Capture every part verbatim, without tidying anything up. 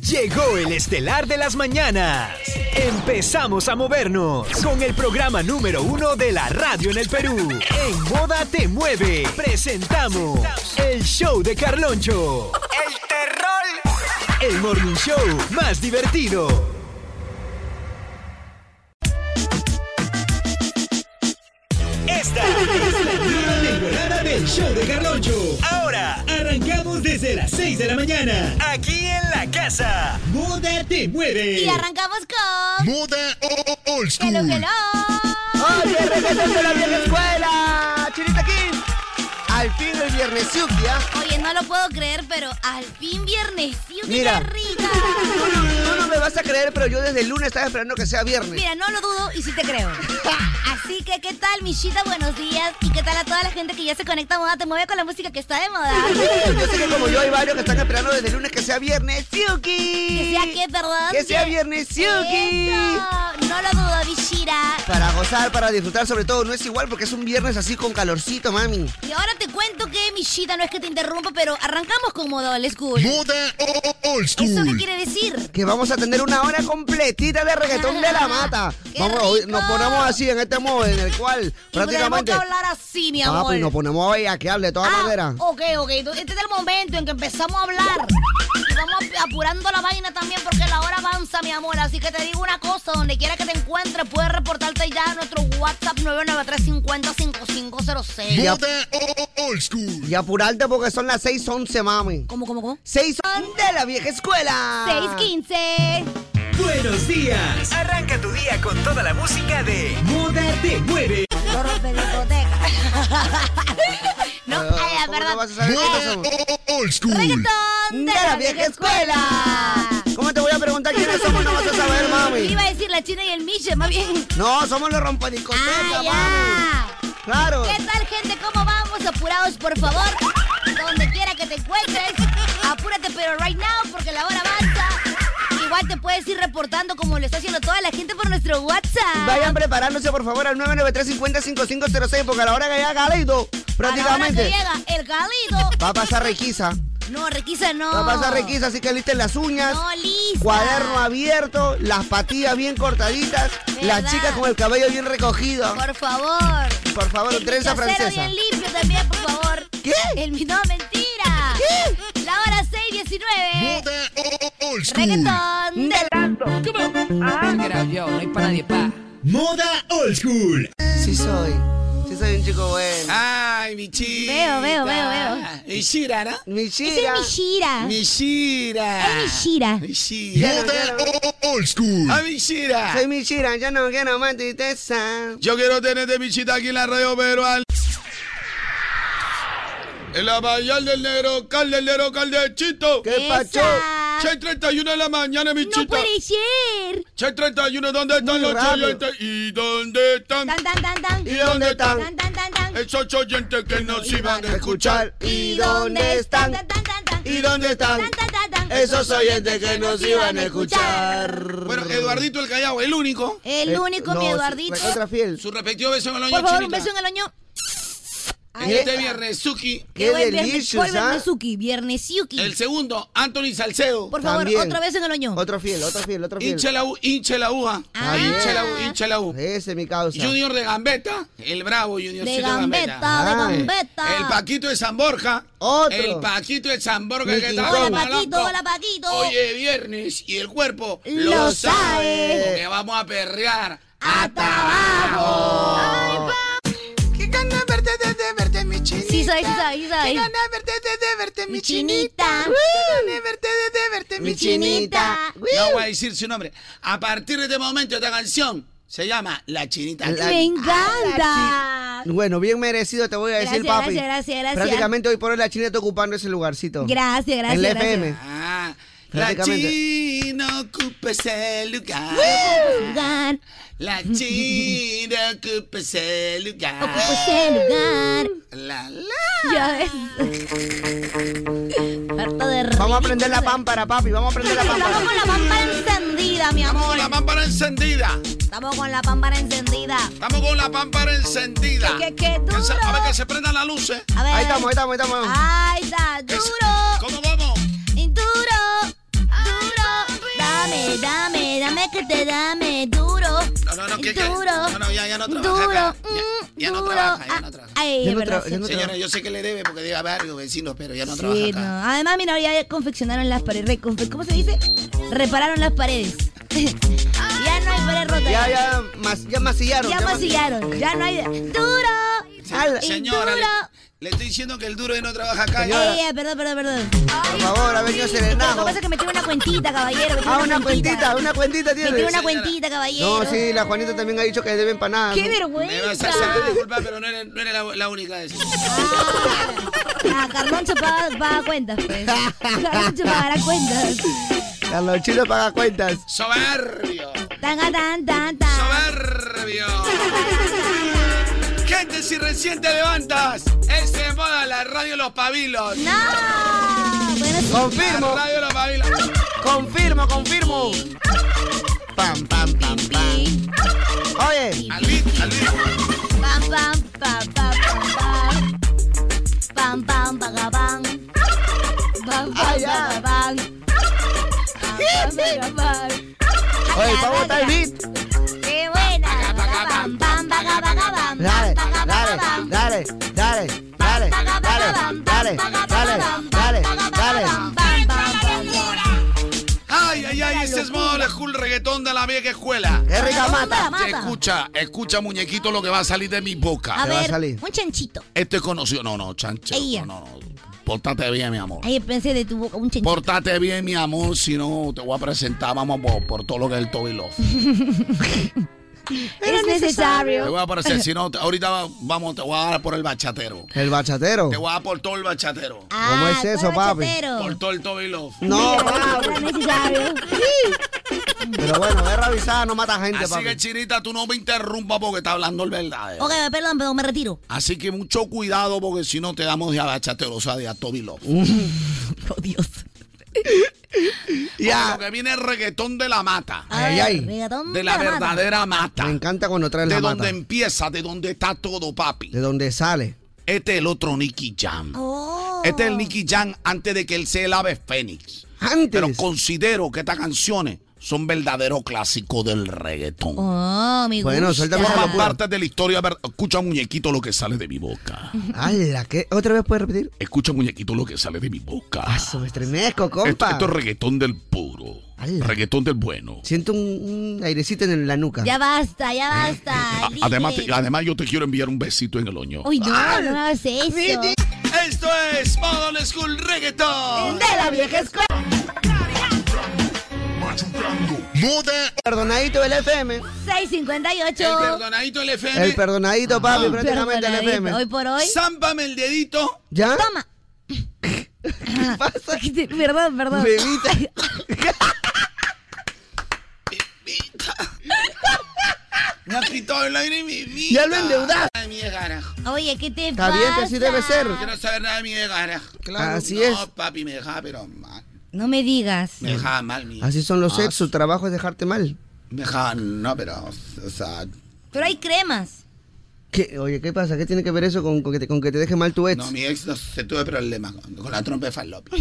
Llegó el estelar de las mañanas. Empezamos a movernos con el programa número uno de la radio en el Perú. En Moda Te Mueve, presentamos el show de Carloncho. ¡El terror! El morning show más divertido. Esta es la nueva temporada del show de Carloncho. Ahora arrancamos desde las seis de la mañana. Aquí en la casa. Moda Te Mueve. Y arrancamos con... Moda Old School. Hello, hello. ¡Oye, regresando de la vieja escuela! ¡Chinita King! Al fin el viernesiuki, ¿ah? Oye, no lo puedo creer, pero al fin viernesiuki, Mira. qué rica. Tú no, tú no me vas a creer, pero yo desde el lunes estaba esperando que sea viernes. Mira, no lo dudo y sí te creo. Así que, ¿qué tal, Michita? Buenos días. ¿Y qué tal a toda la gente que ya se conecta a Moda Te Mueve con la música que está de moda? Yo sé que como yo hay varios que están esperando desde el lunes que sea viernesiuki. ¿Que sea qué, perdón? Que sea viernesiuki. Eso. No lo dudo, Michira. Para gozar, para disfrutar, sobre todo. No es igual porque es un viernes así con calorcito, mami. Y ahora te cuento que, Michita, no es que te interrumpa, pero arrancamos con Moda Old School. Moda Old School. ¿Eso qué quiere decir? Que vamos a tener una hora completita de reggaetón de la mata. ¡Qué Vamos, hoy rico! nos ponemos así en este modo en el cual Y prácticamente... tenemos que hablar así, mi amor. Ah, pues nos ponemos a bellaquear de todas Ah, maneras. ok, ok. Entonces, este es el momento en que empezamos a hablar. Y vamos apurando la vaina también porque la hora avanza, mi amor. Así que te digo una cosa, donde quiera que te encuentres, puedes reportarte ya a nuestro WhatsApp nueve nueve tres cinco cero cinco cinco cero seis. Moda Old School. Y apurarte porque son las seis once, mami. ¿Cómo, cómo, cómo? seis once de la vieja escuela. seis quince. Buenos días. Arranca tu día con toda la música de Moda Te Mueve. Lo rompe de discoteca. No, Uh, ay, la ¿cómo verdad. no vas a saber qué Moda somos? Old School. Reggaetón De la vieja escuela. ¿Cómo te voy a preguntar quiénes somos? No vas a saber, mami. Iba a decir la China y el Miche, más bien. No, somos los rompadiscotecas, Ah, mami. ya. Claro. ¿Qué tal, gente? ¿Cómo vamos? Apurados, por favor. Donde quiera que te encuentres. Apúrate, pero right now, porque la hora avanza. Igual te puedes ir reportando como lo está haciendo toda la gente por nuestro WhatsApp. Vayan preparándose, por favor, al nueve nueve tres cinco cero cinco cinco cero seis, porque a la hora que llega Galido, prácticamente, A la hora que llega el Galido. va a pasar requisa. No, requisa no. Va a pasar requisa, así que listen las uñas. No, lista. Cuaderno abierto, las patillas bien cortaditas, la ¿Verdad? chica con el cabello bien recogido. Por favor. Por favor, El trenza bichacero francesa. bien limpio también, por favor. ¿Qué? El no, mentira. ¿Qué? La hora seis diecinueve. Moda Old School. Reggaetón de... Check it out, yo, no hay para nadie, pa. Moda Old School. Sí soy. Sí soy un chico bueno. Ay, mi chica. Veo, veo, veo, veo. Mi Shira, ¿no? Mi Ese es chica. mi Shira. Mi Shira. Es mi Shira. Mi Shira. Moda Old School. A mi Shira. Soy mi chira, yo no quiero más tristeza. Yo quiero tener de mi chita aquí en la radio, pero al... En la mañana del negro, caldero, caldechito. ¿Qué pacho? Che, treinta y uno de la mañana, mi No chita. puede ser. Che, treinta y uno, ¿dónde están Muy los rápido. oyentes? ¿Y dónde están Tan, tan, tan, tan. ¿Y dónde están? Tan, tan, tan, tan. esos oyentes que nos iban a escuchar? ¿Y dónde están? Tan, tan, tan, tan. ¿Y dónde están? Tan, tan, tan, tan. Esos oyentes que nos iban a escuchar. Bueno, Eduardito el Callao, el único. El único, mi Eduardito. Otra fiel. Su respectivo beso en el oño, Por favor, un chinita. beso en el oño. En este viernes, Suki. Qué buen viernes- delicious, ¿Cuál ¿ah? viernesuki? Viernesiuki. El segundo, Anthony Salcedo. Por favor, También. otra vez en el oño. Otro fiel, otro fiel, otro fiel. Hinche la U, hinche la uja. Ah. Hinche la U, hinche la U. Ese es mi causa. Junior de Gambetta, el bravo Junior De gambeta, de Ay. gambeta. El Paquito de San Borja. Otro. El Paquito de San Borja que Mickey está Kong. Hola, como Paquito, loco. hola, Paquito. Oye, viernes y el cuerpo Lo sabe. Porque vamos a perrear Hasta abajo. Qué ganas verte de verte mi chinita. Sí soy, sí soy, sí soy. verte de verte Mi chinita. verte de verte Mi chinita. No voy a decir su nombre. A partir de este momento esta canción se llama La Chinita. La- Me encanta. Bueno, bien merecido te voy a decir, Gracias, papi. gracias, gracias, gracias. Prácticamente hoy por hoy la China está ocupando ese lugarcito. Gracias, gracias. En la gracias. F M. Ah, la Prácticamente. China ocupa ese lugar. Lugar. La China ocupa ese lugar. Ocupo ese lugar. La, la. Ya ves. Harto de Vamos a prender ridículo. la pámpara, papi. Vamos a prender la Estamos pámpara. con la pámpara encendida, mi Estamos amor. con la pámpara encendida. Estamos con la pámpara encendida. Estamos con la pámpara encendida. ¿Qué, qué, qué Que se- duro? a ver que se prendan las luces. A ver. Ahí estamos, ahí estamos, ahí estamos. Ahí está, Que se- duro. ¿Cómo, cómo? Y duro. Duro. que te dame duro. No, no, no, ¿qué, qué? Duro. No, no, ya, ya no trabaja Duro. acá. Ya, mm, ya no duro. trabaja, ya no trabaja. Ay, Ya es no verdad, tra- ya no sí. Señora, yo sé que le debe porque diga barrio, vecinos, pero ya no Sí, trabaja acá. no. Además, mira, ya confeccionaron las paredes. reconfe- ¿Cómo se dice? Repararon las paredes. Ya no hay pared rota. Ya, ya, mas, ya masillaron. Ya macillaron. Ya no hay. ¡Duro! Ala. Y Señora, le, duro. le estoy diciendo que el duro ya no trabaja acá. Señora. Eh, perdón, perdón, perdón. Por favor, ha venido Lo que Serenajo. pasa es que me tiene una cuentita, caballero. me tiene Ah, una cuentita, una cuentita Me tiene. tiene una señora. cuentita, caballero. No, sí, la Juanita también ha dicho que debe empanadas. ¡Qué ¿no? Me vas a vergüenza! hacer disculpar, pero no eres, no eres la, la única de esas. Ah, Carloncho paga, paga cuentas, pues. Carloncho pagará cuentas. Carlos Chino paga cuentas. Soberbio. Tan, tan, tan, tan. Soberbio. Gente, si recién te levantas, es de moda la radio Los Pabilos. ¡No! Bueno, sí. Confirmo, La radio Los Pabilos. confirmo, confirmo. Pam, pam, pam, pam. Oye, Al beat, al beat. Pam, pam, pam, pam, pam, pam. Pam, pam, paga, pam. Pam, pam, Ah, ya. paga, pam. Pam, pam, paga, pam. oye, vamos a botar el beat. ¡Qué buena! Pam, pam, paga, paga, pam. Dale, Paga, dale, paga, pam. dale, dale, dale, dale, dale, dale, dale, dale. Pam, pam, pam, pam. Ay, ay, ay, ese es modo de cool reggaetón de la vieja escuela. Qué rica ¿Dónde mata. la mata? Escucha, escucha, muñequito, lo que va a salir de mi A boca. Te va a ver, salir. un chanchito. Esto es conocido. No, no, chancho. Ella. No, no, no. Pórtate bien, mi amor. Ahí pensé de tu boca, un chanchito. Pórtate bien, mi amor, si no te voy a presentar, vamos por, por todo lo que es el Toby Love. Es necesario. Te voy a aparecer, si no, te- ahorita va- vamos, te voy a dar por el bachatero. El bachatero. Te voy a dar por todo el bachatero. ¿Cómo es eso, todo papi? bachatero. Por todo el Toby Love. No, Mira, papi. es necesario. Pero bueno, guerra avisada no mata gente, Así que, papi. Chinita, tú no me interrumpas porque está hablando el verdadero. Ok, perdón, perdón, me retiro. Así que mucho cuidado porque si no te damos de a bachatero, o sea, de a Toby Love. Oh, Dios. Ya. Lo que viene es reggaetón de la mata. A Ay, ver, ay. reggaetón De la mata. verdadera mata. Me encanta cuando traen De la donde mata. empieza, de donde está todo, papi. De donde sale. Este es el otro Nicky Jam. Oh. Este es el Nicky Jam antes de que él sea el ave fénix. Antes. Pero considero que estas canciones son verdaderos clásicos del reggaetón. Oh, mi Bueno, gusta. suéltame esa Forman locura. parte de la historia. ver- Escucha, muñequito, lo que sale de mi boca. ¡Hala! ¿Qué? ¿Otra vez puedes repetir? Escucha, muñequito, lo que sale de mi boca. Ah, eso me estremezco, Esto, compa. esto es reggaetón del puro. Ala. Reggaetón del bueno. Siento un, un airecito en la nuca. Ya basta, ya basta. A- además, te- Dile. además, yo te quiero enviar un besito en el oño. Uy, no, no hagas eso. Esto es Modo Old School Reggaeton. De la vieja escuela. Moda Perdonadito del F M. seis cincuenta y ocho. El perdonadito del F M. El perdonadito, papi, Ah. prácticamente el F Perdonadito. M. Hoy por hoy. Zámpame el dedito. ¿Ya? Toma. ¿Qué pasa? Perdón, perdón. Bebita. Me ha quitado el aire mi vida. Ya lo endeudaste. Ay, mi carajo. Oye, ¿qué te Está pasa? bien, que así debe ser. No quiero saber nada de mi carajo. Así no, es. papi, me dejaba, pero mal. No me digas. Me dejaba mal, mi. Así son los Ah, ex, su trabajo es dejarte mal. Me dejaba, no, pero, o sea, Pero hay cremas. ¿Qué? Oye, ¿qué pasa? ¿Qué tiene que ver eso con, con que, te, con que te deje mal tu ex? no, mi ex no se tuve problemas con, con la trompa de falopio.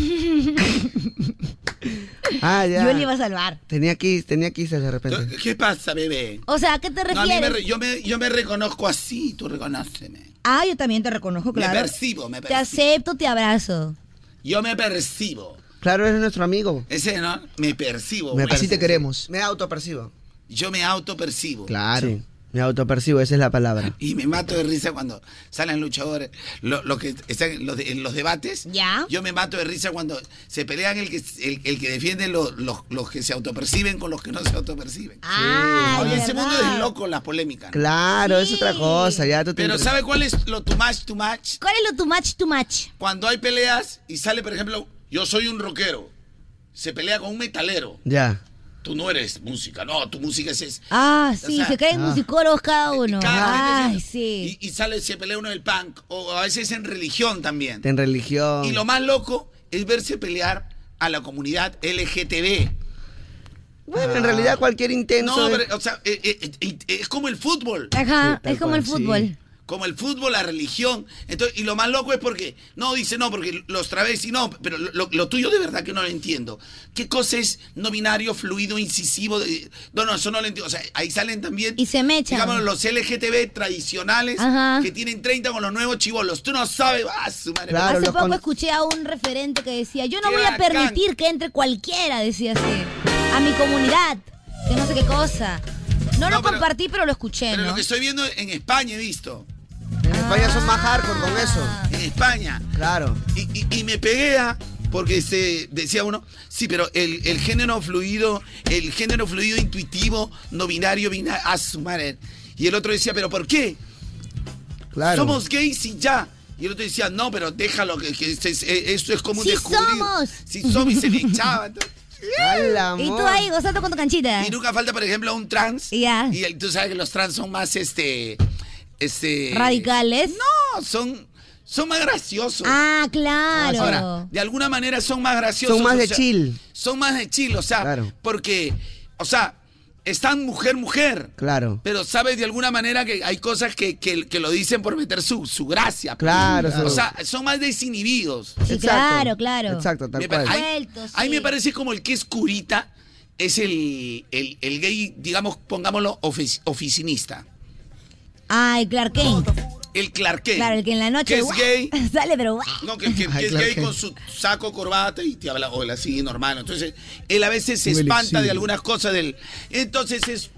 Ah, ya. Yo le iba a salvar. Tenía aquí, tenía aquí de repente. ¿Qué pasa, bebé? O sea, ¿a qué te No, a mí me refieres? re- yo, me, yo me reconozco así, tú reconóceme. Ah, yo también te reconozco, claro. Me percibo, me Te percibo. acepto, te abrazo. Yo me percibo. Claro, eres nuestro amigo. Ese, ¿no? Me percibo. Me, güey. así te queremos. Me autopercibo. Yo me autopercibo. Claro. Sí, me autopercibo, esa es la palabra. Y me mato de risa cuando salen luchadores, lo, lo que están en los, de- en los debates. ¿Ya? Yo me mato de risa cuando se pelean el que, el, el que defiende los, los, los que se autoperciben con los que no se autoperciben. Ah, Oye, es ese mundo verdad. es loco, las polémicas. ¿no? Claro, es Sí. otra cosa, ya tú te Pero entre- ¿sabe cuál es lo too much, too much? ¿Cuál es lo too much, too much? Cuando hay peleas y sale, por ejemplo, yo soy un rockero, se pelea con un metalero. Ya. Tú no eres música, no, tu música es... es Ah, O sí, sea, se caen ah. musicólogos cada uno. cada Ay, gente- sí. Y, y sale, se pelea uno del punk, o a veces en religión también. En religión. Y lo más loco es verse pelear a la comunidad L G T B. Bueno, en realidad cualquier intenso. No, de- pero, o sea, eh, eh, eh, eh, es como el fútbol. Ajá, Sí, tal es como el cual, sí. fútbol. como el fútbol, la religión. Entonces, y lo más loco es porque, no, dice no, porque los travestis, no, pero lo, lo tuyo de verdad que no lo entiendo. ¿Qué cosa es no binario, fluido, incisivo? De, no, no, eso no lo entiendo. O sea, ahí salen también, y se mechan, digamos, los L G T B tradicionales. Ajá. Que tienen treinta con los nuevos chibolos. Tú no sabes, ah, su madre. Claro, Hace los poco con- escuché a un referente que decía, yo no ¡Qué voy a bacán! permitir que entre cualquiera, decía así, a mi comunidad, que no sé qué cosa. No, No, lo pero- compartí, pero lo escuché, Pero ¿no? lo que estoy viendo en España he visto. En España son más hardcore con eso. En España. Claro. Y, y, y me pegué a, porque se decía uno, sí, pero el, el género fluido, el género fluido intuitivo, no binario, binario, a su madre. Y el otro decía, ¿pero por qué? Claro. Somos gays y ya. Y el otro decía, no, pero déjalo, que, que es- es- esto es como un Sí descubrido. somos. Sí somos, y se me echaba. Entonces, Al amor. Y tú ahí gozando con tu canchita. y nunca falta, por ejemplo, un trans. Ya. Y el- tú sabes que los trans son más, este, este... Radicales. No, son, son más graciosos. Ah, claro. Ahora, de alguna manera son más graciosos. Son más o de sea, chill. Son más de chill, o sea, Claro. porque, o sea, están mujer, mujer. Claro. Pero sabes de alguna manera que hay cosas que, que, que lo dicen por meter su, su gracia. Claro, O su- sea, son más desinhibidos. Sí, claro, claro. Exacto, tal Me pa- cual. ahí, Sueltos, ahí sí. me parece como el que es curita, es el, el, el gay, digamos, pongámoslo, ofici- oficinista. Ay, Clark Kent. El Clark Kent. Claro, el que en la noche Que es ¡guau! gay. sale, pero ¡guau! No, que, que- que Ay, es Clark gay Kent. con su saco, corbata y te habla hola, así, normal. Entonces, él a veces se Un espanta elixir. de algunas cosas del... Entonces es...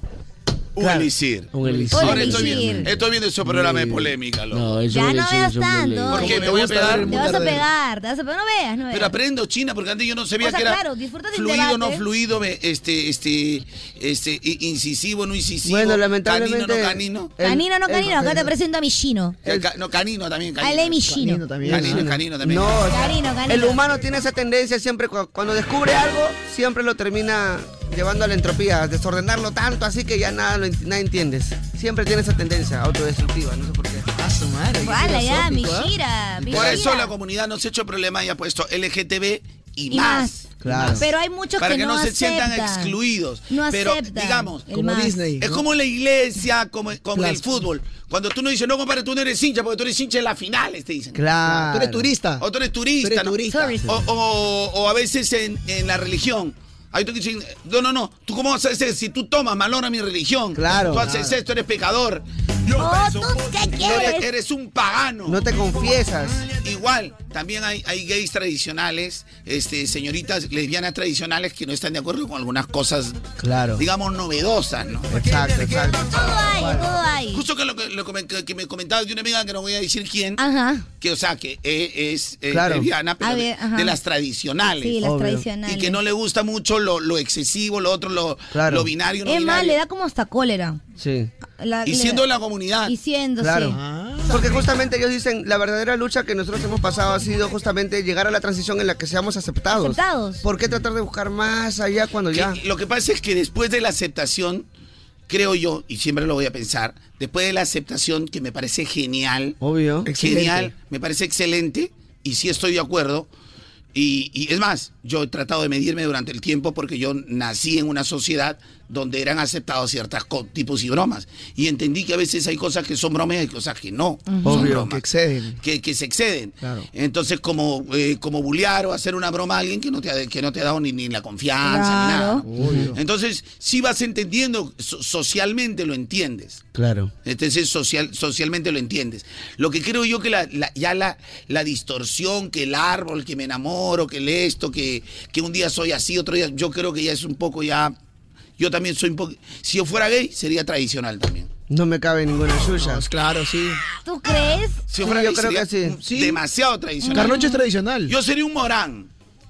Un Claro. elixir. Un elixir. Un Ahora estoy elixir. viendo, estoy viendo ese programa de polémica, loco. No, eso Ya es no decir, veas eso es muy tanto. ley. ¿Por qué? Como ¿Me me voy a gusta pegar? ver el Te mundo vas a arder. pegar, te vas a pegar. No veas, no veas. Pero aprendo China, porque antes yo no sabía O sea, que era claro, disfruta del fluido, debate. no fluido, me- este, este, este, i- incisivo, no incisivo, Bueno, lamentablemente. canino, no canino. el- Canino, no el- canino, acá te presento a mi chino. Eh, ca- no, canino también, A canino. él es mi chino. Canino también. Canino, Sí. canino también. No, o sea, Canino, canino. el humano tiene esa tendencia siempre, cu- cuando descubre algo, siempre lo termina llevando a la entropía, a desordenarlo tanto así que ya nada, lo ent- nada entiendes. Siempre tiene esa tendencia autodestructiva, no sé por qué. A su madre. qué Vale, ya, mi filosófico, ¿eh? shira. mi Por eso shira. la comunidad no se ha hecho problema y ha puesto L G T B y, Y más. más. Claro. Pero hay muchos Para que, que no, se aceptan. sientan excluidos. No Pero, aceptan. digamos, el Como más. Disney. es ¿no? como la iglesia, como, como Claro. el fútbol. Cuando tú no dices, no, compadre, tú no eres hincha, porque tú eres hincha en las finales, te dicen. Claro. Tú eres turista. O tú eres Tú turista. eres ¿no? turista. Tourist. O, o- o a veces en, en la religión. Hay otros que dicen, no, no, no, ¿tú cómo vas a hacer? Si tú tomas, malora mi religión. Claro. Tú haces esto, eres pecador. Oh, ¿tú qué Eres, quieres? eres un pagano. No te confiesas. Igual, también hay, hay gays tradicionales, este, señoritas lesbianas tradicionales que no están de acuerdo con algunas cosas, Claro. digamos, novedosas, ¿no? Exacto, exacto. Todo hay, todo hay. Justo que lo que, lo que me, que me comentaba de una amiga, que no voy a decir quién, Ajá. que, o sea, que eh, es eh, Claro. lesbiana, pero A de, ver, ajá. de las tradicionales. Sí, las Obvio. tradicionales. Y que no le gusta mucho lo, lo excesivo, lo otro, lo, Claro. lo binario, no Es más, binario. le da como hasta cólera. Sí. La- Y le- siendo de la comunidad. Y siendo, Claro. sí. Ah. Porque justamente ellos dicen, la verdadera lucha que nosotros hemos pasado ha sido justamente llegar a la transición en la que seamos aceptados. Aceptados. ¿Por qué tratar de buscar más allá cuando Que- ya? Lo que pasa es que después de la aceptación, creo yo, y siempre lo voy a pensar, después de la aceptación, que me parece genial, Obvio. Excelente. genial, me parece excelente, y sí estoy de acuerdo. Y, y es más, yo he tratado de medirme durante el tiempo porque yo nací en una sociedad donde eran aceptados ciertos tipos y bromas. Y entendí que a veces hay cosas que son bromas y hay cosas que no. son Obvio, bromas, que exceden. Que, que se exceden. Claro. Entonces, como, eh, como bullear o hacer una broma a alguien que no te ha, que no te ha dado ni, ni la confianza Claro. ni nada. Obvio. Entonces, si vas entendiendo, so- socialmente lo entiendes. Claro. Entonces, social, socialmente lo entiendes. Lo que creo yo que la, la- ya la, la distorsión, que el árbol, que me enamoro, que el esto, que, que un día soy así, otro día, yo creo que ya es un poco ya... Yo también soy un poco... Si yo fuera gay, sería tradicional también. No me cabe ninguna suya. No, claro, sí. ¿Tú crees? Si yo Sí, fuera yo gay, creo sería que sí. Sí. demasiado tradicional. Carloncho es tradicional. Yo sería un morán.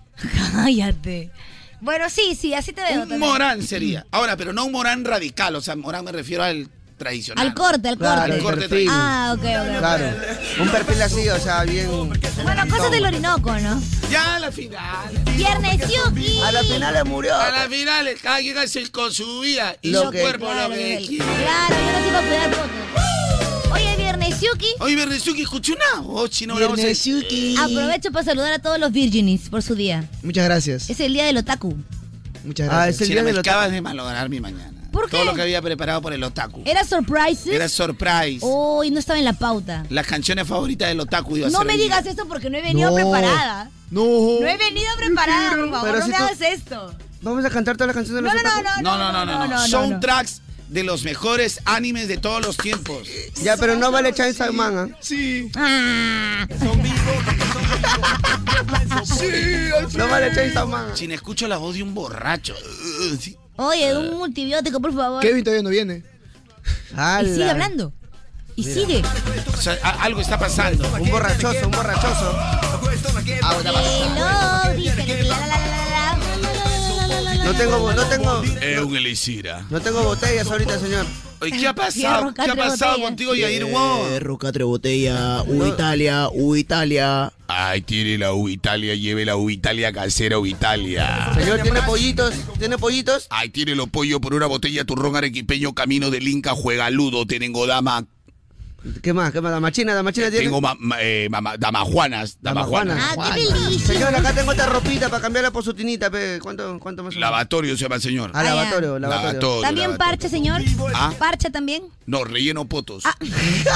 Cállate. Bueno, sí, sí, así te veo Un también. morán sería. Ahora, pero no un morán radical. O sea, morán me refiero al tradicional. Al corte, al Claro, corte. el corte perfil. Ah, ok, ok. Claro. Un perfil así, o sea, bien. Bueno, cosas del Orinoco, ¿no? Ya a la final. Viernes Yuki. A la final le murió. A la final, cada quien hace con su vida y Lo su que- cuerpo Claro, lo que yo- quiere. claro, yo no sirvo para cuidar fotos. Oye, Viernes Yuki. Oye, Bernesuki, escuché una voz, chino. una voz- Viernes Yuki. Aprovecho para saludar a todos los Virginis por su día. Muchas gracias. Es el día del otaku. Muchas Ah, gracias. es el Chino, día me de los acabas de malograr mi mañana. ¿Por qué? Todo lo que había preparado por el otaku. ¿Era surprise? Era surprise. Oh, y no estaba en la pauta. Las canciones favoritas del otaku iba a No ser me hoy digas día. esto porque no he venido No. preparada. No. No he venido preparada, por favor, Pero no si me tú- hagas esto. Vamos a cantar todas las canciones de No, los no, no, otaku. no, No, no, no, no, no. no, Soundtracks de los mejores animes de todos los tiempos. Ya, pero no vale Chainsaw Man, ¿ah? Sí. Ah. No vale Chainsaw Man. Sin escucho la voz de un borracho. Uh, sí. Oye, un multibiótico, por favor. Kevin todavía no viene. Y sigue hablando. Y sigue. O sea, a- algo está pasando. Un borrachoso, un borrachoso. Hello, dice que la, la, la, la, la, la, la, la, No tengo, no tengo, Es un elixira. no tengo botellas ahorita, señor. Oye, ¿qué ha pasado? Fierro, ¿Qué ha catre, pasado botella. contigo, Yair Wong? Perro, catre, botella, U Italia, U Italia. Ay, tiene la U Italia, lleve la U Italia casera U Italia. Señor, ¿tiene pollitos? ¿Tiene pollitos? Ay, tiene los pollo por una botella turrón arequipeño, camino del Inca, juega ludo, tengo dama, ¿Qué más? ¿Qué más? ¿Damachina? ¿Damachina tiene? tengo ma, ma- eh, mama- damajuanas, damajuanas. Ah, qué delicia. Señor, acá tengo esta ropita para cambiarla por su tinita, pe. ¿Cuánto, cuánto más? Lavatorio se llama el señor. Ah, lavatorio, lavatorio. Lavatorio, ¿También lavatorio. parche, señor? ¿Ah? ¿Parche también? No, relleno potos. Ah.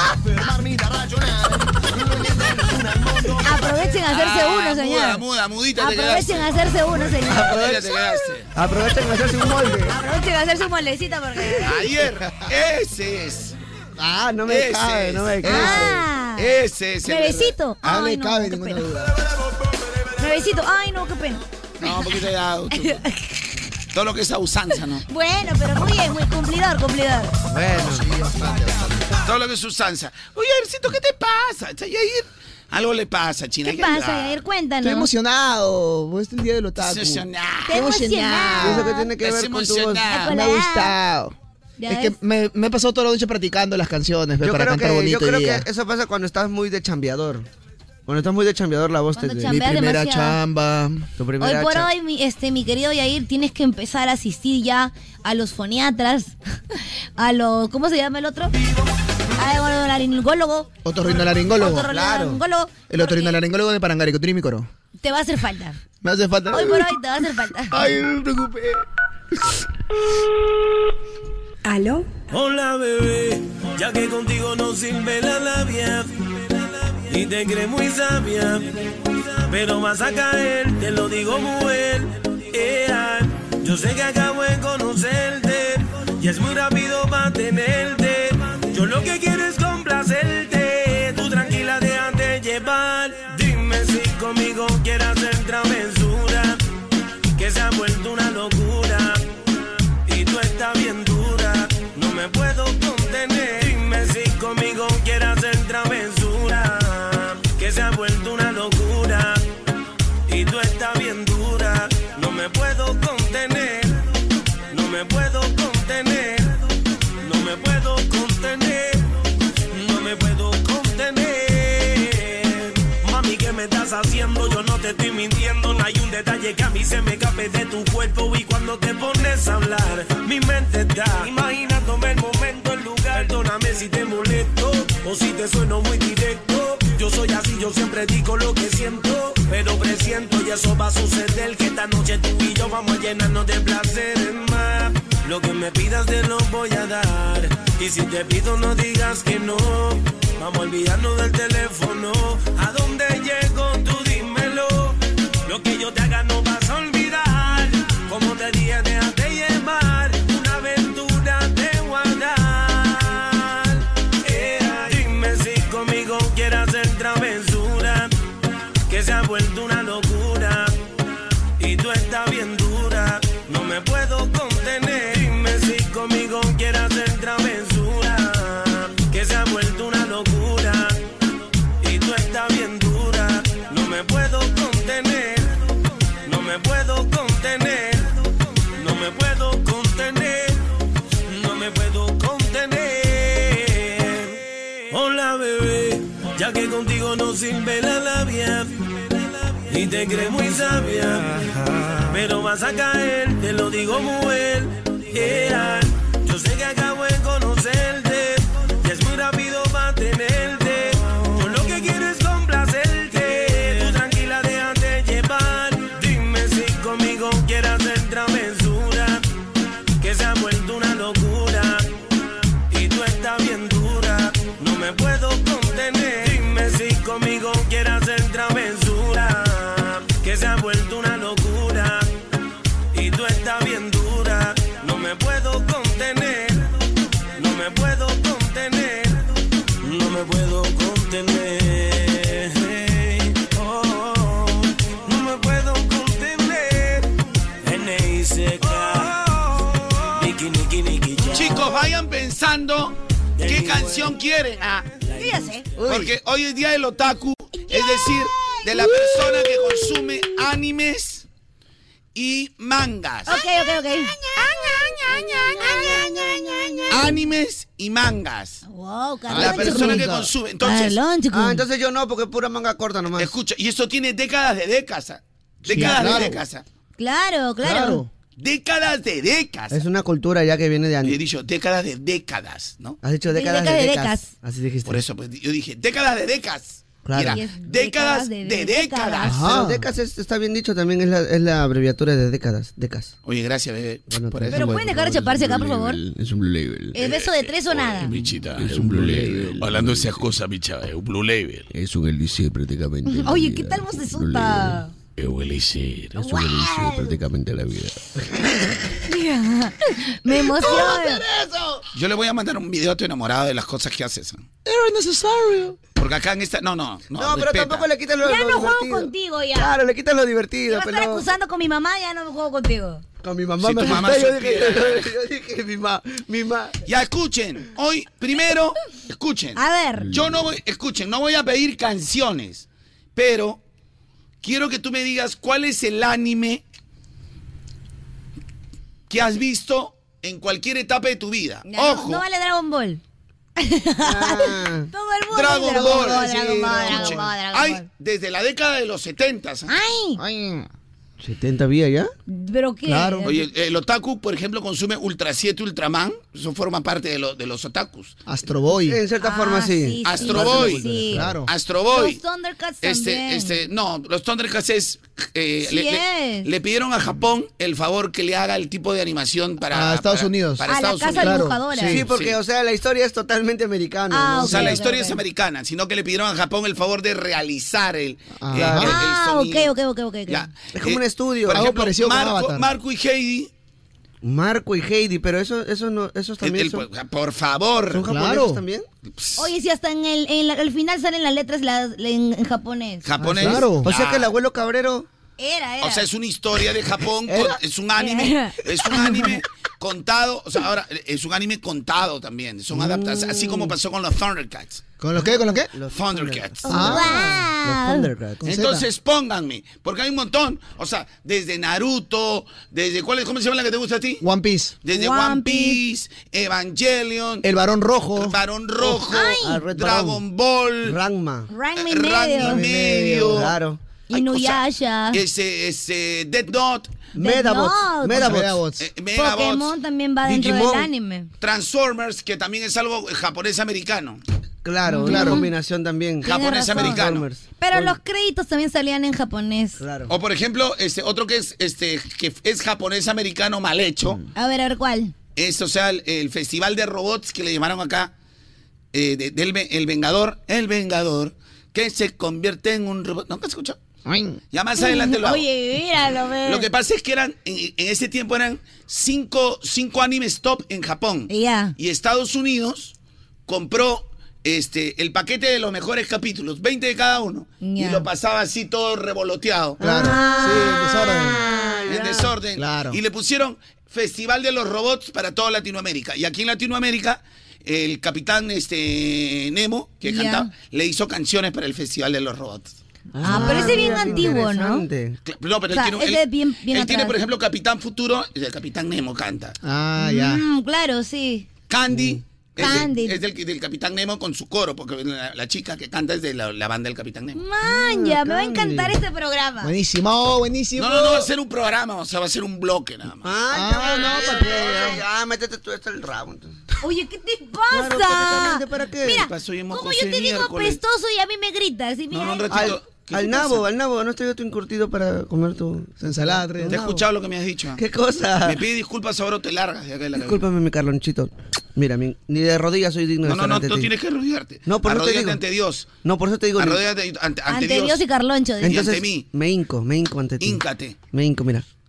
Aprovechen a hacerse Ah, uno, señor. Muda, muda, mudita te Aprovechen quedaste. a hacerse uno, señor. Mudita te quedaste. Aprovechen de hacerse un molde. Aprovechen a hacerse un molecita porque... Ayer, ese es. Ah, no me Ese cabe, es. no me cabe. Ah. Ese es el Nuevecito. Ah, Ay, me no, cabe qué ninguna pena. duda. Nuevecito. Ay, no, qué pena. verdadero. No, porque te da todo lo que es a usanza, ¿no? Bueno, pero muy bien, muy cumplidor, cumplidor. Bueno, Todo lo que es usanza. Oye, Ercito, ¿qué te pasa? Yair, algo le pasa, China. ¿Qué hay que pasa, ayudar. Yair? Cuéntanos. Estoy emocionado. Pues es el día del otaku. Emocionado. Estoy emocionada. ¿y eso qué tiene que Estás ver con tu voz? emocionada. Me ha gustado. ¿Ya Es ves? que me, me he pasado toda la noche practicando las canciones pe, Yo para creo, cantar que, bonito yo creo hoy día. que eso pasa cuando estás muy de chambeador. Cuando estás muy de chambeador, la voz te... Cuando te- Mi chambeas primera demasiado. chamba. tu Hoy primera por cha- hoy, mi, este, mi querido Yair, tienes que empezar a asistir ya a los foniatras, a los, ¿cómo se llama el otro? A bueno, laringólogo. Otorrinolaringólogo. Otorrinolaringólogo, El otorrinolaringólogo de Parangari, que tiene mi coro. Te va a hacer falta. Me hace falta. Hoy por hoy te va a hacer falta. Ay, no me preocupé. ¿Aló? Hola bebé, ya que contigo no sirve la labia y te crees muy sabia, pero vas a caer, te lo digo mujer. Yeah. Yo sé que acabo de conocerte y es muy rápido mantenerte. Yo lo que quiero es complacerte, tú tranquila déjate llevar. Dime si conmigo quieres hacer travesura, que se ha vuelto una locura y tú estás bien dura. No me puedo contener. Dime si conmigo quieres hacer travesura, que se ha vuelto una locura y tú estás bien dura. No me puedo contener. No me puedo contener. No me puedo contener. No me puedo contener. Mami, ¿qué me estás haciendo? Yo no te estoy mintiendo. No hay un detalle que a mí se me escape de tu cuerpo. Y cuando te pones a hablar, mi mente está imaginándome el momento, el lugar. Perdóname si te molesto o si te sueno muy directo. Yo soy así, yo siempre digo lo que siento, pero presiento y eso va a suceder, que esta noche tú y yo vamos a llenarnos de placeres más. Lo que me pidas te lo voy a dar, y si te pido no digas que no. Vamos a olvidarnos del teléfono. ¿A dónde llego? Tú dímelo. Lo que yo te haga no vas a olvidar. Como te dije, déjate llevar. Una aventura te voy a dar. Eh, dime si conmigo quieres hacer travesura, que se ha vuelto una locura y tú estás bien dura. No me puedo contener. Dime si conmigo quieres hacer travesura, que se ha vuelto una locura y tú estás bien dura. No me puedo contener. No me puedo contener. No me puedo contener. No me puedo contener. Hola bebé, ya que contigo no sirve la labia y te crees muy sabia, pero vas a caer, te lo digo mujer. Yeah. Yo sé que acabo de conocerte y es muy rápido mantenerte. Yo lo que quiero es complacerte, tú tranquila déjate llevar. Dime si conmigo quieres hacer travesura, que se ha vuelto una locura bien dura. No me puedo contener, no me puedo contener, no me puedo contener. Oh, oh, no me puedo contener. N I C K. Niki, niki, niki, ya. Chicos, vayan pensando qué canción quieren. Ah, Ya sé. porque hoy es día del otaku, es decir, de la persona que consume animes y mangas. Ok, ok, ok. Animes y mangas. Wow, La Carloncho. persona que consume. Entonces, Carloncho. Ah, entonces yo no, porque es pura manga corta nomás. escucha, y eso tiene décadas de décadas. ah. Décadas claro. de décadas. ah. Claro, claro. Décadas de décadas. Es una cultura ya que viene de Yo he años. dicho décadas de décadas, ¿no? Has dicho De décadas de décadas de décadas. décadas. Así dijiste. Por eso, pues yo dije décadas de décadas. Claro. Mira, Y es décadas décadas de de décadas. décadas. Pero Ajá. décadas es- está bien dicho también, es la, es la abreviatura de décadas. Décadas. Oye, gracias, bebé. Bueno, por pues, eso. Pero pueden dejar de chaparse acá, por favor. Es un blue label. ¿El beso de tres o nada? Bichita, Es un blue label. Hablando de esas cosas, bicha, es un blue label. Es un elixir prácticamente. de la Oye, vida. ¿qué tal vos de Blue sota? label. Es un elixir. Es un elixir prácticamente de la vida. Me emociona. Yo le voy a mandar un video a tu enamorado de las cosas que haces. ¿eh? Era necesario. Porque acá en esta. No, no, no. No, pero respeta. tampoco le quitas lo, Ya lo no juego divertido. contigo ya. Claro, le quitas lo Te divertido. vas a estar pelón. acusando con mi mamá, ya no me juego contigo. Con mi mamá Si me tu mamá asusté, yo dije, supiera. yo dije, mi mamá, mi mamá. Ya escuchen. Hoy, primero, escuchen. A ver. Yo no voy. Escuchen, no voy a pedir canciones. Pero quiero que tú me digas cuál es el anime que has visto en cualquier etapa de tu vida. Ya, no- Ojo. No vale Dragon Ball. Ah, Todo el mundo. Dragon Dragon Ball, Ball, sí, Dragon Ball, Dragon escuchen. Ball, Dragon Hay Ball. desde la década de los setentas. ¿eh? Ay, ¿setenta vía ya? ¿pero qué? Claro. Oye, el, el otaku, por ejemplo, consume Ultra siete Ultraman. Eso forma parte de, lo- de los otakus. Astro Boy. En cierta Ah, forma sí. sí, Astro sí, Boy. sí. Claro. Astro Boy. Los Thundercats Este, también. este, no, los Thundercats es. eh, Sí le, le- es. le pidieron a Japón el favor que le haga el tipo de animación para. A Estados para- Unidos. Para A la Estados casa Unidos. Claro, dibujadora. Sí, porque, sí. o sea, la historia es totalmente americana. Ah, ¿no? O sea, Ok, la ok, historia ok. es americana, sino que le pidieron a Japón el favor de realizar el, Ah. el- el- el Ah, ok, sonido. ok, ok, ok. ok. Ya. Es como Eh, un estudio. Por Algo ejemplo, parecido con Marco, Avatar. Marco y Heidi. Marco y Heidi, pero eso, eso no, esos el- también el- son, por favor. ¿son Claro. japoneses también. Oye, si hasta en el, en la- al final salen las letras las- en, en japonés. Japonés. Ah, claro. O sea Ya. que el abuelo Cabrero. Era, era. O sea, es una historia de Japón, con- Era. es un anime, es un anime contado, o sea, ahora es un anime contado también, son adaptaciones, así como pasó con los Thundercats. ¿Con los qué? ¿Con los qué? Los Thundercats. Ah. Los Wow. Thundercats. Con Entonces pónganme, porque hay un montón, o sea, desde Naruto, desde ¿cuál es, cómo se llama la que te gusta a ti? One Piece. Desde One One Piece, Evangelion, El Varón Rojo. el Varón Rojo, Ah, Red Dragon Ball, Ranma. Ranma y eh, Ranma medio. y medio. Claro. Ay, o sea, Inuyasha. ese, ese Death Note, Medabots. Note. Medabots. Medabots. eh, Megabots, Pokémon también va dentro Digimon. del anime. Transformers, que también es algo japonés-americano. Claro, una Claro. combinación también. Tienes Japonés-americano. Transformers. Pero Bueno, los créditos también salían en japonés. Claro. O por ejemplo, este otro que es este que es japonés-americano mal hecho. A ver, a ver, ¿cuál? Es, o sea, el, el festival de robots que le llamaron acá, eh, de- del ve- El Vengador, El Vengador, que se convierte en un robot. ¿Nunca has escuchado? Ya más adelante lo hago. Oye, míralo, ve. Lo que pasa es que eran, en, en ese tiempo eran cinco, cinco animes top en Japón. Ya. Y Estados Unidos compró este, el paquete de los mejores capítulos, veinte de cada uno. Y Ya. lo pasaba así todo revoloteado. Claro. Ah. Sí, el desorden. En desorden. Claro. Y le pusieron Festival de los Robots para toda Latinoamérica. Y aquí en Latinoamérica, el capitán este, Nemo, que Ya. cantaba, le hizo canciones para el Festival de los Robots. Ah, pero ese es bien mira qué antiguo, ¿no? interesante. Cla- No, pero O sea, él tiene, ese él- es bien- bien él tiene, atrás. por ejemplo, Capitán Futuro, el Capitán Nemo canta. Ah, ya. Mm, claro, sí. Candy. Es, Candy. del, es del, del Capitán Nemo con su coro, porque la, la chica que canta es de la, la banda del Capitán Nemo. Man, ya, me va a Candy. encantar este programa. Buenísimo, oh, buenísimo. No, no, no va a ser un programa, o sea, va a ser un bloque nada más. Ay, Ah, no, no, no, pa' pa' qué, qué. Ya, métete tú hasta el rabo. entonces. Oye, ¿qué te Claro, pasa? prácticamente, ¿para qué? Mira, Pasó y hemos como yo José te digo miércoles. apestoso y a mí me gritas. Y mira, No, no, un Al, ratito. ¿Qué al te nabo, pasa? al nabo, ¿no estoy yo tu encurtido para comer tu Su ensalada, tres. ¿Te he escuchado lo que me has dicho? ¿Qué cosa? Me pide disculpas, ahora te largas de acá de la cabeza. Discúlpame, mi Carlonchito. Mira, mi- ni de rodillas soy digno de No, no, estar no, ante no ti. tienes que arrodillarte. No, por eso te Arrodíllate digo. ante Dios. No, por eso te digo. ni- Arrodíllate ante, ante, ante Dios. Dios y Carloncho. dice. ante Entonces, mí. me hinco, me hinco ante ti. Híncate. Me hinco, mira.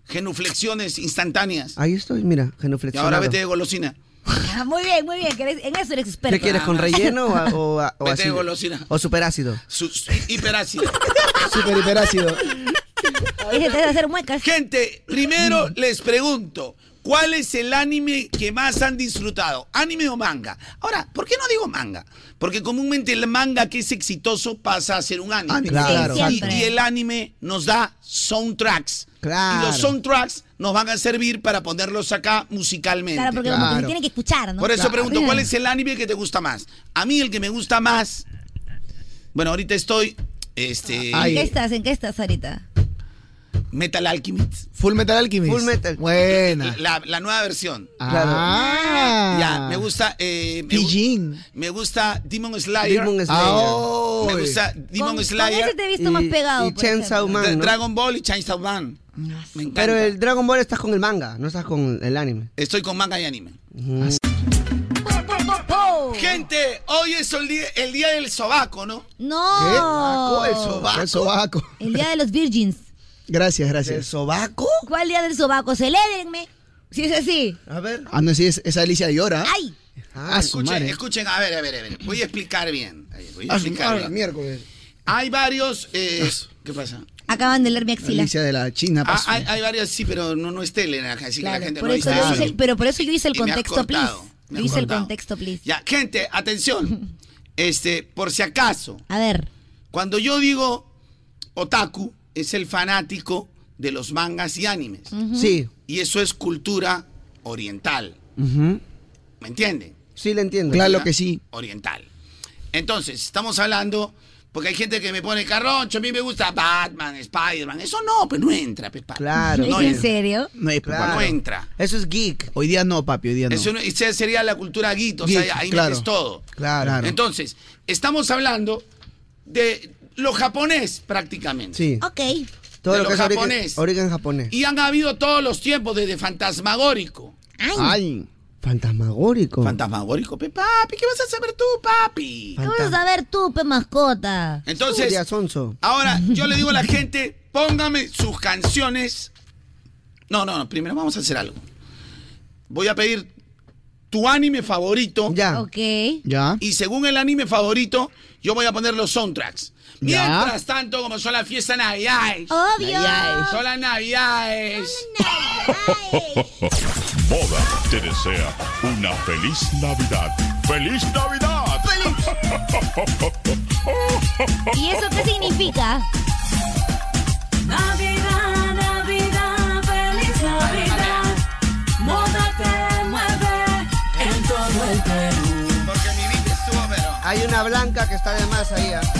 genuflexiones instantáneas. Ahí estoy, mira, Y genuflexionado. ahora vete de golosina. Ah, muy bien, muy bien, que eres- en eso eres experto. ¿Qué quieres, con relleno o, a- o, a- o Vete de así? golosina. O superácido. Su, su- hiperácido. Super hiperácido. Ese te hace hacer muecas. Gente, primero les pregunto, ¿cuál es el anime que más han disfrutado? ¿Anime o manga? Ahora, ¿por qué no digo manga? Porque comúnmente el manga que es exitoso pasa a ser un anime. Anime, Claro. Sí, Y, siempre. y el anime nos da soundtracks. Claro. Y los soundtracks nos van a servir para ponerlos acá musicalmente. Claro, porque como que Claro. se tiene que escuchar, ¿no? Por eso Claro. pregunto, ¿cuál es el anime que te gusta más? A mí el que me gusta más... Bueno, ahorita estoy... Este... Ay. ¿En qué estás? ¿En qué estás ahorita? Metal Alchemist. Full Metal Alchemist. Full Metal. Buena. La, la nueva versión. Ah. Ya, me gusta... Eh, me, gu- Pillín. me gusta Demon Slayer. Demon Slayer. Ah, oh. Me gusta Demon con, Slayer. con ese te he visto más pegado. y por Chainsaw ejemplo. Man, Dra- ¿no? Dragon Ball y Chainsaw Man. Me encanta. Pero el Dragon Ball estás con el manga, no estás con el anime. Estoy con manga y anime. Po, po, po, po. Gente, hoy es el día, el día del sobaco, ¿no? No. ¿Qué? El sobaco. El sobaco. El día de los virgins. Gracias, ¿El gracias. sobaco? ¿Cuál día del sobaco? Celébrenme. Si es así. A ver. Ah, no, sí, es, esa Alicia llora. ¡Ay! Ah, su Escuchen, madre. escuchen, a ver, a ver, a ver. Voy a explicar bien. Voy a Ah, su explicar madre, bien. miércoles. Hay varios... eh, ¿Qué pasa? Acaban de leer mi axila. Alicia de la China Ah, pasó. hay, hay varios, sí, pero no, no es tele, así que Claro, la gente por no eso dice yo eso. hice el- pero por eso yo hice el Y me has contexto, please. cortado, me Yo has hice el cortado. contexto, please. Ya, gente, atención. Este, por si acaso, A ver. cuando yo digo otaku, es el fanático de los mangas y animes. Sí. Y eso es cultura oriental. Ujú. ¿Me entienden? Sí, le entiendo. Claro Cultura que sí. Oriental. Entonces, estamos hablando, porque hay gente que me pone carroncho, a mí me gusta Batman, Spider-Man. Eso no, pues no entra, pues, papi. Claro. ¿Es No en entra. serio? No, es Claro. No entra. Eso es geek. Hoy día no, papi, hoy día no. Eso no- esa sería la cultura geek, o Geek, sea, ahí claro. metes todo. Claro. Claro. Entonces, estamos hablando de lo japonés prácticamente. Sí. Ok. Todo de lo lo que es origen, japonés. origen japonés. Y han habido todos los tiempos desde fantasmagórico. Ay. Ay. Fantasmagórico. Fantasmagórico, pe, papi, ¿qué vas a saber tú, papi? ¿Qué vas a saber tú, pe mascota? Entonces, Estudia, sonso. ahora yo le digo a la gente, póngame sus canciones. No, no, no, primero vamos a hacer algo. Voy a pedir tu anime favorito. Ya. Ok. Ya. Y según el anime favorito, yo voy a poner los soundtracks. Ya. Mientras tanto, como son las fiestas navidades. Obvio. Son las navidades. Moda te desea una feliz Navidad. ¡Feliz Navidad! ¿Y eso qué significa? Navidad, Navidad, feliz Navidad. Moda te mueve en todo el Perú. Porque mi vida estuvo, pero... Hay una blanca que está de más ahí. ¿ah?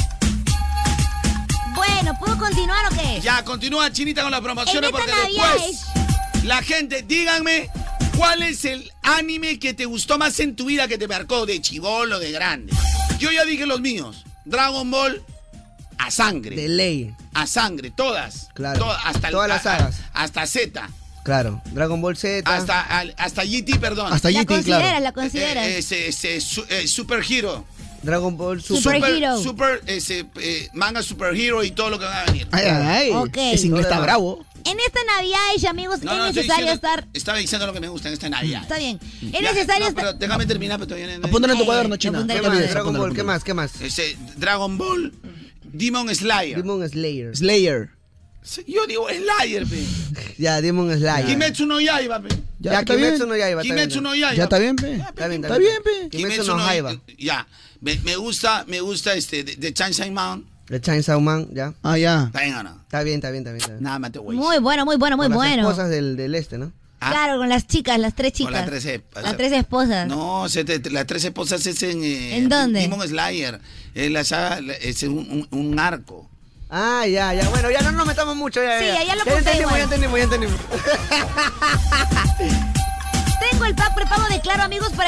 Bueno, ¿puedo continuar o qué? Ya, continúa Chinita con las promociones En esta porque Navidad después la gente, díganme cuál es el anime que te gustó más en tu vida, que te marcó de chibolo, de grande. Yo ya dije los míos. Dragon Ball a sangre. De ley. A sangre, todas. Claro. To- hasta el- Todas las a- a- sagas. hasta Z. Claro. Dragon Ball Z. Hasta, al- hasta G T, perdón. Hasta La G T, consideras, claro. la consideras. Eh, ese, ese, su- eh, Super Hero. Dragon Ball Super. Super Super, Hero. super, ese, eh, manga Super Hero y todo lo que va a venir. Ay, ay, ay. Ok. Ese inglés está Todo bravo. En esta Navidad, amigos, No, es no, estoy necesario diciendo- estar... Estaba diciendo lo que me gusta en esta Navidad. Está bien. Es Ya, necesario no, estar... pero déjame terminar, pero todavía no- Apúntalo en tu Eh, cuaderno, China. apunta No en te el olvides, Dragon apúntalo, Ball, ¿qué apúntalo. más? ¿Qué más? Ese Dragon Ball, Demon Slayer. Demon Slayer. Slayer. Sí, Yo digo Slayer, pe. Ya, Demon Slayer. Kimetsu no Yaiba, pe. Ya, Ya, está bien. Kimetsu no Yaiba. está Kimetsu bien. no Yaiba. Ya está bien, pe. Está bien, Está bien, pe. Kimetsu no Yaiba. Ya. Me, me gusta, me gusta este de, de Chainsaw Man. The Chainsaw Man, ya. Ah, ya. ¿Está bien o no? Está bien, está bien, está bien. Está bien. Nada más te voy. Muy bueno, muy bueno, muy Con las bueno. esposas del, del este, ¿no? Ah, Claro, con las chicas, las tres chicas. Con las tres esposas. Las tres esposas. No, se te- las tres esposas es en... eh, ¿En dónde? Demon Slayer. Es, la saga, es un, un, un arco. Ah, ya, ya. Bueno, ya no nos metamos mucho. Ya, Sí, ya, ya lo ya conté entendimos, igual. ya entendimos, ya entendimos. Tengo el pack prepago de Claro, amigos, para que estén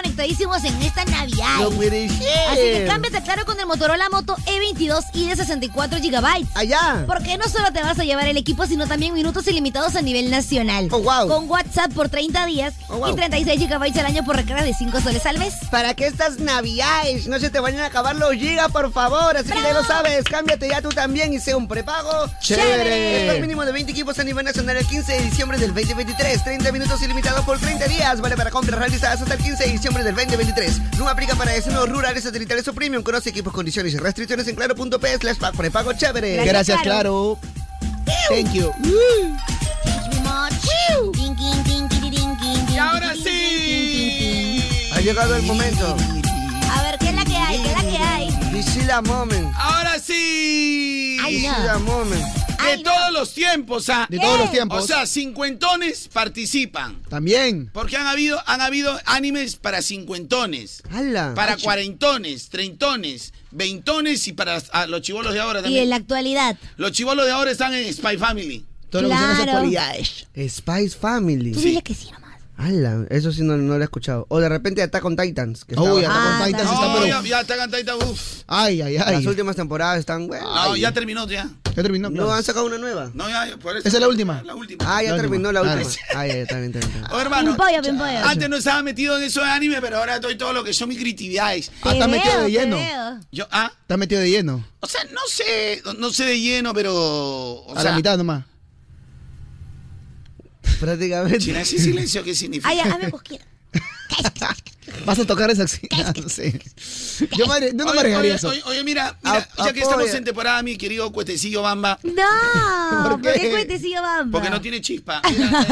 conectadísimos en esta Navidad. No puede ser. Así que cámbiate a Claro con el Motorola Moto E veintidós y de sesenta y cuatro gigabytes. Allá. Porque no solo te vas a llevar el equipo, sino también minutos ilimitados a nivel nacional. Oh, wow. Con WhatsApp por treinta días Oh, wow. y treinta y seis gigabytes al año por recarga de cinco soles al mes. Para que estas navidades no se te vayan a acabar los gigas, por favor. Así que ya lo sabes, cámbiate ya tú también y sea un prepago ¡Chévere! Esto es mínimo de veinte equipos a nivel nacional el quince de diciembre del veinte veintitrés. treinta minutos ilimitados por treinta días. Vale para compras realizadas hasta el quince de diciembre del veinte veintitrés. No aplica para destinos rurales, satelitales o premium. Conoce equipos, condiciones y restricciones en claro.p slash prepago chévere. Gracias, Gracias, Claro. Claro. Thank you. Thank you very much. Ding, ding, ding, ding, ding, ding, Y ahora ding, ding, ding, sí. ding. Ha llegado el momento. A ver, ¿qué es la que hay? ¿Qué es la que hay? This is the moment. Ahora sí. Ay, This no. is the moment. De Ay, no. todos los tiempos, ¿ah? De todos los ¿Qué? tiempos. O sea, cincuentones participan. También. Porque han habido, han habido animes para cincuentones, ¡Hala! para cuarentones, treintones, veintones y para a los chibolos de ahora Y también. en la actualidad. Los chibolos de ahora están en Spy Family. Todo lo que son las Claro. actualidades. Spice Family. Tú Sí. dile que sí nomás. ¡Hala! Eso sí no, no lo he escuchado. O de repente Attack on Titans. Que Uy, estaba- Attack on Ah, Titans también. está, No, pero... ya, ya está cantadita, uff. Ay, ay, ay. Las últimas temporadas están buenas. No, ya terminó ya. Ya terminó. ¿No claro. han sacado una nueva? No, ya, ya, por eso. ¿Esa es la última? La última. Ah, ya La terminó última. la Ah, última. Ah, ya, está bien, está bien. Oh, hermano, Bien pollo, bien pollo. antes no estaba metido en eso de anime, pero ahora estoy todo lo que son mis creatividades. Ah, está Te metido veo, de te lleno. veo. Yo, ah, Está metido de lleno. o sea, no sé, no sé de lleno, pero... O A sea, la mitad nomás. Prácticamente. China, ese silencio, ¿qué significa? Ay, hazme cosquilla. Vas a tocar esa axila. No sé. Yo, madre, no, no me Oye, arriesgaría oye, eso. oye, oye, mira, mira, Ap- ya que estamos apoya. en temporada, mi querido Cuetecillo Bamba, No, ¿Por ¿por qué qué? cuentecillo bamba? porque no tiene chispa. Mira,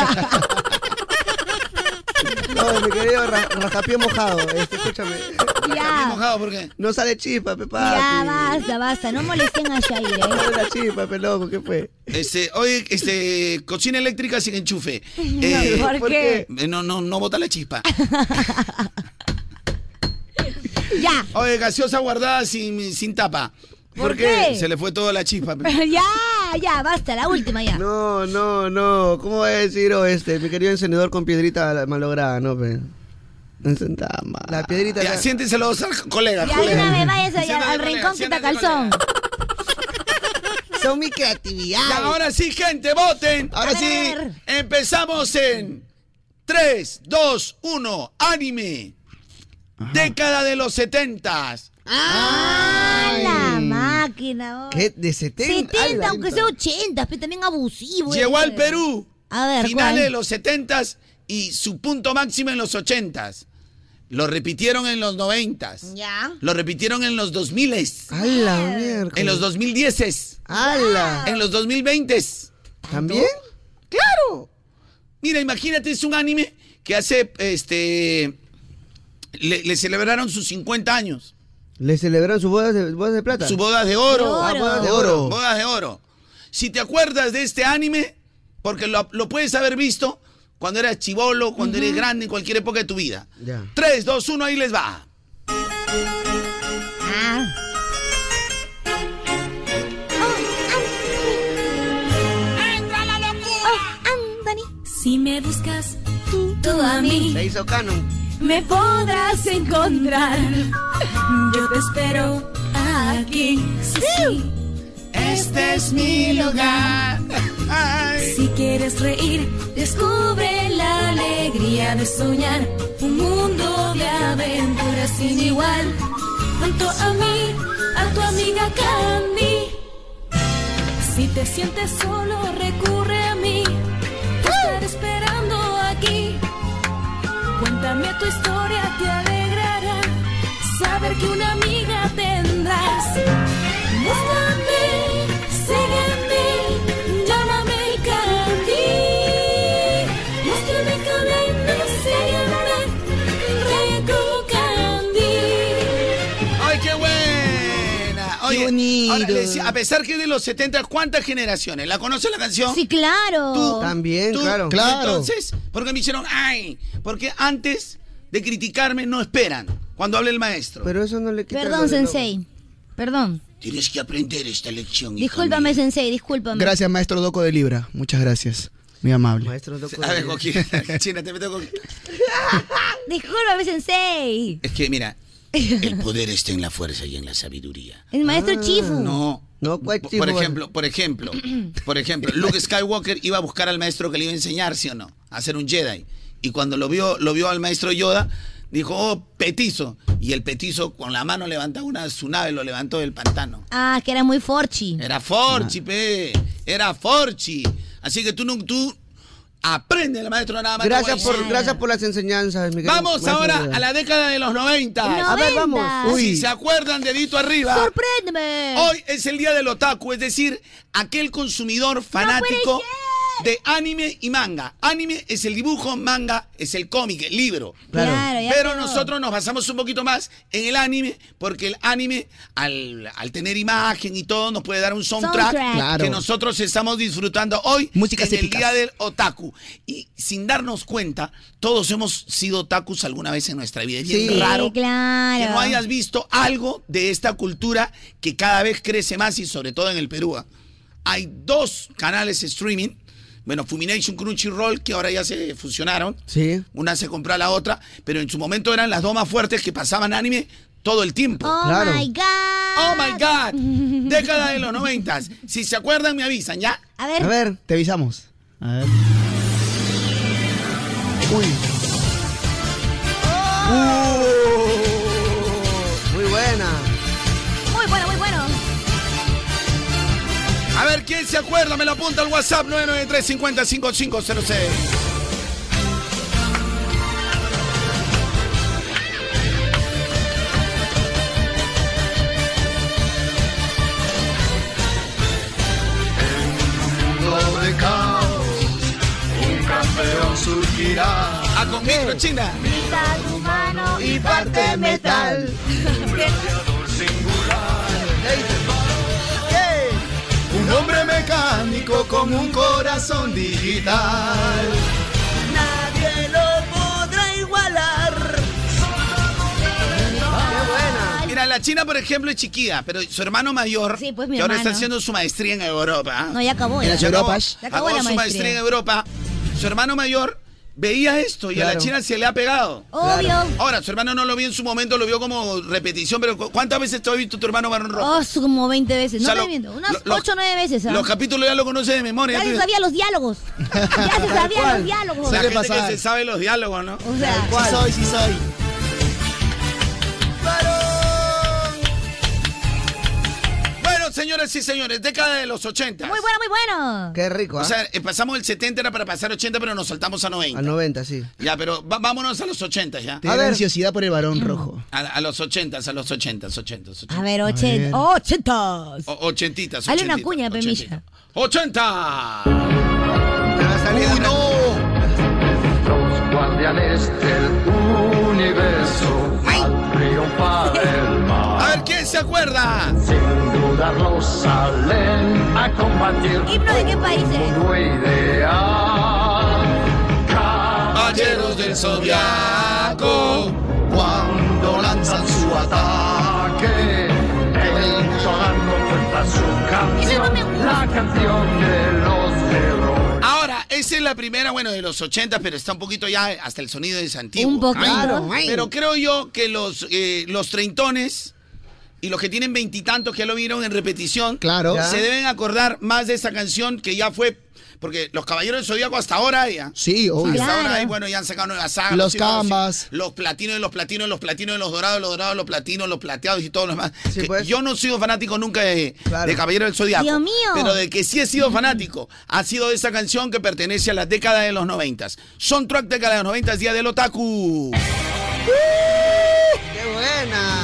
No, mi querido ra- rascapié mojado. Este, escúchame. eh, Ya, mojado, ¿por qué? No sale chispa, pe papi. ya, basta, basta. No molesten a Shair, No ¿eh? sale la chispa, pe loco. ¿Qué fue? Este, oye, este, cocina eléctrica sin enchufe. Eh, ¿Por, ¿por qué? eh, no, no, no bota la chispa. Ya. Oye, gaseosa guardada sin, sin tapa. ¿Por qué? Se le fue toda la chispa. Ya, ya, basta, la última ya. No, no, no. ¿Cómo voy a decir oh, este? Mi querido encendedor con piedrita malograda, ¿no, pe? Encendada, ma. La piedrita. Ya, la- siéntense los colegas. Ya de colegas. una vez váyase ya Siéntate, al colega, rincón siéntate, quitacalzón. Son mi creatividad. Ya, ahora sí, gente, voten. Ahora A sí. ver. Empezamos en tres, dos, uno, anime. Década de los setentas. ¡Ah, la máquina! oh. ¿Qué? ¿De setenta? setenta, aunque sea ochenta, pero también abusivo. Llegó eh. al Perú. A ver, Finales ¿cuál? de los setentas y su punto máximo en los ochentas. Lo repitieron en los noventas. Ya. Lo repitieron en los dos miles. ¡A la mierda! En los dos mil dieces. ¡Hala! En los dos mil veintes. ¿También? ¡Claro! Mira, imagínate, es un anime que hace, este... Le, le celebraron sus cincuenta años. ¿Le celebraron sus bodas de, bodas de plata? Sus bodas de oro. De oro. Ah, bodas de De oro. oro. Bodas de oro. Si te acuerdas de este anime, porque lo, lo puedes haber visto cuando eras chibolo, cuando eres grande, en cualquier época de tu vida. Ya. tres, dos, uno, ahí les va. Ah. Oh, Anthony. Si me buscas tú a mí, Se hizo canon. me podrás encontrar. Yo te espero aquí. Sí, sí. Este es mi lugar. Ay. Si quieres reír, descubre la alegría de soñar un mundo de aventuras sin igual. Junto a mí, a tu amiga Candy. Si te sientes solo, recurre a mí. Te estaré esperando aquí. Cuéntame tu historia, te alegrará saber que una amiga tendrás. Búscame, sígueme, llámame Candy. Muéstrame camino, sígueme, ríe como Candy. ¡Ay, qué buena! Oye, Qué bonito. ahora, les decía, a pesar que es de los setenta, ¿cuántas generaciones? ¿La conoces la canción? Sí, claro. Tú. También, ¿Tú? claro. Claro. Entonces, porque me hicieron, ay, porque antes de criticarme no esperan cuando hable el maestro. Pero eso no le quita. Perdón, lo de sensei. Perdón. Tienes que aprender esta lección. hija Discúlpame, mía. sensei, discúlpame. Gracias, maestro Doco de Libra. Muchas gracias. Muy amable. Maestro, no toco A ver, de- Coqui, China, te meto Coqui. Discúlpame, sensei. Es que, mira, el poder está en la fuerza y en la sabiduría. El maestro Ah. Chifu. No. No, ¿cuál Por tipo? ejemplo, por ejemplo, por ejemplo, Luke Skywalker iba a buscar al maestro que le iba a enseñar, ¿sí o no? A ser un Jedi. Y cuando lo vio, lo vio al maestro Yoda, dijo, oh, petizo. Y el petizo con la mano levantaba una su nave, lo levantó del pantano. Ah, que era muy forchi. Era Forchi, pe. Era Forchi. Así que tú no, tú aprende el maestro nada más. te Gracias voy a por, decir. gracias por las enseñanzas, mi querido Vamos maestro ahora Yoda. a la década de los noventa. A ver, vamos. Uy. Si se acuerdan, dedito arriba. ¡Sorpréndeme! Hoy es el día del otaku, es decir, aquel consumidor fanático de anime y manga. Anime es el dibujo, manga es el cómic, el libro. Claro. Claro, ya Pero quedó. nosotros nos basamos un poquito más en el anime, porque el anime, al, al tener imagen y todo, nos puede dar un soundtrack, Soundtrack. Claro. que nosotros estamos disfrutando hoy Músicas en el épicas. día del otaku. Y sin darnos cuenta, todos hemos sido otakus alguna vez en nuestra vida. Es bien Sí. raro Sí, claro. que no hayas visto algo de esta cultura que cada vez crece más y sobre todo en el Perú. ¿ah? Hay dos canales streaming, bueno, Funimation, Crunchyroll, que ahora ya se fusionaron. Sí. Una se compró a la otra, pero en su momento eran las dos más fuertes que pasaban anime todo el tiempo. Oh Claro. my God. Oh my God, década de los noventas. Si se acuerdan, me avisan, ¿ya? A ver. A ver. Te avisamos. A ver. Uy. Muy buena. Muy bueno, muy bueno. A ver, ¿quién se acuerda? Me lo apunta al WhatsApp nueve nueve tres cinco cero cinco cinco cero seis. de caos, un campeón surgirá. Ah, con micro, China. Mitad humano Y parte metal. Un gladiador singular. Un hombre mecánico con un corazón digital. Nadie lo podrá igualar. Qué buena. Mira, la China, por ejemplo, es chiquilla, pero su hermano mayor, Sí, pues, mi que ahora hermano. está haciendo su maestría en Europa. ¿ah? No, ya acabó. En Ya. las Se acabó- Europas. Ya acabó acabó la su maestría. maestría en Europa. Su hermano mayor veía esto y a la Claro. China se le ha pegado. Obvio. Ahora, su hermano no lo vio en su momento, lo vio como repetición, pero ¿cu- ¿cuántas veces te ha visto tu hermano Barón Rojo? Oh, su- como veinte veces. O No sea, estoy lo- viendo. Unas lo- lo- ocho o nueve veces. ¿ah? Los capítulos ya lo conoce de memoria. Ya se Tú- sabía los diálogos. Ya se sabía cual. los diálogos. la Suele gente pasar. que se sabe los diálogos, ¿no? O sea, Sí soy, sí soy. Bueno, señores y señores, década de los ochenta. muy bueno, muy bueno. Qué rico, ¿ah? O sea, eh, pasamos el setenta, era para pasar ochenta, pero nos saltamos a noventa. Al noventa, sí. Ya, pero va- vámonos a los ochenta ya. Tengo ver. ansiosidad por el varón rojo. A, a los ochentas, a los ochentas, ochentas, ochentas. A ver, ver. ochenta. Oh, ochentas. O- ochentitas, Dale una ochentitas, cuña, pe, ochentitas. ¡ochenta! Me va a salir ¡Uy, una- no! Los guardianes del universo al triunfar el mal. A ver, ¿quién se acuerda? Sin dudarlo salen a combatir. ¿Himno de qué país es? Mundo ideal. Caballeros del Zodiaco. Cuando lanzan su ataque, el Solano enfrenta su Ese no me canción, gusta. la canción de los héroes. Ahora, esa es la primera, bueno, de los ochenta, pero está un poquito ya, hasta el sonido es antiguo. Un poquito. Claro. Pero creo yo que los, eh, los treintones y los que tienen veintitantos que ya lo vieron en repetición, Claro. Ya. se deben acordar más de esa canción que ya fue, porque los Caballeros del Zodíaco hasta ahora ya. Sí, obvio. Hasta Claro. ahora ahí, bueno, ya han sacado nuevas sagas. Los hijos, Canvas. Los platinos de los platinos, los platinos de los dorados, los dorados, los platinos, los plateados y todos los demás. Sí, Que pues. Yo no he sido fanático nunca de, Claro. de Caballero del Zodiaco. Dios mío. Pero de que sí he sido fanático, ha sido de esa canción que pertenece a la década de los noventas. Soundtrack década de los noventas, Día del Otaku. ¡Qué buena!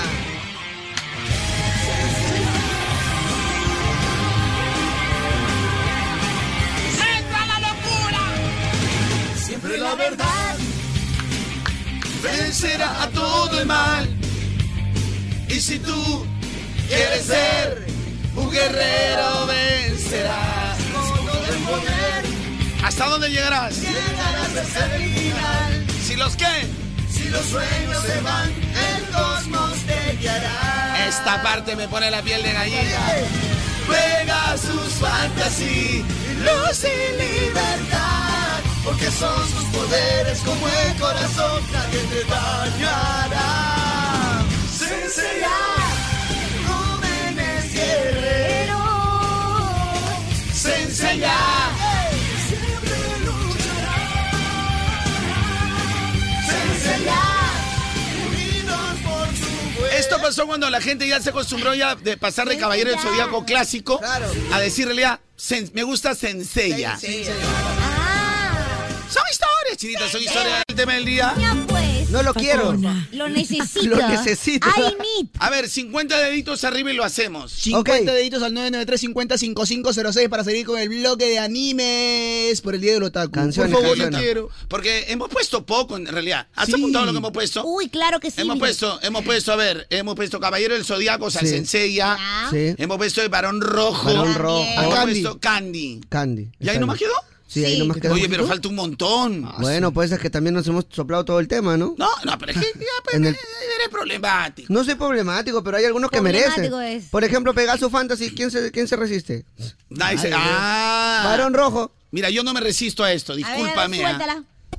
Siempre la verdad vencerá a todo el mal. Y si tú quieres ser un guerrero, vencerás. Con todo el poder. ¿Hasta dónde llegarás? Llegarás hasta el final. ¿Si los qué? Si los sueños se van, el cosmos te guiará. Esta parte me pone la piel de gallina. Pegasus Fantasy, luz y libertad, porque son sus poderes como el corazón, nadie te dañará. Senseiya, jóvenes guerreros, Senseiya, siempre lucharán. Senseiya, unidos por su buen. Esto pasó cuando la gente ya se acostumbró ya de pasar de Caballero del Zodíaco clásico claro. a decirle ya, me gusta Senseiya. Senseiya. Son historias, chinitas, son historias del tema del día. Ya pues. No lo quiero. Lo necesito. Lo necesito. I need. A ver, cincuenta deditos arriba y lo hacemos. cincuenta okay. deditos al nueve nueve tres cincuenta cincuenta y cinco cero seis para seguir con el bloque de animes por el Día del Otaku. Canciones, por favor, canciones. yo quiero. Porque hemos puesto poco en realidad. ¿Has Sí. apuntado lo que hemos puesto? Uy, claro que sí. Hemos mire. puesto, hemos puesto, a ver, hemos puesto Caballero del Zodíaco, o sea, Sí. Senseiya. Ya. Sí. Hemos puesto el Barón Rojo. Barón Rojo. Hemos Candy. puesto Candy. Candy. ¿Y ahí nomás quedó? Sí, ahí Sí. nomás quedó. Oye, pero falta un montón. Bueno, pues es que también nos hemos soplado todo el tema, ¿no? No, no, pero es que ya, pues, En el- eres problemático. No soy problemático, pero hay algunos que Problemático merecen. es. Por ejemplo, Pegasus Fantasy, ¿quién se, quién se resiste? Nadie se- ah. Barón Rojo. Mira, yo no me resisto a esto, A ver, discúlpame. ¿ah? suéltala.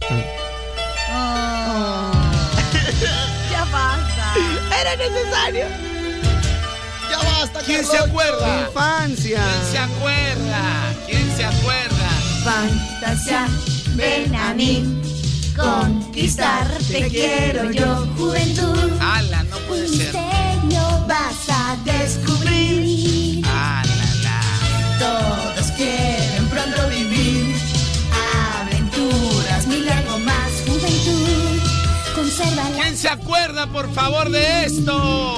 Oh. Ya basta. Era necesario. Ya basta, ¿Quién se Carloncho. acuerda? Infancia. ¿Quién se acuerda? ¿Quién se acuerda? Fantasía, ven a mí, conquistar te quiero yo, juventud. Ala, no puede ser. Misterio vas a descubrir. Ala, la. Todos quieren pronto vivir aventuras, mil algo más, juventud. Conserva la. ¿Quién se acuerda, por favor, de esto?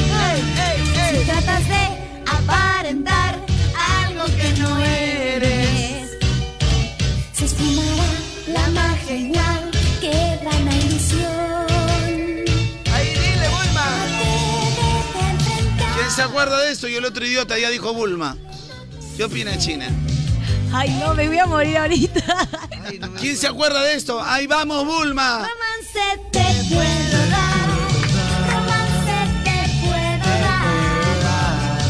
Si tratas de aparentar algo que no eres, se esfumará la magia igual que la ilusión. Ahí dile, Bulma. Atrévete a enfrentar. ¿Quién se acuerda de esto? Y el otro idiota ya dijo Bulma. ¿Qué opina China? Ay, no, me voy a morir ahorita. Ay, no me ¿Quién se acuerda de esto? ¡Ahí vamos, Bulma! Romance te puedo dar, romance te puedo dar.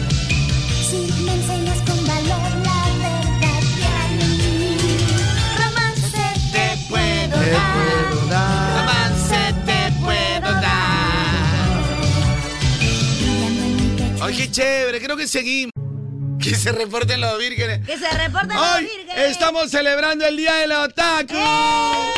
Si me enseñas con valor la verdad de ahí, romance te puedo Te dar. puedo dar. Romance te puedo dar. Brillando en mi pecho. Ay, qué chévere, creo que seguimos. Que se reporten los vírgenes. Que se reporten los Hoy vírgenes. estamos celebrando el Día del Otaku. ¡Eh!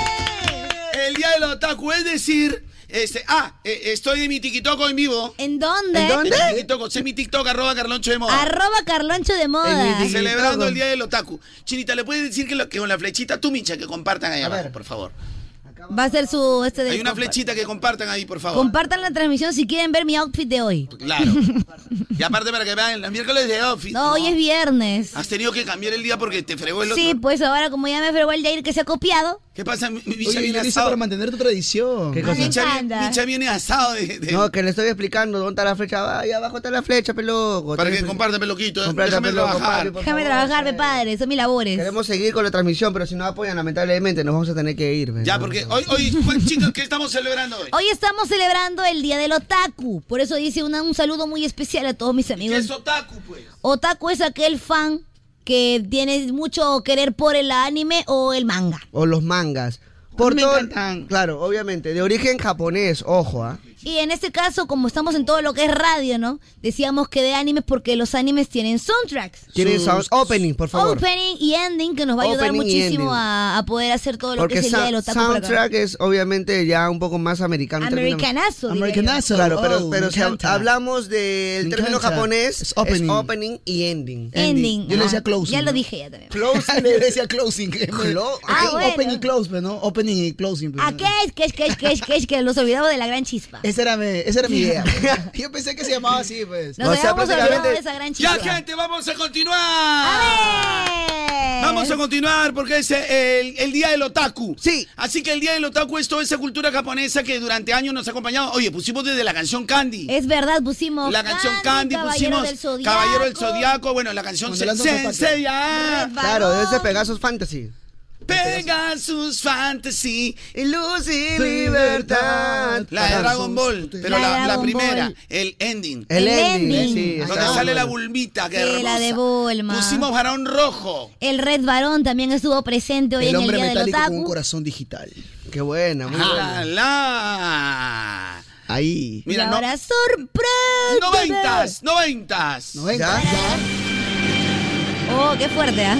El Día del Otaku, es decir, este, ah, eh, estoy en mi TikTok en vivo. ¿En dónde? ¿En dónde? En mi TikTok, sé mi TikTok, arroba Carloncho de Moda. Arroba Carloncho de En Moda. mi TikTok. Celebrando el Día del Otaku. Chinita, ¿le puedes decir que, lo, que con la flechita tú, Micha, que compartan ahí A abajo, ver. por favor? Va a ser su este de Hay una compa- flechita que compartan ahí, por favor. Compartan la transmisión si quieren ver mi outfit de hoy. Claro. Y aparte para que vean, el miércoles de outfit. No, hoy es viernes. Has tenido que cambiar el día porque te fregó el otro. Sí, pues ahora como ya me fregó el Jair que se ha copiado. ¿Qué pasa? Mi, mi Micha Oye, viene lo hice asado. para mantener tu tradición. ¿Qué Me cosa? Micha, vi- encanta. Micha viene asado de... de- No, que le estoy explicando dónde está la flecha. Ahí abajo está la flecha, peloco. para que Tienes- comparte, peloquito. Comprate, Déjame peloco, trabajar. papi, por Déjame favor, trabajar, eh. mi padre, son mis labores. Queremos seguir con la transmisión, pero si no apoyan, lamentablemente, nos vamos a tener que ir. Ya, ¿no? porque hoy, hoy pues, chicos, ¿qué estamos celebrando hoy? Hoy estamos celebrando el Día del Otaku. Por eso dice una- un saludo muy especial a todos mis ¿Qué amigos. es otaku, pues? Otaku es aquel fan que tiene mucho querer por el anime o el manga. O los mangas. Por me todo, encantan. claro, obviamente, de origen japonés, ojo, ¿ah? Y en este caso, como estamos en todo lo que es radio, ¿no? Decíamos que de animes porque los animes tienen soundtracks. Tienen Sus- sound opening, por favor. Opening y ending que nos va a ayudar Opening y muchísimo ending. a, a poder hacer todo lo Porque que es el Día sa- del Otaku por acá. soundtrack es obviamente ya un poco más americano. término- Americanazo. diría yo. Americanazo. Claro, pero, Oh, pero me si hab- encanta. hablamos del Me término encanta. japonés, Es opening. es opening y ending. Ending. Yo le ajá. decía closing, Ya lo ¿no? dije ya también. Close. Le decía closing. que me- Clo- Ah, Ok, bueno. Open y close, pues, ¿no? Opening y closing. pues, ¿A ¿no? qué es? ¿Qué es? ¿Qué es? ¿Qué es? ¿Qué es? Que nos olvidamos de la gran chispa. Esa era mi, esa era mi idea. Yo pensé que se llamaba así, pues. Nos O sea, habíamos olvidado prácticamente- de esa gran chispa. Ya, gente, vamos a continuar. ¡A ver! Vamos a continuar porque es el, el Día del Otaku. Sí. Así que el Día del Otaku es toda esa cultura japonesa que durante años nos ha acompañado. Oye, pusimos desde la canción Candy. Es verdad, pusimos La canción Candy, Caballero pusimos del Zodiaco. Caballero del Zodiaco, bueno, la canción Cuando lanzan Senseiya. Red Claro, Balón. es de Pegasus Fantasy. Pegasus Fantasy. Y luz y libertad. La de Dragon Ball, pero La de la, la Dragon primera, Ball. el ending. El, El ending, ending. sí, Donde está sale la bueno. bulbita, que Sí, hermosa. la de Bulma. Pusimos varón rojo. El Red Varón también estuvo presente hoy El en el hombre Día del metálico con un Otaku. corazón digital. Qué buena, muy ¡Ah, buena. la! Ahí. Mira, y no, ahora sorprende. noventas, noventas. noventa. ¿Ya? Oh, qué fuerte, ¿ah?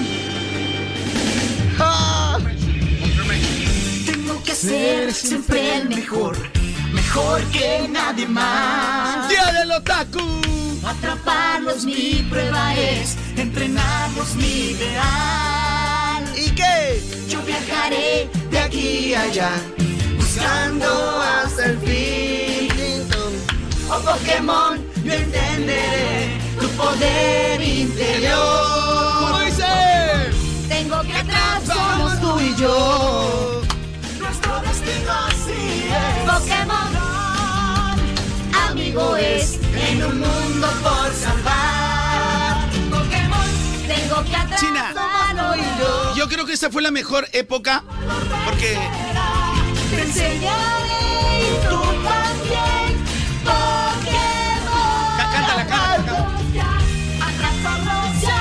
¡Ah! Tengo que ser siempre el mejor, mejor que nadie más. Día del Otaku. Atraparlos mi prueba es, entrenarlos mi ideal. ¿Y qué? Yo viajaré de aquí a allá, buscando hasta el fin. Oh Pokémon, yo entenderé tu poder interior. ¿Cómo dice? Tengo que atrás somos tú y yo. Nuestro destino así es. Pokémon, amigo es en un mundo por salvar. Pokémon, tengo que atrás China. somos tú y yo. Yo creo que esa fue la mejor época porque Te enseñaré y tú también. Pokémon. Cá- cántala, cántala, Atraparlos ya.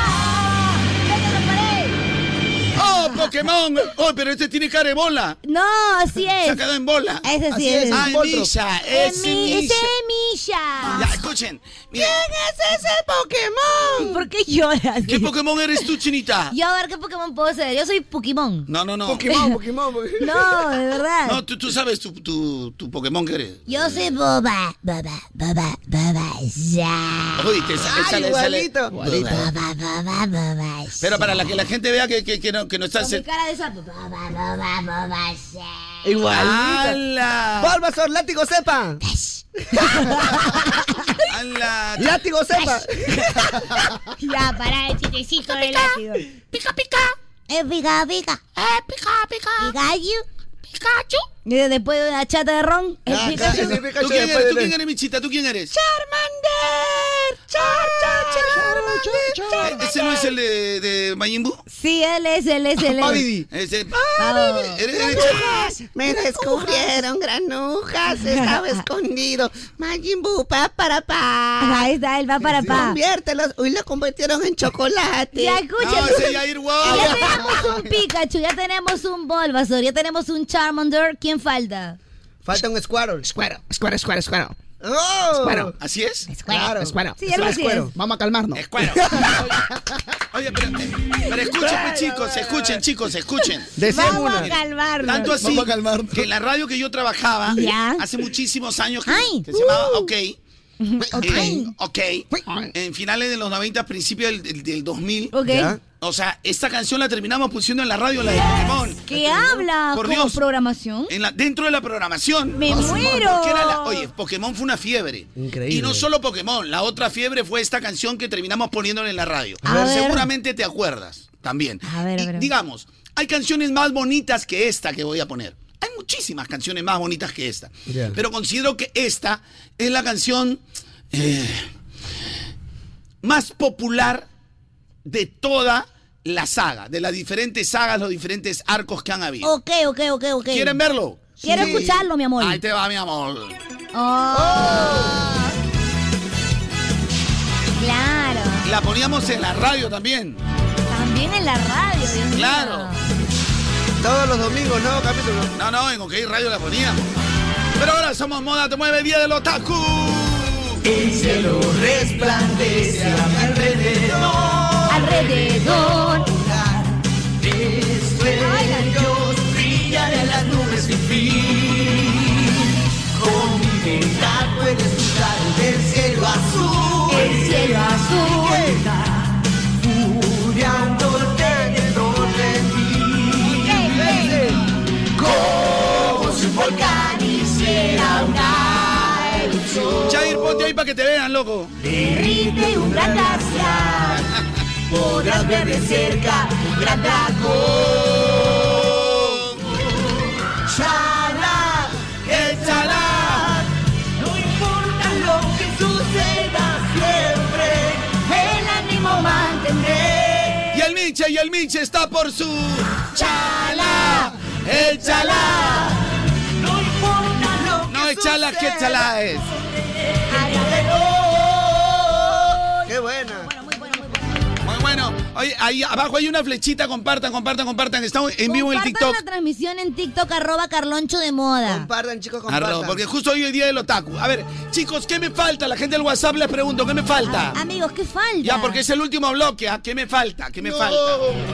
¡oh, Pokémon! ¡Oh, pero este tiene cara de bola! No, así Se ha es. quedado en bola. Ese sí Así es. es. ¡Ah, Voltro. Misha! ¡Es Emi- Misha! Semilla. Ya, escuchen. Mira, es ese Pokémon? ¿Por qué lloras? ¿qué Pokémon eres tú, Chinita? Yo a ver qué Pokémon puedo ser. Yo soy Pokémon. No, no, no. Pokémon, Pokémon, Pokémon. No, de verdad. No, tú, tú sabes tu, tu, tu Pokémon que eres. Yo soy Boba. Boba, Boba, Boba, ya. Uy, te sale, Ay, sale, sale. igualito. Boba, Boba, Boba, Pero para la que la gente vea que, que, que no, que no estás... Con mi cara de sapo. Boba, Boba, Boba, ya. Igualito. ¡Hala! Bulbasaur, látigo cepa. ¡Hala! Látigo cepa. Ya, para el chistecito del látigo. ¡Pica, pica! Eh, pica, pica. ¡Eh, pica, pica! Pikachu. ¡Pikachu! Y después de una chata de ron, el Ah, Pikachu. ese Pikachu ¿Tú quién después eres? de- ¿Tú quién eres, Michita? ¿Tú quién eres? Charmander. Char, char, Charmander. Eh, ¿Ese no es el de, de Majin Buu? Sí, él es, él es, él es. Babidi. Ese... Oh. ¿Eres, eres Me descubrieron, granujas. Estaba escondido. Majin Buu, pa, para, pa. Ahí está, él va para pa. Conviértelos. Uy, lo convirtieron en chocolate. Ya No, escucha. ese Yair Wow. Ya tenemos un Pikachu, ya tenemos un Bulbasaur, ya tenemos un Charmander. ¿Quién falta? Falta un Squirtle. Escuero, escuero, escuero, escuero. ¡Oh! Escuero. ¿Así es? Claro. Escuero. Sí, algo así es. Escuero. Vamos a calmarnos. Escuero. Oye, pero, eh, pero escuchen, pues, chicos, escuchen, chicos, escuchen. Decían Vamos a una. calmarnos. Tanto así Vamos a calmarnos. que en la radio que yo trabajaba Ya. hace muchísimos años que, Ay. que se llamaba OK. Ok. eh, ok. En finales de los noventa, principios del, del, del dos mil. Ok. ¿Ya? O sea, esta canción la terminamos pusiendo en la radio, la de Pokémon. ¿Qué habla? Por ¿Como Dios. programación? En la, dentro de la programación. ¡Me muero! Porque era la- oye, Pokémon fue una fiebre. Increíble. Y no solo Pokémon, la otra fiebre fue esta canción que terminamos poniéndole en la radio. A ver. Seguramente te acuerdas también. A ver, a Y, ver. digamos, hay canciones más bonitas que esta que voy a poner. Hay muchísimas canciones más bonitas que esta. Ya. Pero considero que esta es la canción eh, más popular de toda la saga, de las diferentes sagas, los diferentes arcos que han habido. Ok, ok, ok, ok. ¿Quieren verlo? Quiero Sí. escucharlo, mi amor. Ahí te va, mi amor. Oh. Claro. La poníamos en la radio también. También en la radio, Dios mío. Claro. Todos los domingos, nuevo capítulo. No, no, en OK Radio la poníamos. Pero ahora somos Moda Te Mueve, Día del Otaku. El cielo resplandece a mi alrededor. Alrededor. Estrellas brillan en las nubes sin fin. Con mi mirada puedes cruzar el cielo azul. El cielo azul. Furiándote dentro de mí. Como si un volcán hiciera una erupción. Chair, ponte ahí para que te vean, loco. Derrite un gran glaciar. Podrás ver de cerca un gran dragón. Chala, échala. No importa lo que suceda siempre, el ánimo mantendré. Y el Micha y el el Mix está por su chala, el chala. No importa lo No es chala, ¿qué chala es? ¡Qué buena! Muy bueno. Oye, ahí abajo hay una flechita, compartan, compartan, compartan. Estamos en vivo en el Compartan TikTok. la transmisión en TikTok, arroba Carloncho de Moda. Compartan, chicos, compartan. Arroba, porque justo hoy es el día del otaku. A ver, chicos, ¿qué me falta? La gente del WhatsApp les pregunto, ¿qué me falta? Ah, amigos, ¿qué falta? Ya, porque es el último bloque, ¿ah? ¿Qué me falta? ¿Qué me No. falta?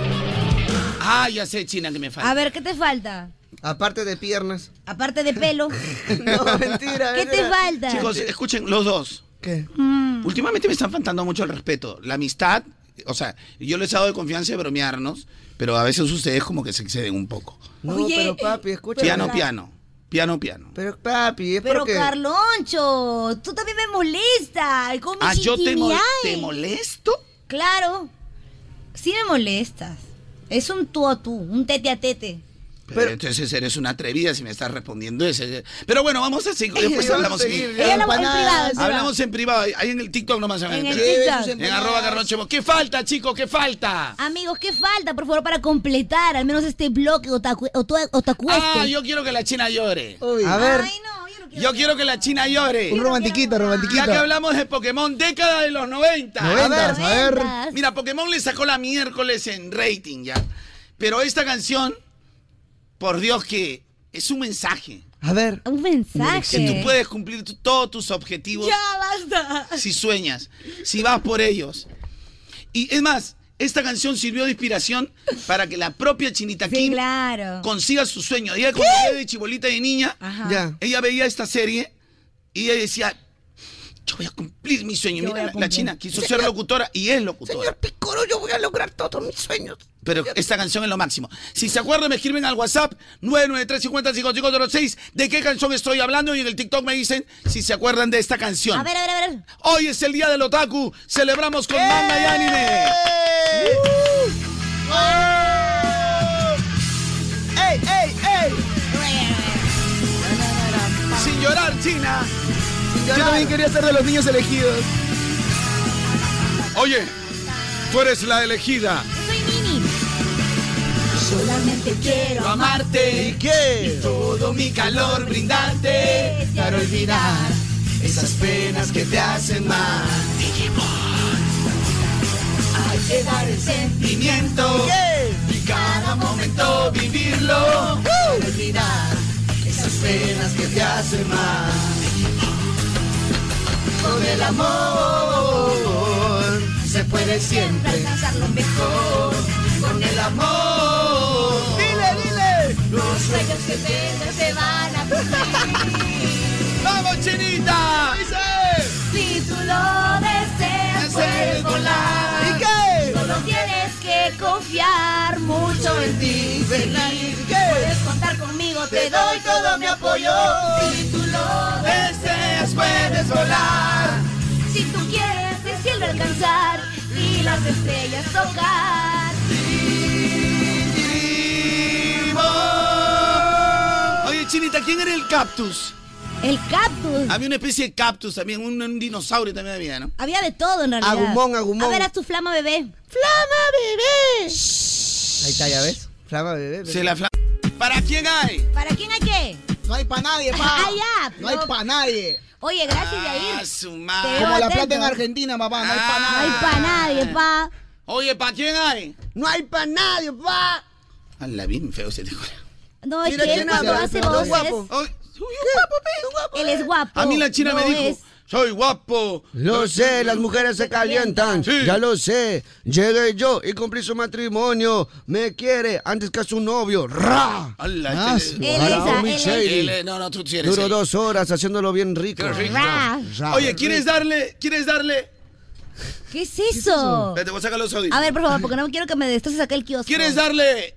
Ah, ya sé, China, ¿qué me falta? A ver, ¿qué te falta? Aparte de piernas. Aparte de pelo. No, mentira. ¿Qué te falta? Chicos, escuchen, los dos. ¿Qué? Mm. Últimamente me están faltando mucho el respeto. La amistad, o sea, yo les he dado de confianza de bromearnos, pero a veces ustedes como que se exceden un poco. No, Oye, pero papi, escucha. Piano, piano. Piano, piano. Pero papi, es Pero porque... Carloncho, tú también me molestas. Con mi Ah, ¿yo te, mol- chiquimiay. te molesto? Claro. Sí me molestas. Es un tú a tú, un tete a tete. Pero, entonces eres una atrevida si me estás respondiendo eso. Pero bueno, vamos a seguir. Después Vamos a hablamos seguir, en, ya. Ella hablamos en privado. en hablamos en privado. Ahí en el TikTok nomás se van a En el enterar. TikTok. En arroba Carloncho. ¿Qué falta, chicos? ¿Qué falta? Amigos, ¿qué falta, por favor, para completar al menos este bloque otaku, otu- otakueste? Ah, yo quiero que la China llore. Uy, A ver, Ay, no, yo no quiero. Yo quiero que la China llore. un romantiquito, romantiquito. Ya que hablamos de Pokémon, década de los noventa. Noventas, a ver. Noventas. Mira, Pokémon le sacó la miércoles en rating ya. Pero esta canción, por Dios que es un mensaje. a ver. Un mensaje. Que tú puedes cumplir tu- todos tus objetivos Ya basta. si sueñas, si vas por ellos. Y es más, esta canción sirvió de inspiración para que la propia Chinita Sí, Kim claro. consiga su sueño. Ella cuando era de chibolita de niña, Ajá. Ya. ella veía esta serie y ella decía, yo voy a cumplir mi sueño. Yo Mira, voy a la, la cumplir. China quiso ser locutora y es locutora. Señor Picoro, yo voy a lograr todos mis sueños. Pero esta canción es lo máximo. Si se acuerdan, me escriben al WhatsApp nueve nueve tres cinco cero cinco cinco cero seis de qué canción estoy hablando y en el TikTok me dicen si se acuerdan de esta canción. A ver, a ver, a ver. Hoy es el día del otaku. Celebramos con manga y anime. ¡Ey, ey, ey! Sin llorar, China. Yo también quería ser de los niños elegidos. Oye, tú eres la elegida. Soy Mini. Solamente quiero Amarte ¿Y qué? todo mi calor brindarte para olvidar esas penas que te hacen mal. Hay que dar el Sentimiento ¿Qué? y cada momento vivirlo. Para olvidar esas penas que te hacen mal. Con el amor se puede siempre alcanzar lo mejor. con el amor. Dile, dile. Los sueños que tengas se van a cumplir. ¡Vamos, Chinita! Si tú lo deseas, puedes volar. ¿Y qué? Solo tienes que confiar mucho en ti. Seguir. Puedes contar conmigo, te doy todo mi apoyo. Si tú lo Deseas, puedes volar. Si tú quieres el cielo alcanzar y las estrellas tocar. Oye, Chinita, ¿quién era el cactus? El cactus. Había una especie de cactus también, un, un dinosaurio también había, ¿no? Había de todo en realidad. Agumón, agumón. A ver, haz tu flama bebé. ¡Flama, bebé! Ahí está, ya ves. Flama, bebé. bebé. Se la fla- ¿Para quién hay? ¿Para quién hay qué? No hay para nadie, pa. Ah, ya, No hay pero- para nadie. Oye, gracias, Ah, Yair. su Te madre. veo Como la atento. plata en Argentina, papá. No hay para Ah. No nadie. hay para nadie, pa. Oye, ¿para quién hay? No hay para nadie, pa. Hala, bien feo ese tipo. No, es Mira que él quién cuando habla, hace pero voces, guapo. Ay, uy, guapo, pe. él es guapo. A mí la China no me dijo, es- soy guapo. Lo sé, las mujeres se calientan. Sí. Ya lo sé. Llegué yo y cumplí su matrimonio. Me quiere antes que a su novio. ¡Ra! Hala, Ah, este- su- Él Ojalá, es, un él es. Shady. Él, eh, no, no, tú sí eres Duró él. dos horas haciéndolo bien rico. Qué rico. Ra. Ra. Oye, ¿quieres darle? ¿Quieres darle? ¿Qué es eso? Espérate, voy a sacar los audífonos. A ver, por favor, porque no quiero que me destroces acá el kiosco. ¿Quieres darle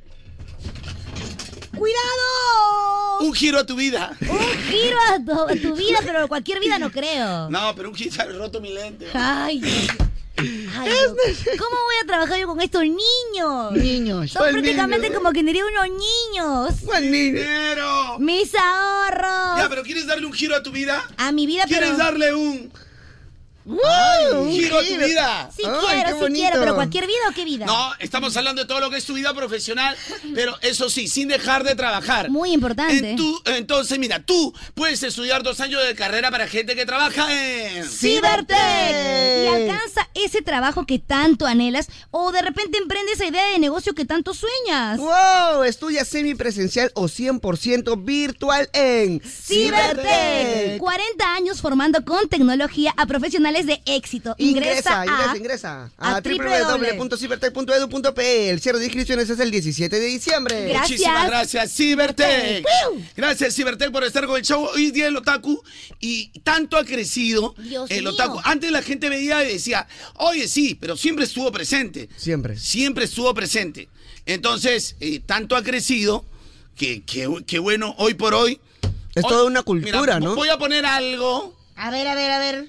¡Cuidado! un giro a tu vida? Un giro a tu, a tu vida, pero cualquier vida no creo. No, pero un giro, he roto mi lente. Ay, ay, Dios. ¿Cómo voy a trabajar yo con estos niños? Niños. Son prácticamente como quien diría unos niños. ¿Cuál niño? Dinero. Mis ahorros. Ya, pero ¿quieres darle un giro a tu vida? A mi vida, pero... ¿Quieres darle un Ay, Giro a tu giro. vida. Sí Ay, quiero, qué sí bonito. quiero, pero ¿cualquier vida o qué vida? No, estamos hablando de todo lo que es tu vida profesional, pero eso sí, sin dejar de trabajar. Muy importante. En tu- entonces, mira, tú puedes estudiar dos años de carrera para gente que trabaja en... Cibertech. Y alcanza ese trabajo que tanto anhelas o de repente emprende esa idea de negocio que tanto sueñas. ¡Wow! Estudia semipresencial o cien por ciento virtual en Cibertech. cuarenta años formando con tecnología a profesionales de éxito. Ingresa, a, ingresa, ingresa a, a w w w punto cibertech punto edu punto pe. El cierre de inscripciones es el diecisiete de diciembre. Gracias. Muchísimas gracias, Cibertech. ¡Woo! Gracias, Cibertech, por estar con el show. Hoy es día del otaku y tanto ha crecido Dios el mío. otaku. Antes la gente veía y decía, oye, sí, pero siempre estuvo presente. Siempre. Siempre estuvo presente. Entonces, eh, tanto ha crecido que, que, que bueno, hoy por hoy... Es hoy- toda una cultura, mira, ¿no? Voy a poner algo, A ver, a ver, a ver.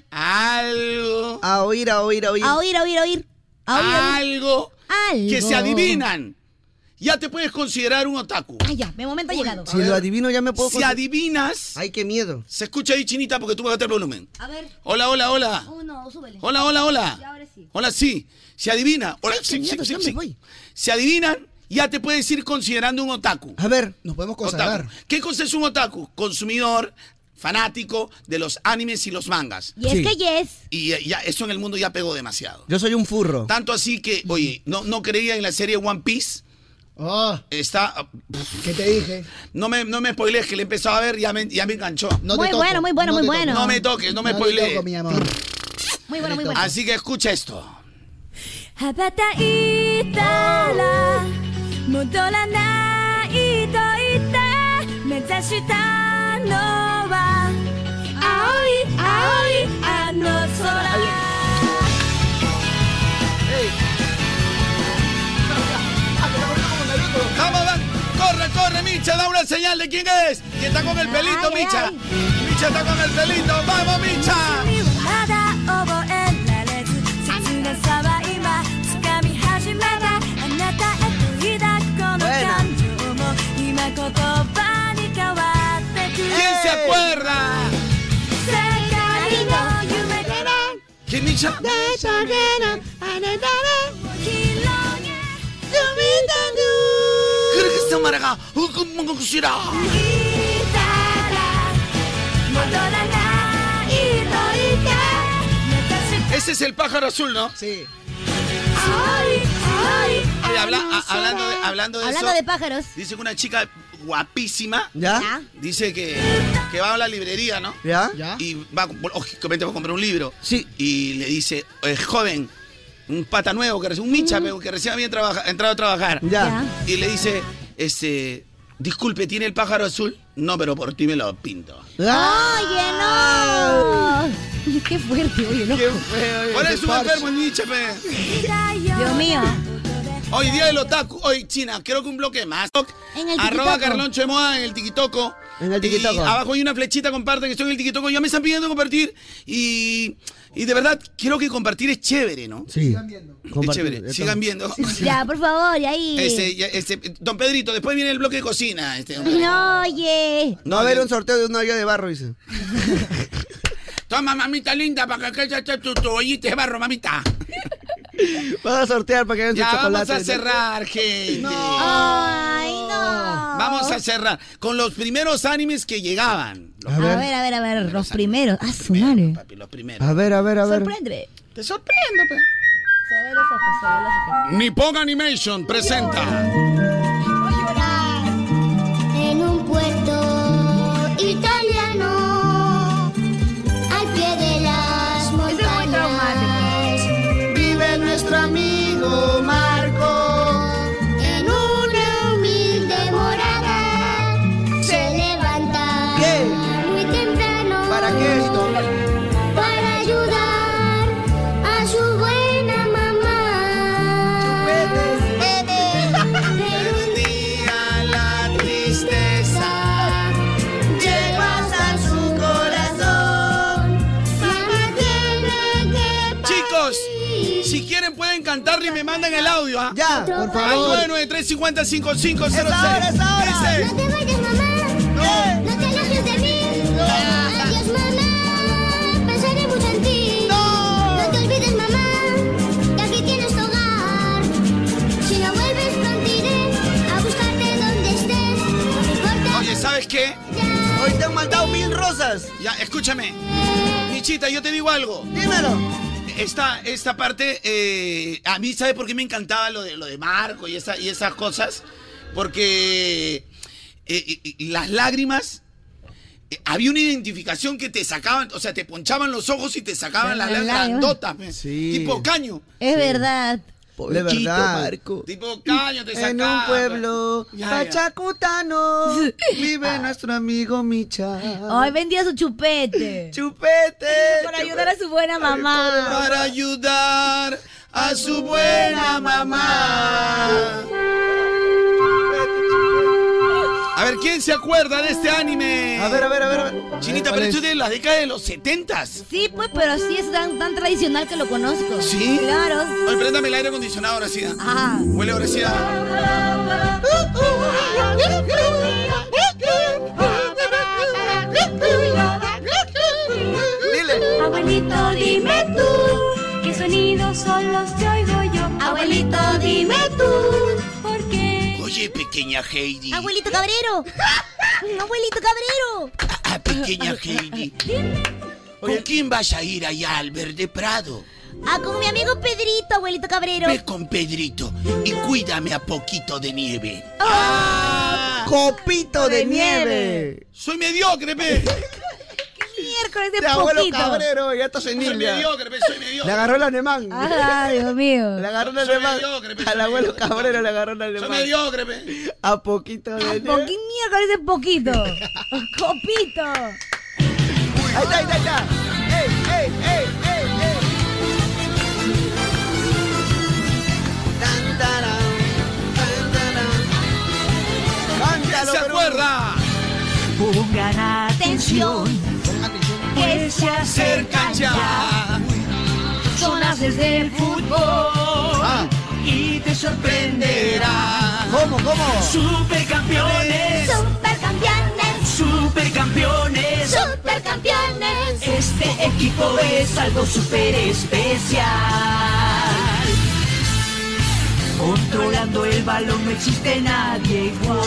algo, A oír, a oír, a oír. A oír, a oír, a oír. A oír, a oír. algo, Algo. que se adivinan. Ya te puedes considerar un otaku. Ah, ya, mi momento ha llegado. Si lo adivino ya me puedo... Si adivinas... Ay, qué miedo. Se escucha ahí, Chinita, porque tú vas a el volumen. A ver. Hola, hola, hola. Oh, no, súbele. Hola, hola, hola. Ya, ahora sí. Hola, sí. Se adivina. Hola, Ay, qué sí, miedo, sí, ya sí, me sí. voy. Se adivinan, ya te puedes ir considerando un otaku. A ver. Nos podemos Otaku. consagrar. ¿Qué cosa es un otaku? Consumidor, fanático de los animes y los mangas. Y es Sí. que yes. Y eh, ya eso en el mundo ya pegó demasiado. Yo soy un furro. Tanto así que, oye, no, no creía en la serie One Piece. Oh, Está... ¿qué te dije? No me, no me spoilees que le he empezado a ver, ya me, ya me enganchó. No te Muy toco, bueno, muy bueno, no muy te bueno. toco. No me toques, no me No te spoilees. toco, mi amor. Muy bueno, muy bueno. Así que escucha esto. 羽ばたいたら戻らないと言って目指したのは青い青いあの空 ¡Vamos, van! ¡Corre, corre, Micha! Da una señal de quién es. ¿Quién está con el pelito, Ay, Micha? ay. Micha está con el pelito. ¡Vamos, Micha! まだ覚えられず切なさは今掴み始めたあなたへと抱くこの感情も今言葉に変わってく ¿Quién se acuerda? 世界の夢から ¿Quién, Micha? 広げ Creo que está maraca. Uh, como como quisiera. たら戻らないと言って目指し Ese es el pájaro azul, ¿no? Sí. 青い青い Oye, habla- a- hablando, de, hablando de Hablando eso, de pájaros. dice que una chica guapísima ¿Ya? ¿Ya? dice que, que va a la librería, ¿no? ¿Ya? ¿Ya? Y va, lógicamente va a comprar un libro. Sí. Y le dice, eh, joven, un pata nuevo, que recién, un micha, pero que recién había trabaja- entrado a trabajar. Ya. Y le dice, este, disculpe, ¿tiene el pájaro azul? No, pero por ti me lo pinto. Ah. Oye, no. Qué fuerte, oye, no. Qué feo. ¿Cuál es ese un parche. enfermo, Nietzsche, pe? Dios mío. Hoy día del otaku. Hoy, China, creo que un bloque más. En el Arroba Tikitoco. Carloncho de Moda en el Tikitoco. En el Tikitoco. Y abajo hay una flechita, comparten que estoy en el Tikitoco. Ya me están pidiendo compartir. Y, y de verdad, creo que compartir es chévere, ¿no? Sí. Es Compartir. chévere. Sigan viendo. Ya, por favor, y ahí. Este, ya, este, don Pedrito, después viene el bloque de cocina. Este, hombre. No, oye. No va a haber un sorteo de una olla de barro, dice. Toma, mamita linda, para que acá tu, tu ollita de barro, mamita. Vas a sortear para que hagan su Ya, chocolate. vamos a cerrar, gente. Ay, no. Vamos a cerrar con los primeros animes que llegaban. Los, A A ver. ver, a ver, a ver, los primeros. Ah, su madre. papi, los primeros. A ver, a ver, a ver. Sorprende. Te sorprendo, pe. Se ve los ojos, se ve los ojos. Nippon Animation presenta. En un puerto italiano, al pie de las montañas, Vive nuestro amigo Marco. en una humilde morada, se levanta ¿Qué? muy temprano. ¿Para qué esto? Para ayudar a su buena mamá. Pero un día la tristeza llegó hasta su corazón. Mamá tiene que Chicos, si quieren pueden cantarle y me mandan el audio, ¿ah? Ya, por Al favor. nueve nueve tres cinco cero cinco cinco cero Es ahora, es ahora. seis. No te vayas, mamá. No te alejes de mí. Adiós, mamá. Pensaré mucho en ti. No. ¿sabes qué? Hoy te han mandado mil rosas. Ya, escúchame. Michita, yo te digo algo. Dímelo. Esta, esta parte, eh, a mí, ¿sabes por qué me encantaba lo de, lo de Marco y, esa, y esas cosas? Porque eh, eh, las lágrimas, eh, había una identificación que te sacaban, o sea, te ponchaban los ojos y te sacaban las lágrimas grandotas, sí. tipo caño. Es sí. verdad. De verdad, Marco. Tipo caño te sacaban. En un pueblo ya, pachacutano vive nuestro amigo Micha. Ay, vendía su chupete. Chupete. Para ayudar a su buena mamá. Para ayudar a su buena mamá. A ver, ¿quién se acuerda de este anime? A ver, a ver, a ver. A ver. Chinita, pero esto es de la década de los setentas. Sí, pues, pero sí es tan, tan tradicional que lo conozco. ¿Sí? Claro. Oye, préndame el aire acondicionado ahora sí. Ah. Huele ahora sí. Dile. Abuelito, dime tú, ¿qué sonidos son los que oigo yo? Abuelito, dime tú, ¿por qué? Oye, pequeña Heidi. Abuelito Cabrero. Abuelito Cabrero. Ah, pequeña Heidi. ¿Con quién vas a ir allá al Verde Prado? Ah, con mi amigo Pedrito, abuelito Cabrero. Ve con Pedrito y cuídame a poquito de nieve. ¡Ah! ¡Copito de, de nieve. nieve! Soy mediocre, pe. Miércoles de poquito. abuelo Cabrero, ya estás en Soy mediocre, pe, soy mediocre. Le agarró el alemán. Ah, Dios mío. Le agarró el soy alemán. Mediocre, pe, al abuelo mediocre. Cabrero le agarró el alemán. Soy mediocre, pe. A poquito de nieve. ¿Por qué miércoles de poquito? Copito. Ahí está, ahí está, ahí está. ¡Ey, ey, ey, ey, ey! Tan, tarán, tan, tarán. ¿Quién se acuerda? Pongan atención, Que se acercan ya zonas del fútbol Ah. y te sorprenderá. ¿Cómo, cómo? Supercampeones, Supercampeones. supercampeones, Supercampeones. este equipo es algo super especial. Controlando el balón no existe nadie igual.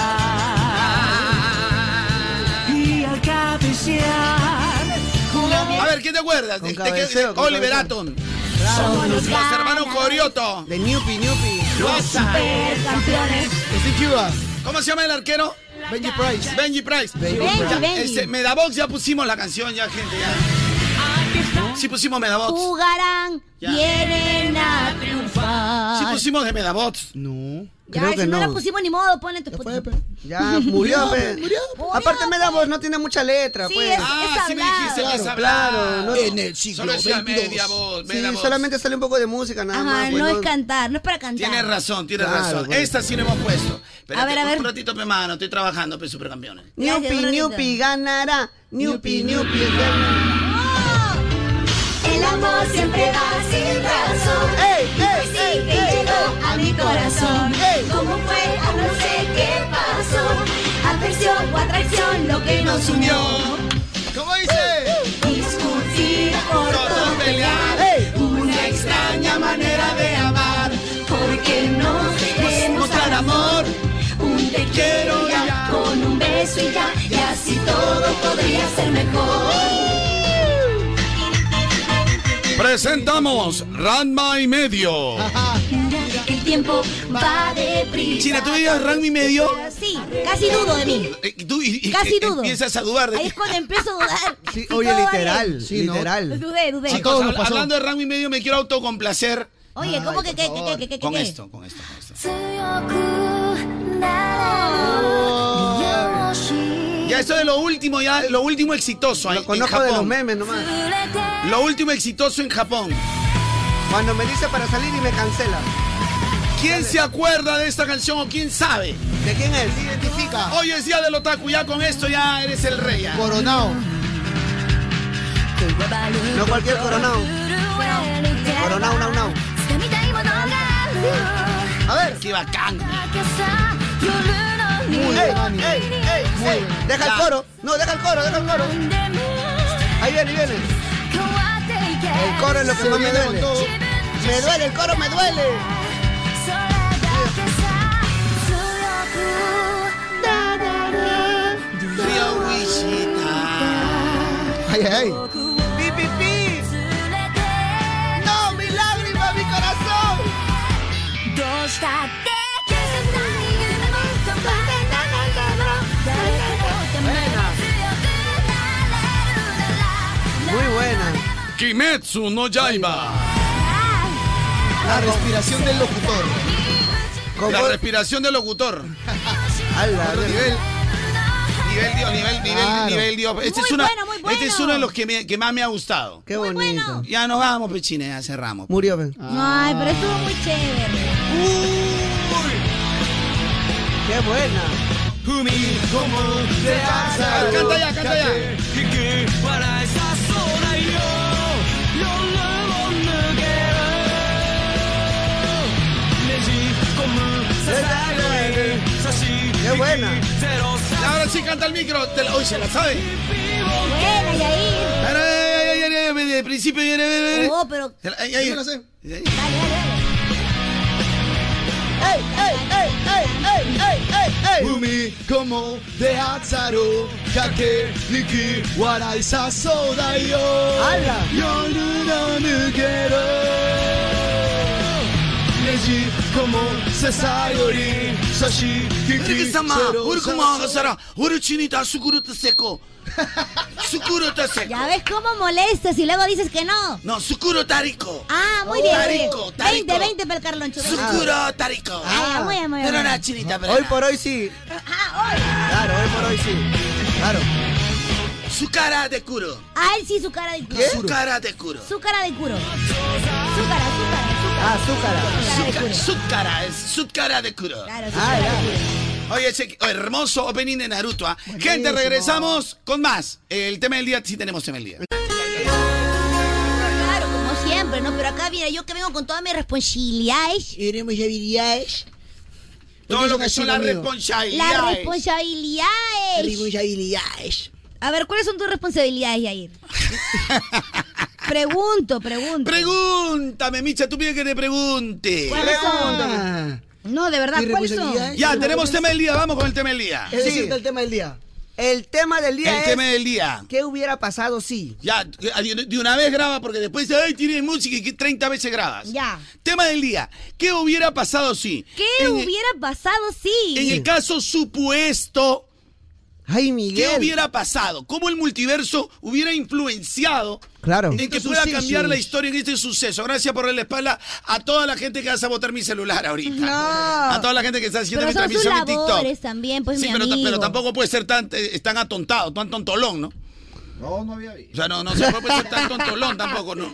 Y al cabecear jugamos. A ver, ¿quién te acuerdas? Con De- de- cabeceo, de- con Oliver cabeceo. Atom. Somos los Los hermanos Corioto. De Newpi, Newpi. los supercampeones. Steve Cuba. ¿Cómo se llama el arquero? Benji Price. Benji Price. Benji Benji, Price. Benji. Este, Medabox ya pusimos la canción, ya, gente, ya. Sí pusimos Medabox. Jugarán, Ya. vienen a triunfar. Sí pusimos de Medabox. No. Ya, Creo si que no. no. la pusimos ni modo, ponle tu Fue, puto. pe. Ya, murió, pe. Murió, Aparte, me da pe. voz, no tiene mucha letra, Sí, pues. es- Ah, sí me hablado. dijiste que es Claro, hablado. claro, no- En el siglo Solo decía veintidós. media voz, Sí, media voz. solamente sale un poco de música, nada Ajá, más. pues, no es cantar, no es para cantar. Tienes razón, tienes Claro, razón. pues. Esta sí la hemos puesto. Espérate, A ver, a ver. Un ratito, pe, mano, estoy trabajando, pe, supercampeones. Gracias, Newpi, un ratito. Newpi ganará. Newpi, Newpi ganará. El amor siempre va sin razón. ¡Ey, Y ey, sí ey, que ey, llegó a mi corazón. ey! ¿Cómo fue? Ah, no sé qué pasó. Aversión o atracción, lo que nos unió. ¿Cómo dice? Discutir por todo pelear. ¡Ey! Una extraña manera de amar. Porque nos debemos Mostrar amor. un te quiero ya, con un beso y ya. Y así todo podría ser mejor. Presentamos Ranma y medio. El tiempo va deprisa. China, ¿tú digas Ranma y medio? Sí, casi dudo de mí. Eh, y tú y- y- Casi eh, dudo. Empiezas a dudar de Ahí ti. es cuando empiezo a dudar. Sí, Si oye, todo va literal, bien. Sí, ¿no? literal. Dudé, dudé. Chicos, todos nos habl- pasó. hablando de Ranma y medio, me quiero autocomplacer Oye, ¿cómo que qué, qué, qué, qué, qué, con qué? esto, con esto, con esto. Ya esto de lo último, ya lo último exitoso en, Lo en conozco de los Japón. memes nomás. Lo último exitoso en Japón. Cuando me dice para salir y me cancela. ¿Quién se acuerda de esta canción o quién sabe? ¿De quién es? Identifica. Hoy es día del otaku, ya con esto ya eres el rey. ya. Coronado. No cualquier coronado. Coronado, now, now. A ver. Qué bacán. Ey, ey, ey, Muy ey. bueno. Deja Ya. el coro. No, deja el coro, deja el coro. Ahí viene, ahí viene. El coro es lo que Se más me viene con duele. todo. Me duele, el coro me duele. Ay, ay. Pi, pi, pi. No, mi lágrima, mi corazón. Muy buena. Kimetsu no Yaiba. La respiración del locutor. La respiración del locutor. Ala, nivel. Nivel Dios, nivel, nivel, Claro. nivel Dios. Este Muy es, una, bueno, muy bueno. este es uno de los que, me- que más me ha gustado. Qué bonito. Ya nos vamos, pechines, ya cerramos. Murió, ven. Ay, pero estuvo muy chévere. Qué buena. Canta ya, canta ya. Qué buena. Y ahora sí canta el micro. Te la- Uy, se la sabe. Buena, Yair. Ay, ay, ay, ay, ay, De principio viene. viene- Oh, pero... Se la- ay, ay. Yo me la sé. Dale, dale, dale. ¡Ey, ey, ey, ey, ey, ey, ey, ey! Umi como de Hatsaru Kake Niki Warai Sasoda yo ¡Hala! Yoru no nukeru Neji como Sesayori Sashi Kiki Sama, Urukuma Gasara, Uruchinita, Sukuruta Seco. Sukuruta Seco. Ya ves cómo molestas y luego dices que no. No, Sukuro Tariko. Ah, muy bien. muy bien. Tarico, tarico. veinte, veinte para el Carloncho. Sukuro Tariko. Ah, muy bien, muy bien. Pero una chinita, pero Hoy una- por hoy sí. Ah, hoy. Claro, hoy por hoy sí. Claro. Su cara de curo. Ah, él sí, su cara de curo. Su cara de curo. Su cara de curo. Su cara, su cara, su cara. Ah, azúcar. Su cara de curo. Su cara, es su cara de curo. Claro, su Ah, cara de ya. curo. Oye, ese hermoso opening de Naruto. ¿ah? Gente, regresamos con más. El tema del día, sí tenemos tema del día. Claro, como siempre, ¿no? Pero acá, mira, yo que vengo con todas mis responsabilidades. Iremos habilidades. Todo lo que así son las conmigo? Las responsabilidades. responsabilidades. Responsabilidades. A ver, ¿cuáles son tus responsabilidades, Yair? Pregunto, pregunto. Pregúntame, Micha, tú pides que te pregunte. ¿Cuáles son? Ah, No, de verdad, ¿y ¿cuáles son? responsabilidades? Ya, tenemos tema del día, vamos con el tema del día. Es Sí. decir, el tema del día. El tema del día El es... tema del día. ¿Qué hubiera pasado si? Ya, de una vez graba porque después, ay, tienes música y que treinta veces grabas. Ya. Tema del día. ¿Qué hubiera pasado si? ¿Qué En- hubiera pasado si? En el caso supuesto, Ay, ¿qué Miguel. hubiera pasado? ¿Cómo el multiverso hubiera influenciado Claro. en que Estos pueda sucesos. cambiar la historia en este suceso? Gracias por darle la espalda a toda la gente que va a botar mi celular ahorita. No. A toda la gente que está haciendo Pero mi son sus transmisión en TikTok. labores también, pues, Sí, mi pero, ta- amigo. pero tampoco puede ser tan, eh, tan atontado, tan tontolón, ¿no? No, no había visto. O sea, no, no se puede ser tan tontolón tampoco, ¿no?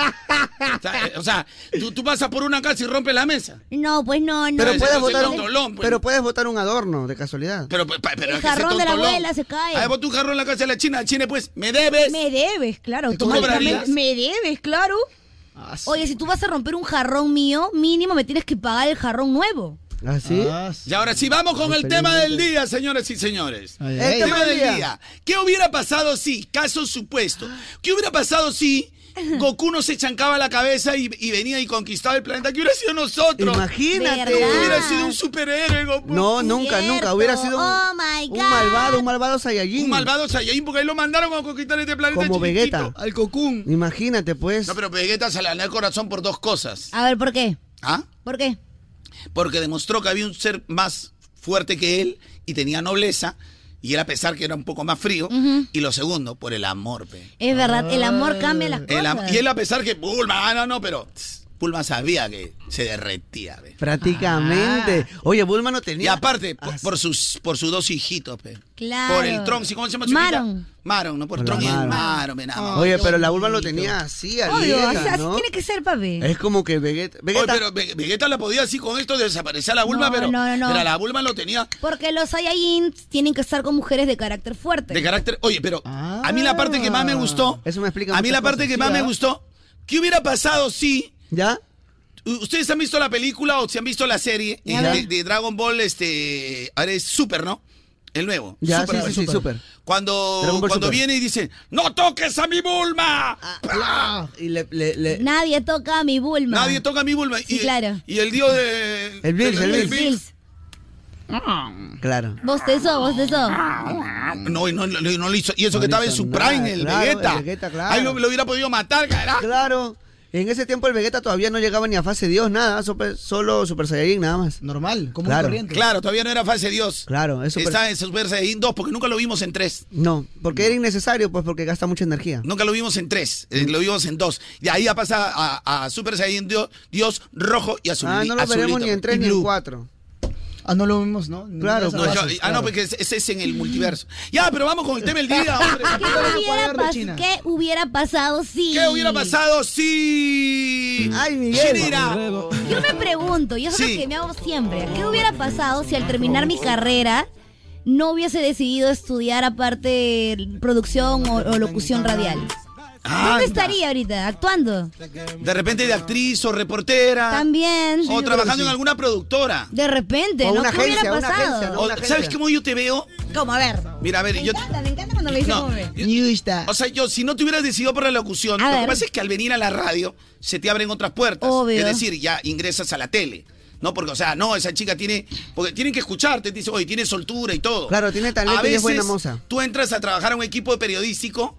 O sea, eh, o sea, tú, tú pasas por una casa y rompes la mesa. No, pues no, no. Pero ese puedes no es votar el un, tontolón, pues. pero puedes votar un adorno, de casualidad. Pero, pero, pero El es que ese jarrón de la tontolón- abuela se cae. A ver, bota un jarrón en la casa de la China. La China, pues, me debes. Me debes, claro. ¿Tú automáticamente. cobrarías? Me debes, claro. Ah, sí. Oye, si tú vas a romper un jarrón mío, mínimo me tienes que pagar el jarrón nuevo. ¿Ah, sí? Ah, sí. Y ahora sí, vamos con el tema del día, señores y señores. Ay, El ay, El tema tema del del día. día. ¿Qué hubiera pasado si, caso supuesto, qué hubiera pasado si Goku no se chancaba la cabeza y, y venía y conquistaba el planeta? ¿Qué hubiera sido nosotros? Imagínate. ¿Verdad? Hubiera sido un superhéroe, Goku. No, nunca, Cierto. nunca. Hubiera sido un, Oh, my un God. malvado, un malvado Saiyajin. Un malvado Saiyajin, porque ahí lo mandaron a conquistar este planeta Como chiquitito. Vegeta. Al Cocoon. Imagínate, pues. No, pero Vegeta se le ganó el corazón por dos cosas. A ver, ¿por qué? ¿Ah? ¿Por qué? Porque demostró que había un ser más fuerte que él y tenía nobleza, y él a pesar que era un poco más frío. Ujú. Y lo segundo, por el amor, pe. Es verdad, el amor cambia las El am- cosas. y él a pesar que Bulma, ah, no, no, pero tss, Bulma sabía que se derretía, pe. Prácticamente. Oye, Bulma no Y tenía. aparte, Ah, por, por sus por sus dos hijitos, pe. Claro. Por el Tron, ¿sí? ¿Cómo se llama su hijita? Maron. Maron, no por Por Tron la y el Maron. Maron, me nada más. Oye, pero la Bulma lo tenía así, a Obvio, Vegeta, o sea, así ¿no? tiene que ser, papi. Es como que Vegeta. Oye, Vegeta pero Ve- Vegeta la podía así con esto de desaparecer a la Bulma, No, pero, no, no, no. pero a la Bulma lo tenía Porque los Saiyajins tienen que estar con mujeres de carácter fuerte. de carácter. Oye, pero a mí la parte que más me gustó. Eso me explica A mí muchas la parte cosas. que Sí, más me ¿verdad? gustó. ¿Qué hubiera pasado si ¿Ya? u- ustedes han visto la película o si han visto la serie eh, Ya. de, de Dragon Ball? Este, ahora es Super, ¿no? El nuevo. Ya, Super, sí, pues. sí, sí, súper. Cuando, Dragon Ball cuando Super. viene y dice, ¡no toques a mi Bulma! Ah, y le, le, le- Nadie toca a mi Bulma. Nadie toca a mi Bulma. Sí, y, claro. y el dios de... El Bills, el Bills. Bills. Claro. Bostezó, bostezó. No, y no, no, no lo hizo. Y eso No que le estaba en hizo su nada, prime, el claro, Vegeta. el Vegeta, claro. Ahí lo, lo hubiera podido matar, cara. Claro. En ese tiempo el Vegeta todavía no llegaba ni a fase Dios, nada, super- solo Super Saiyajin nada más. Normal, como Claro. un corriente. Claro, todavía no era fase Dios. Claro, es super- Está en Super Saiyajin dos porque nunca lo vimos en tres. No, porque era innecesario, pues porque gasta mucha energía. Nunca lo vimos en tres, eh, lo vimos en dos. Y ahí ya pasa a, a Super Saiyajin Dios, Dios rojo y azul. Ah, no lo veremos ni en tres ni en cuatro. Ah, no lo vimos, ¿no? Claro, No, yo- ah, no, porque ese ese es en el multiverso. Ya, pero vamos con el tema del día, hombre. ¿Qué hubiera, pas- ¿Qué hubiera pasado si...? ¿Qué hubiera pasado si... Ay, Miguel. Shinira. Yo me pregunto, y eso es Sí. lo que me hago siempre, ¿qué hubiera pasado si al terminar mi carrera no hubiese decidido estudiar aparte producción o, o locución radial? ¿Dónde Anda. estaría ahorita? ¿Actuando? De repente de actriz o reportera. También. O trabajando en alguna productora. De repente, O ¿no? una ¿Qué hubiera agencia, una pasado? agencia, ¿no? O, Una ¿Sabes agencia. cómo yo te veo? ¿Cómo? A ver. Mira, a ver, Me yo... encanta, me encanta cuando me dicen No, cómo ve. yo- o sea, yo, si no te hubieras decidido por la locución, A lo que ver. pasa es que al venir a la radio se te abren otras puertas. Obvio. Es decir, ya ingresas a la tele. No, porque, o sea, no, esa chica tiene... Porque tienen que escucharte, te dice, oye, tiene soltura y todo. Claro, tiene talento A y es veces, buena moza. tú entras a trabajar a un equipo de periodístico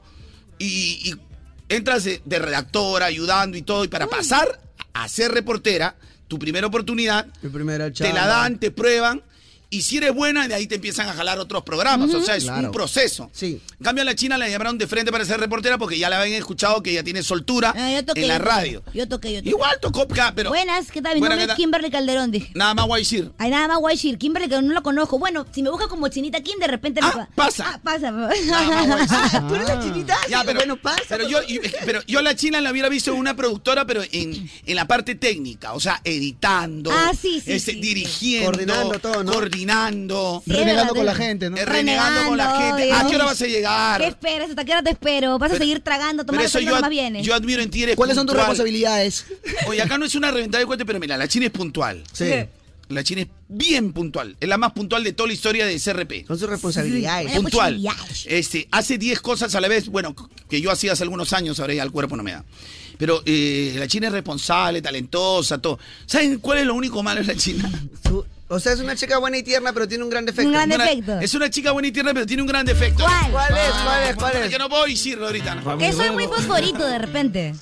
y, y entras de, de redactora, ayudando y todo, y para pasar a ser reportera, tu primera oportunidad, Mi primera te la chamba. dan, te prueban, y si eres buena, de ahí te empiezan a jalar otros programas. O sea, es Claro. un proceso. Sí. En cambio, a la China la llamaron de frente para ser reportera porque ya la habían escuchado que ella tiene soltura Ah, yo toqué, en la yo toqué. radio. Yo toqué, yo toqué. Igual tocó, ca- pero Buenas, ¿qué tal? Mi Buena, nombre ¿qué es tal? Kimberly Calderón, dije. nada más voy a decir. Hay nada más Guayshir. Kimberly, que no lo conozco. Bueno, si me busca como Chinita Kim, de repente me Ah, va. pasa. Ah, pasa. Nada más voy a decir. Ah, tú eres la chinita. Ya, Sí, pero, bueno, pasa. pero yo, y- pero yo a la China la hubiera visto en una productora, pero en, en la parte técnica, o sea, editando, Ah, sí, sí, este, sí, sí. dirigiendo, Coordinando todo, ¿no? coordinando, Sí, Renegando verdad, con la de- gente, ¿no? eh, renegando con la Renegando, gente. ¿A obvio. qué hora vas a llegar? ¿Qué esperas? ¿Hasta qué hora te espero? ¿Vas a Pero- seguir tragando, Pero tomando eso eso yo, más vienes? yo admiro en ti, eres ¿Cuáles son tus puntual. responsabilidades? Oye, acá no es una reventada de cuenta, pero mira, la China es puntual. Sí. La China es bien puntual. Es la más puntual de toda la historia de C R P. Son sus responsabilidades. Sí. Puntual. Responsabilidades. Este, hace diez cosas a la vez, bueno, que yo hacía hace algunos años, ahora ya el cuerpo no me da. Pero eh, la China es responsable, talentosa, todo. ¿Saben cuál es lo único malo de la China? Su- o sea, es una chica buena y tierna, pero tiene un gran defecto. Un gran Una- defecto. es una chica buena y tierna, pero tiene un gran defecto. ¿Cuál? ¿Cuál es? ¿Cuál es? ¿Cuál Es es? que no puedo decirlo ahorita. ¿no? Que soy muy fosforito de repente.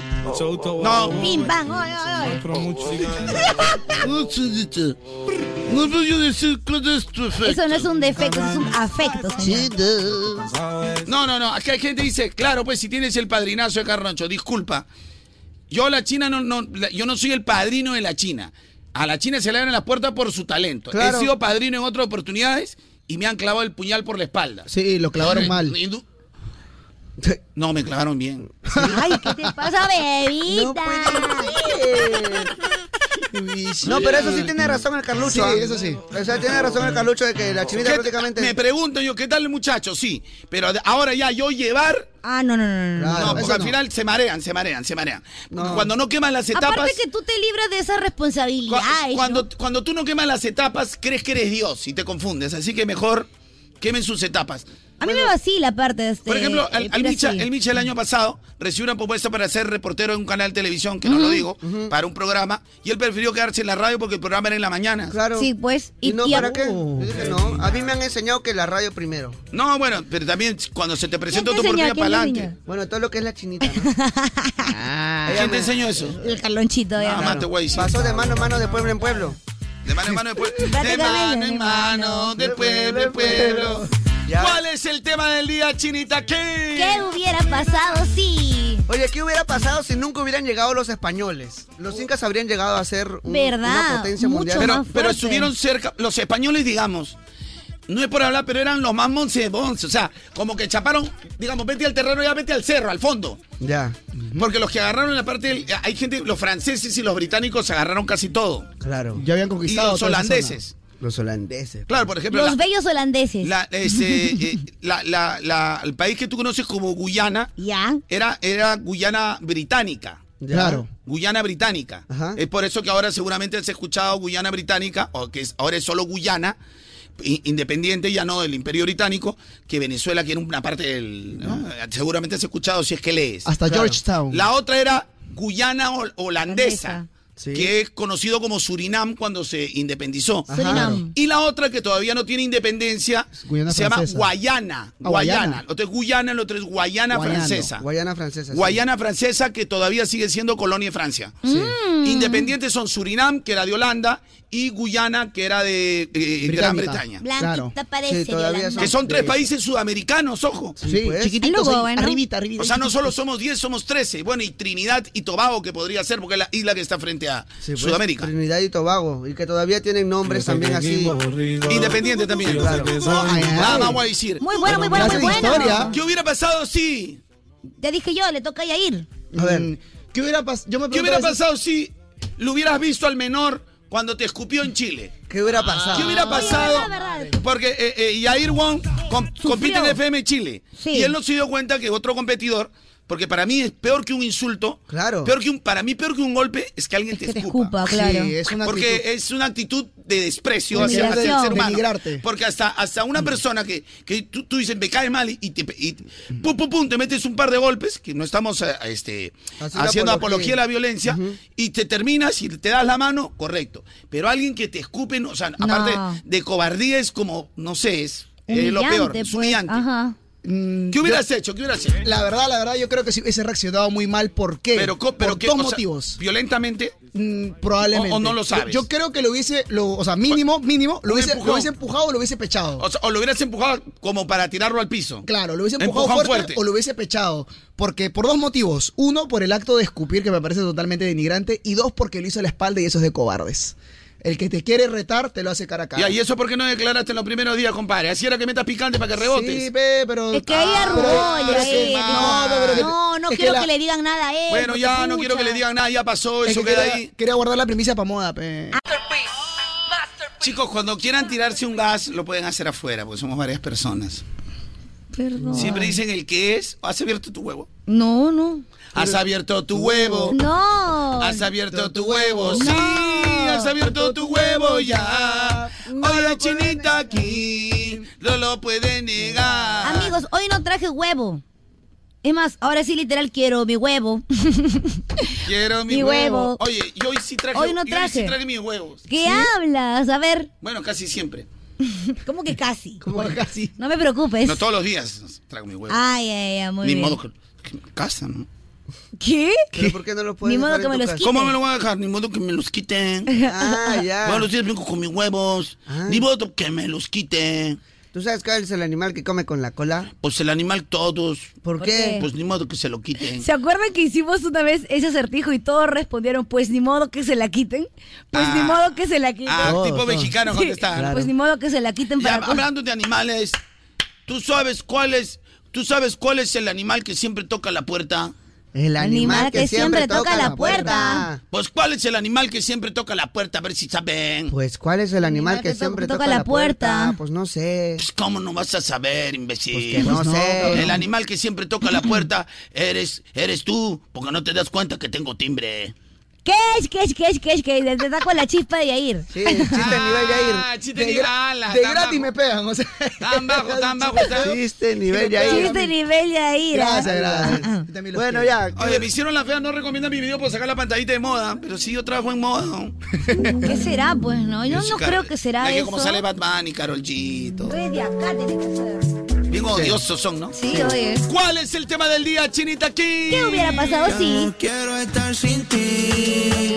No. Pim, pam, oy, oy, oy. No voy a decir que es tu Eso no es un defecto, eso es un afecto, señor. No, no, no. Acá hay gente que dice, claro, pues si tienes el padrinazo de Carroncho, disculpa. Yo la China no, no, la- yo no soy el padrino de la China. A la China se le abren las puertas por su talento. Claro. He sido padrino en otras oportunidades y me han clavado el puñal por la espalda. Sí, lo clavaron mal. Y du- No, me clavaron bien. Ay, ¿qué te pasa, bebita? No puede No, pero eso sí tiene razón el Carlucho. Sí, ¿ah? eso sí. O sea, tiene razón el Carlucho de que la chinita ¿Qué- prácticamente... Me pregunto yo, ¿qué tal el muchacho? Sí, pero de- ahora ya yo llevar... Ah, no, no, no, no. Claro, no, porque eso al no. final se marean, se marean, se marean. Porque No. cuando no queman las etapas... Aparte que tú te libras de esa Cu- responsabilidad. Cuando, cuando tú no quemas las etapas, crees que eres Dios y te confundes. Así que mejor quemen sus etapas. A mí me vacila aparte de este. Por ejemplo, al, al ir Micha, así. el Micha el año pasado recibió una propuesta para ser reportero en un canal de televisión, que no lo digo, para un programa, y él prefirió quedarse en la radio porque el programa era en la mañana. Claro. Sí, pues. ¿Y, no y a- para qué? Yo dije, no. A mí me han enseñado que la radio primero. No, bueno, pero también cuando se te presenta ¿Quién te otra enseñó? oportunidad para ¿Quién te adelante. Bueno, todo lo que es la chinita, ¿no? Ah, ¿quién te enseñó eso? El Carlonchito, ya. Nada más te voy a decir. Pasó de mano en mano, de pueblo en pueblo. De mano en mano, de, pue- de Prácticamente, mano en de mano, de pueblo en pueblo. Ya. ¿Cuál es el tema del día, Chinita? ¿Qué? ¿Qué hubiera pasado si? Oye, ¿qué hubiera pasado si nunca hubieran llegado los españoles? Los incas habrían llegado a ser un- ¿Verdad? una potencia Mucho mundial. Pero, más pero fuerte. estuvieron cerca, los españoles, digamos, no es por hablar, pero eran los más moncebons, o sea, como que chaparon, digamos, vete al terreno, ya vete al cerro, al fondo. Ya, Porque los que agarraron la parte del, hay gente, los franceses y los británicos agarraron casi todo. claro. Ya habían Y conquistado los toda esa holandeses. Los holandeses. Claro, por ejemplo, Los la- bellos holandeses. la- este, eh, la- la- la- el país que tú conoces como Guyana Ya. era, era Guyana británica. Ya. Claro. Guyana británica. Ajá. Es por eso que ahora seguramente has escuchado Guyana británica, o que es- ahora es solo Guyana, i- independiente ya no del Imperio Británico, que Venezuela, que era una parte del... ¿no? Seguramente has escuchado si es que lees. Hasta Claro. Georgetown. La otra era Guyana hol- holandesa. Holandesa. Sí. que es conocido como Surinam cuando se independizó. Ajá. Surinam. Y la otra que todavía no tiene independencia Guyana se francesa. llama Guayana. Ah, Guayana. Guayana. Lo otro es Guyana, lo otro es Guayana Guayano. francesa. Guayana francesa. sí. Guayana francesa que todavía sigue siendo colonia de Francia. Sí. Independientes son Surinam, que era de Holanda, y Guyana, que era de eh, Gran Bretaña. Blanquita parece Sí, todavía Yolanda. Que son tres países sudamericanos, ojo. Sí, pues. chiquititos, Algo ahí, bueno. arribita, arribita. O sea, no solo somos diez, somos trece. Bueno, y Trinidad y Tobago, que podría ser, porque es la isla que está frente a Sí, pues, Sudamérica. Trinidad y Tobago. Y que todavía tienen nombres también así. Independiente también. Claro. Ay, ay. Nada más voy a decir. Muy bueno, muy bueno, muy Clase de bueno. historia. ¿Qué hubiera pasado si? Ya dije yo, le toca a Yair. A ver. Mm, ¿Qué hubiera pasado? Yo me ¿Qué pregunto hubiera a veces- pasado si lo hubieras visto al menor cuando te escupió en Chile? ¿Qué hubiera pasado? ¿Qué hubiera pasado? Oye, verdad, verdad. Porque eh, eh, Yair Wong com- compite en F M Chile. Sí. Y él no se dio cuenta que otro competidor, porque para mí es peor que un insulto, Claro. peor que un, para mí peor que un golpe es que alguien te Que te escupa. escupa, claro. Sí, es una Porque actitud. es una actitud de desprecio De hacia, hacia el humillación. ser humano. Denigrarte. Porque hasta, hasta una persona que, que tú, tú dices, me cae mal y, y te y, pum, pum, pum, te metes un par de golpes, que no estamos eh, este, Haciendo haciendo apología. apología a la violencia, y te terminas y te das la mano, correcto. Pero alguien que te escupe, no, o sea, No. aparte de cobardía, es como, no sé, es eh, lo Humillante, peor, pues. es humillante. Ajá. Mm, ¿Qué hubieras hecho? ¿Qué hubieras hecho? La verdad, la verdad, yo creo que sí hubiese reaccionado muy mal. ¿Por qué? Pero, co- pero Por ¿qué? dos O sea, motivos. ¿violentamente? Mm, probablemente. O- o no lo sabes. Yo, yo creo que lo hubiese, lo, o sea, mínimo, mínimo, lo Un hubiese, empujón. lo hubiese empujado o lo hubiese pechado. O, sea, o lo hubieras empujado como para tirarlo al piso. Claro, lo hubiese empujado Empujón fuerte, fuerte. o lo hubiese pechado. Porque por dos motivos. Uno, por el acto de escupir, que me parece totalmente denigrante. Y dos, porque lo hizo a la espalda y eso es de cobardes. El que te quiere retar, te lo hace cara a cara. Ya, ¿y eso por qué no declaraste en los primeros días, compadre? Así era que metas picante para que rebotes. Sí, pe, pero... Es que ella Ah, arrugó, pero- ya, pero es que- eh, no, no, pero que- No, no es que quiero la- que le digan nada a él. Bueno, porque, ya no pucha. quiero que le digan nada, ya pasó, es eso que queda quería, ahí. quería guardar la primicia para moda, pe. Chicos, cuando quieran tirarse un gas, lo pueden hacer afuera, porque somos varias personas. Perdón. Siempre dicen el que es, has abierto tu huevo. No, no. Has abierto tu huevo. No. Has abierto tu huevo. Sí, No. has abierto tu huevo ya. Oye, chinita aquí, no lo puede negar. Amigos, hoy no traje huevo. Es más, ahora sí literal quiero mi huevo. Quiero mi, Mi huevo. huevo. Oye, yo hoy sí traje, Hoy no yo hoy sí traje. traje mis huevos. ¿Qué hablas? A ver, Bueno, casi siempre. ¿cómo que casi? Como que casi. No me preocupes. No todos los días traigo mi huevo. Ay, ay, ay, muy Ni bien. modo que, que me casan, ¿no? ¿Qué? ¿Pero por qué no lo puedes Ni modo dejar que en me tu los casa? quite. ¿Cómo me lo voy a dejar? Ni modo que me los quiten. Ah, ya. Todos los días vengo con mis huevos. Ah. Ni modo que me los quiten. ¿Tú sabes cuál es el animal que come con la cola? Pues el animal todos. ¿Por, ¿Por qué? qué? Pues ni modo que se lo quiten. ¿Se acuerdan que hicimos una vez ese acertijo y todos respondieron, pues ni modo que se la quiten? Pues Ah. ni modo que se la quiten. Ah, Todos, tipo todos. mexicano Sí, contestar. Claro. Pues ni modo que se la quiten Ya, para... hablando de animales, ¿tú sabes cuál es, tú sabes cuál es el animal que siempre toca la puerta? El animal, que, siempre toca la puerta. Pues ¿cuál es el animal que siempre toca la puerta? A ver si saben. Pues ¿cuál es el animal que que to- siempre toca toca la la puerta? puerta. Pues no sé. Pues ¿cómo no vas a saber, imbécil? Pues que no sé. El animal que siempre toca la puerta eres, eres tú, porque no te das cuenta que tengo timbre. ¿Qué es? ¿Qué es? ¿Qué es? ¿Qué es? ¿Qué es? Te da con la chispa de Yair. Sí, chiste nivel Ah, Yair. chiste De, nivel, gra- ala, de tan gratis bajo. me pegan, o sea. Tan bajo, tan bajo está. Chiste nivel Yair. Chiste nivel Yair. ¿ah? Gracias, gracias. Yo también los Bueno, quiero. ya. Oye, me hicieron la fea, no recomiendan mi video por sacar la pantallita de moda, pero sí yo trabajo en moda. ¿no? ¿Qué será, pues, no? Yo no creo que será Es que eso. como sale Batman y Karol G. todo. Pues de acá tiene que ser. Bien odiosos son, ¿no? Sí, oye. ¿Cuál es el tema del día, Chinita aquí? ¿Qué hubiera pasado si? Quiero estar sin ti.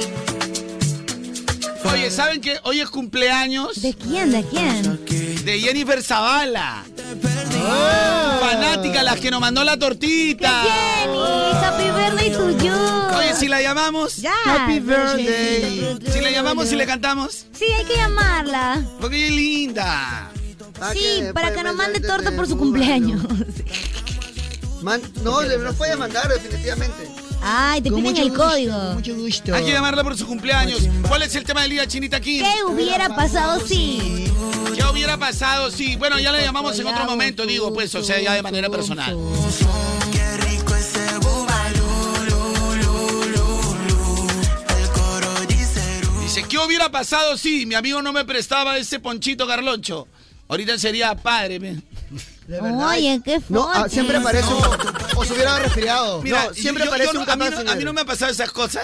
Oye, ¿saben que hoy es cumpleaños ¿De quién? ¿De quién? de Jennifer Zavala? Oh, fanática, la que nos mandó la tortita. Jenny, happy birthday to you. Oye, si la llamamos, Ya. Happy birthday. si la llamamos y le cantamos, Sí, hay que llamarla. porque ella es linda. Ah, Sí, para puede que nos mande mandar torta desde por su su cumpleaños. Man- no, le- nos puede mandar definitivamente. Ay, te Con piden mucho el gusto, código. con mucho gusto. Hay que llamarla por su cumpleaños. ¿Cuál es el tema del día, Chinita aquí? ¿Qué hubiera pasado si? ¿Qué hubiera pasado? Sí, bueno, ya la llamamos en otro momento, digo, pues, o sea, ya de manera personal. Qué rico ese Dice, ¿qué hubiera pasado si mi amigo no me prestaba ese ponchito garloncho? Ahorita sería padre, me. De verdad. Oye, qué fuerte. No, ah, siempre parece un... O se hubiera resfriado. Mira, No, siempre yo- parece yo un no- a, mí capaz no, en a mí él. no me han pasado esas cosas,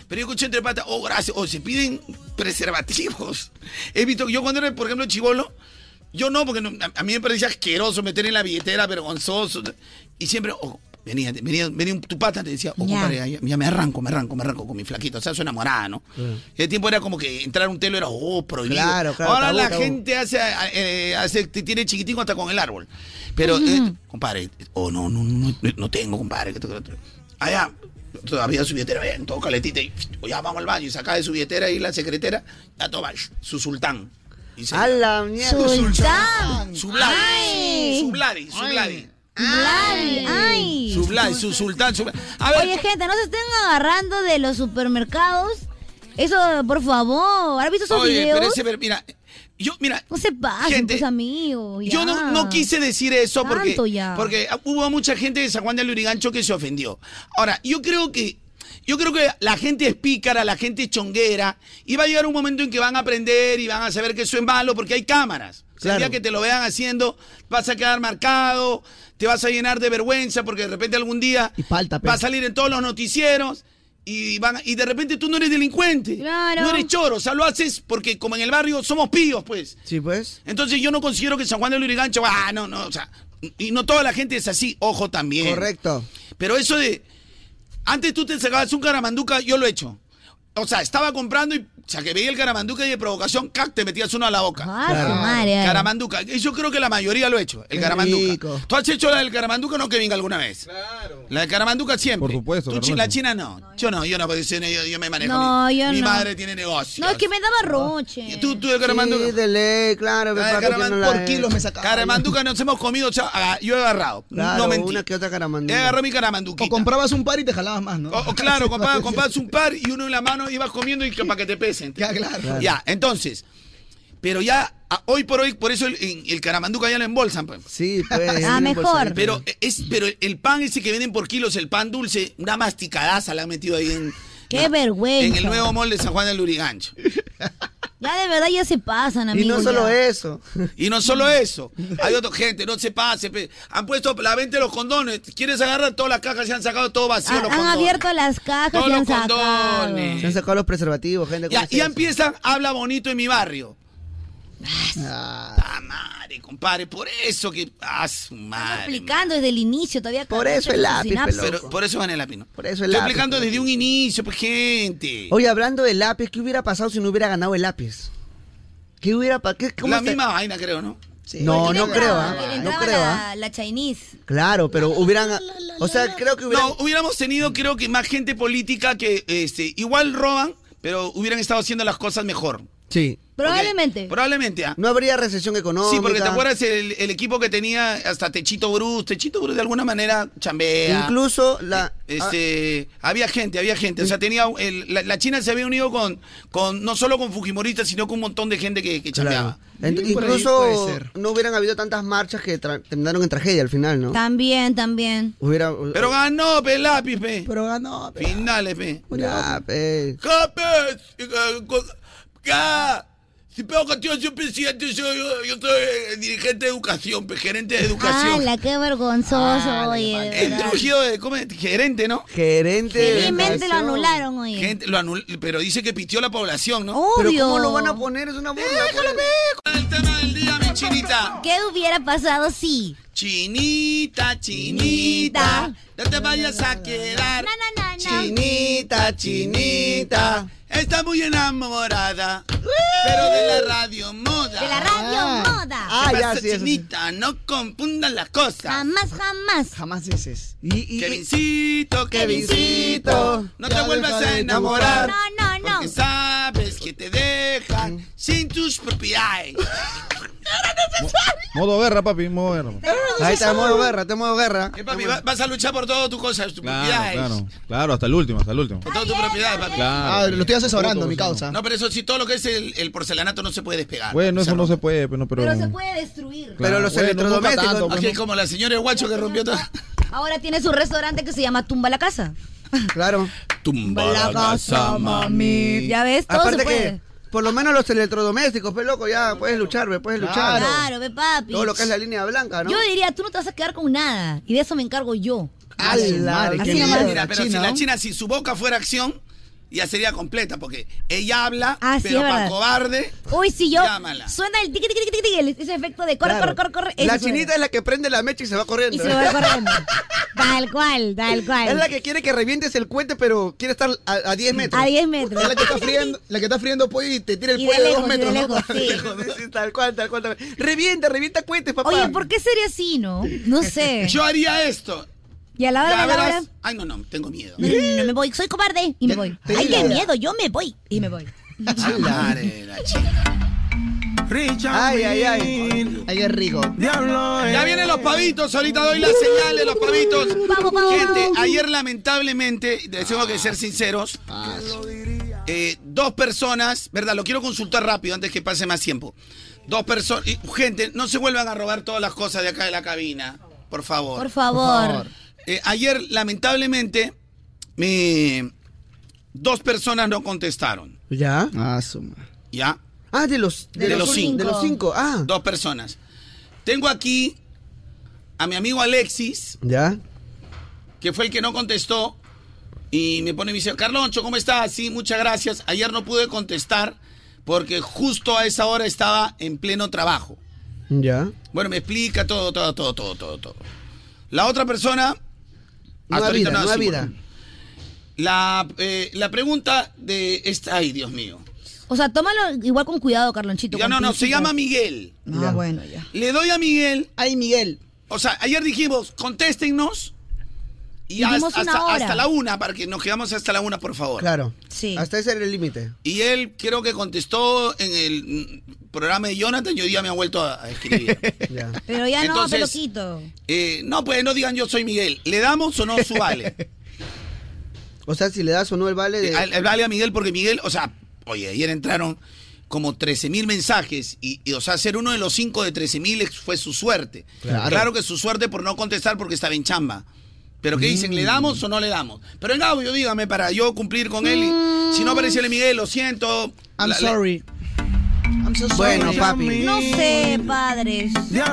Pero yo escuché entre patas, oh, gracias, o se piden preservativos. He visto, yo cuando era, por ejemplo, chibolo, yo no, porque no, a, a mí me parecía asqueroso meter en la billetera, vergonzoso. Y siempre, oh, venía, venía, venía tu pata, te decía, oh, Ya. compadre, ya, ya me arranco, me arranco, me arranco con mi flaquito. O sea, soy enamorada, ¿no? Y el tiempo era como que entrar a un telo era, oh, prohibido. Claro, claro, Ahora tabú, la tabú. gente hace, eh, hace, te tiene chiquitico hasta con el árbol. Pero, eh, compadre, oh, no, no, no, no, no tengo, compadre. Que, que, que, allá, todavía su billetera, bien, todo caletita. Y oh, ya vamos al baño y saca de su billetera y la secretera, ya toma su sultán. Y se- A la mierda. Sultán. Su Vladi, Ay. su Vladi, su Vladi. Vladi, ay. Su Vladi, su sultán, su Vladi. A ver, Oye, gente, no se estén agarrando de los supermercados. Eso, por favor. ¿Has visto esos oye, videos? pero ese, pero mira, yo, mira, No se pasen, gente, pues, amigos. yo no, ya. no quise decir eso porque, Tanto ya. porque hubo mucha gente de San Juan de Lurigancho que se ofendió. Ahora, yo creo que yo creo que la gente es pícara, la gente es chonguera, y va a llegar un momento en que van a aprender y van a saber que eso es malo porque hay cámaras. O sea, el día Claro. que te lo vean haciendo, vas a quedar marcado, te vas a llenar de vergüenza porque de repente algún día Y falta, va a salir en todos los noticieros. Y, van, y de repente tú no eres delincuente, Claro. no eres choro, o sea, lo haces porque como en el barrio somos píos, pues. Sí, pues. Entonces yo no considero que San Juan de Lurigancho, ah, no, no, o sea, y no toda la gente es así, ojo también. Correcto. Pero eso de, antes tú te sacabas un caramanduca, yo lo he hecho. O sea, estaba comprando y, o sea, que veía el caramanduca y de provocación, ¡cac!, te metías uno a la boca. Ah, su madre. Caramanduca. Y yo creo que la mayoría lo ha hecho, el Qué caramanduca. rico. ¿Tú has hecho la del caramanduca o no, Kevin, alguna vez? Claro. La del caramanduca siempre. Por supuesto, Tú, chi- Carlos. la china no. Yo no, yo no, porque yo, yo- yo me manejo. No, mi, yo mi no. madre tiene negocio. No, es que me daba roche. ¿Y tú, tú el caramanduca? Sí, de ley, claro. La de papi, caraman- que no la Por he- kilos me sacaba. Caramanduca nos hemos comido, cha- aga- yo he agarrado. Claro, no mentí. una que otra He caramanduca. agarrado mi caramanduquita. O comprabas un par y te jalabas más, ¿no? O, o claro, comprabas, comprabas un par y uno en la mano ibas comiendo y que, para que te pesen. Ya, claro. Claro. Ya, entonces, pero ya, a- hoy por hoy, por eso el, en- el caramanduca ya lo embolsan, pues. Sí, pues. Ah, viene mejor. bolsadito. Pero es, pero el pan ese que venden por kilos, el pan dulce, una masticadaza la han metido ahí en, Qué vergüenza. en el nuevo mall de San Juan del Lurigancho. Ya de verdad ya se pasan, Y amigos. no solo ya. eso. Y no solo eso, hay otra gente, no se pase. pe. Han puesto la venta de los condones. ¿Quieres agarrar todas las cajas? Se han sacado todo vacío Han, los han condones. abierto las cajas Todos y han los sacado. condones. Se han sacado los preservativos, gente. ¿cómo Ya, es y eso? empiezan, habla bonito en mi barrio. Ah, Ah, madre, compadre, por eso que. Ah, su Estamos madre. explicando desde el inicio todavía. Por Carlos, eso el sus lápiz, sinapsis. pelón. Pero por eso van el lápiz, ¿no? Por eso el Estoy lápiz, explicando pues. desde un inicio, pues, gente. Oye, hablando del lápiz, ¿qué hubiera pasado si no hubiera ganado el lápiz? ¿Qué hubiera pasado? La misma vaina, creo, ¿no? sí. No, Le no entraba- creo, le ¿ah? No entraba creo, la, ¿ah? la Chinese. Claro, pero hubieran. O sea, creo que hubieran. No, hubiéramos tenido, creo que más gente política que este, igual roban, pero hubieran estado haciendo las cosas mejor. Sí. Probablemente. Ok, Probablemente, ¿ah? No habría recesión económica. Sí, porque te acuerdas el, el equipo que tenía hasta Techito Bruce. Techito Bruce de alguna manera chambea. Incluso la. Este, había gente, había gente. O sea, tenía el- la, la China se había unido con, con no solo con fujimoristas, sino con un montón de gente que, que chambeaba. Claro. Ent- Sí, por ahí incluso puede ser. no hubieran habido tantas marchas que tra- terminaron en tragedia al final, ¿no? También, también. Hubiera. Pero ganó, pe, lápiz, pe. Pero ganó. pero- Finales, pe. Ya, pe. ¡Capes! ¿Qué? Si pego que yo soy presidente, yo, yo, yo soy eh, dirigente de educación, pe, gerente de educación. ¡Hala, qué vergonzoso! Ah, oye, vale, de El verdad. Trujillo de, ¿cómo es? Gerente, ¿no? Gerente. de Felizmente lo educación. anularon, oye. Gente, lo anul- pero dice que pitió la población, ¿no? Pero Obvio. ¿cómo lo van a poner? Es una burla. pues. El tema del día, mi chinita. ¿Qué hubiera pasado si? Chinita, chinita, no te vayas a quedar. No, no, no, no. Chinita, chinita. Está muy enamorada, pero de la radio moda. De la radio Ah. moda. Ah, ¿Qué ya, pasa, sí, eso sí. chinita? No confundan las cosas. Jamás, jamás. Jamás dices. Y, y, Kevincito, Kevincito, Kevincito, no te ya vuelvas deja a de enamorar. No, no, no. Porque sabes que te dejan sin tus propiedades. Modo guerra, papi, modo guerra. Ahí está, modo guerra, te modo guerra. Eh, papi, va- vas a luchar por todas tus cosas, tus Claro, propiedades. claro, claro, hasta el último, hasta el último. Por todas tus propiedades, papi. Claro. Ah, lo estoy asesorando, Todo, mi todo, causa. No, pero eso sí, todo lo que es el, el porcelanato no se puede despegar. Bueno, eso no rompe. se puede, pero no, pero. Pero se puede destruir. Claro, Pero los bueno, electrodomésticos- nunca tanto, pues, Aquí ¿no? como la señora de Guacho que rompió todo. Ahora tiene su restaurante que se llama Tumba la Casa. Claro. Tumba la casa, mami. Ya ves, todo Aparte se puede. que, por lo menos los electrodomésticos, pues loco, ya puedes luchar, ve, puedes luchar. Claro, ve papi. Todo lo que es la línea blanca, ¿no? Yo diría, tú no te vas a quedar con nada. Y de eso me encargo yo. A su Ala, madre, Así qué nomás. miedo, Mira, pero si China, la ¿no? China, si su boca fuera acción, ya sería completa, porque ella habla, Ah, sí, pero es para verdad. cobarde, Uy, si yo llámala. suena el tiqui, tiqui, tiqui, tiqui, el- ese efecto de corre, Claro. corre, corre, corre. eso La suena. chinita es la que prende la mecha y se va corriendo. Y se va corriendo. Tal cual, tal cual. Es la que quiere que revientes el cohete, pero quiere estar a, a diez metros. A diez metros. Es la que está friendo, la que está friendo pollo y te tira el Y de pollo de lejos, dos y de metros, ¿no? lejos, sí. Lejos, sí, sí, tal cual, tal cual, tal cual. Revienta, revienta cohetes, papá. Oye, ¿por qué sería así, no? No sé. Yo haría esto. Y a la hora Ya de la hora. verás. Ay, no, no, tengo miedo. No, no, no, no me voy, soy cobarde y me voy. te Ay, digo. qué miedo, yo me voy y me voy. Chalare, la chica. Ay, ay, ay. Ay, qué rico. Ya vienen los pavitos, ahorita doy las señales, los pavitos. Vamos, vamos, Gente, vamos. ayer lamentablemente, les tengo que ser sinceros, eh, dos personas, ¿verdad? Lo quiero consultar rápido antes que pase más tiempo. Dos personas, gente, no se vuelvan a robar todas las cosas de acá de la cabina, por favor. Por favor. Eh, ayer, lamentablemente, me, dos personas no contestaron, ¿Ya? Ah, suma. ¿ya? Ah, de los, De los cinco. De los cinco, ah. Dos personas. Tengo aquí a mi amigo Alexis, ¿Ya? que fue el que no contestó, y me pone y me dice, Carloncho, ¿cómo estás? Sí, muchas gracias. Ayer no pude contestar porque justo a esa hora estaba en pleno trabajo. ¿Ya? Bueno, me explica todo, todo, todo, todo, todo, todo. La otra persona... Nueva hasta ahorita vida, nada, nueva sí, vida. bueno. La, eh, la pregunta de esta... Ay, Dios mío. O sea, tómalo igual con cuidado, Carlonchito. Ya con no, no, se pincitas. llama Miguel. Ah, Ya. bueno, ya. Le doy a Miguel... Ay, Miguel. O sea, ayer dijimos, contéstennos. Y Y dimos hasta, una hasta- hora. hasta la una, para que nos quedamos hasta la una, por favor. Claro. Sí. Hasta ese era el límite. Y él creo que contestó en el mm, programa de Jonathan y hoy día me ha vuelto a, a escribir. Ya. Pero ya no, Entonces, te lo quito. Eh, no, pues no digan yo soy Miguel. ¿Le damos o no su vale? O sea, si le das o no el vale de... El, el vale a Miguel porque Miguel, o sea, oye, ayer entraron como trece mil mensajes y, y, o sea, ser uno de los cinco de trece mil fue su suerte. Claro. Claro que su suerte por no contestar porque estaba en chamba. Pero ¿qué dicen? ¿Le damos o no le damos? Pero en audio, dígame, para yo cumplir con él. Y, si no aparece Miguel, lo siento. I'm La- la- sorry. I'm so sorry. Bueno, papi. No sé, padres.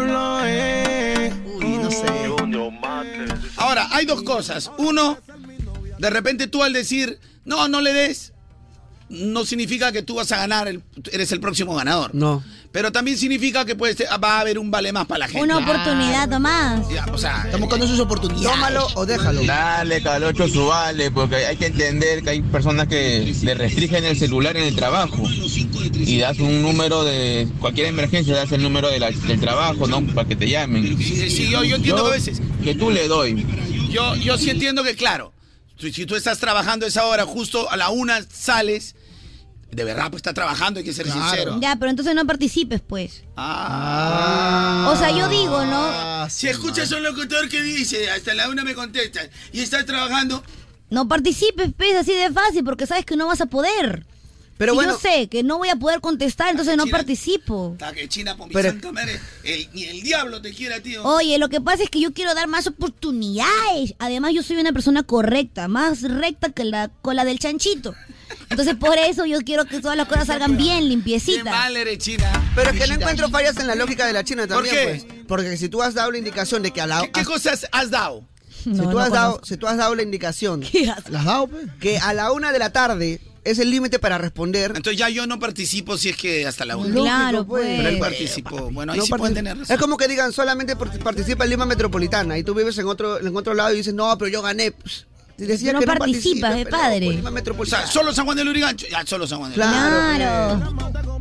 Uy, no sé. Ahora, hay dos cosas. Uno, de repente tú al decir, no, no le des, no significa que tú vas a ganar, el- eres el próximo ganador. No. Pero también significa que puede ser- va a haber un vale más para la gente. Una oportunidad, Tomás. Ya, o sea, Estamos buscando sus oportunidades. Tómalo o déjalo. Dale, Carloncho, su vale, porque hay que entender que hay personas que le restringen el celular en el trabajo y das un número de cualquier emergencia, das el número de la- del trabajo, ¿no? Para que te llamen. sí, sí, yo, yo entiendo que a veces, Que tú le doy. yo, yo sí entiendo que, claro, tú- si tú estás trabajando a esa hora, justo a la una sales, de verdad, pues está trabajando, hay que ser Claro. sincero. Ya, pero entonces no participes, pues. Ah. O sea, yo digo, ¿no? Ah, Si escuchas a un locutor que dice, hasta la una me contestan, y estás trabajando, No participes, pues, así de fácil, porque sabes que no vas a poder. Pero Si bueno, yo sé que no voy a poder contestar, entonces no China. participo. está que China por mi Pero- santa madre, el- ni el diablo te quiera, tío. Oye, lo que pasa es que yo quiero dar más oportunidades. Además, yo soy una persona correcta, más recta que la cola del chanchito. Entonces, por eso yo quiero que todas las cosas salgan bien, Qué limpiecitas. mal eres, China. pero es que no encuentro fallas en la lógica de la China también, qué? pues. Porque si tú has dado la indicación de que a la... ¿Qué, qué cosas has dado? si, No, tú no has dado, conozco. si tú has dado la indicación ¿Qué haces? ¿Las has dado, pues? que a la una de la tarde es el límite para responder... Entonces ya yo no participo si es que hasta la una. Lógico, Claro, pues. Pero él pues. participó. Bueno, ahí No sí pueden partici- tener razón. Es como que digan, solamente por- participa en Lima Metropolitana y tú vives en otro, en otro lado y dices, no, pero yo gané. Pues, y decías No que participas, participas, eh, pero padre. por Lima O Metropolitana. sea, solo San Juan del Lurigancho. Ya, solo San Juan del Claro.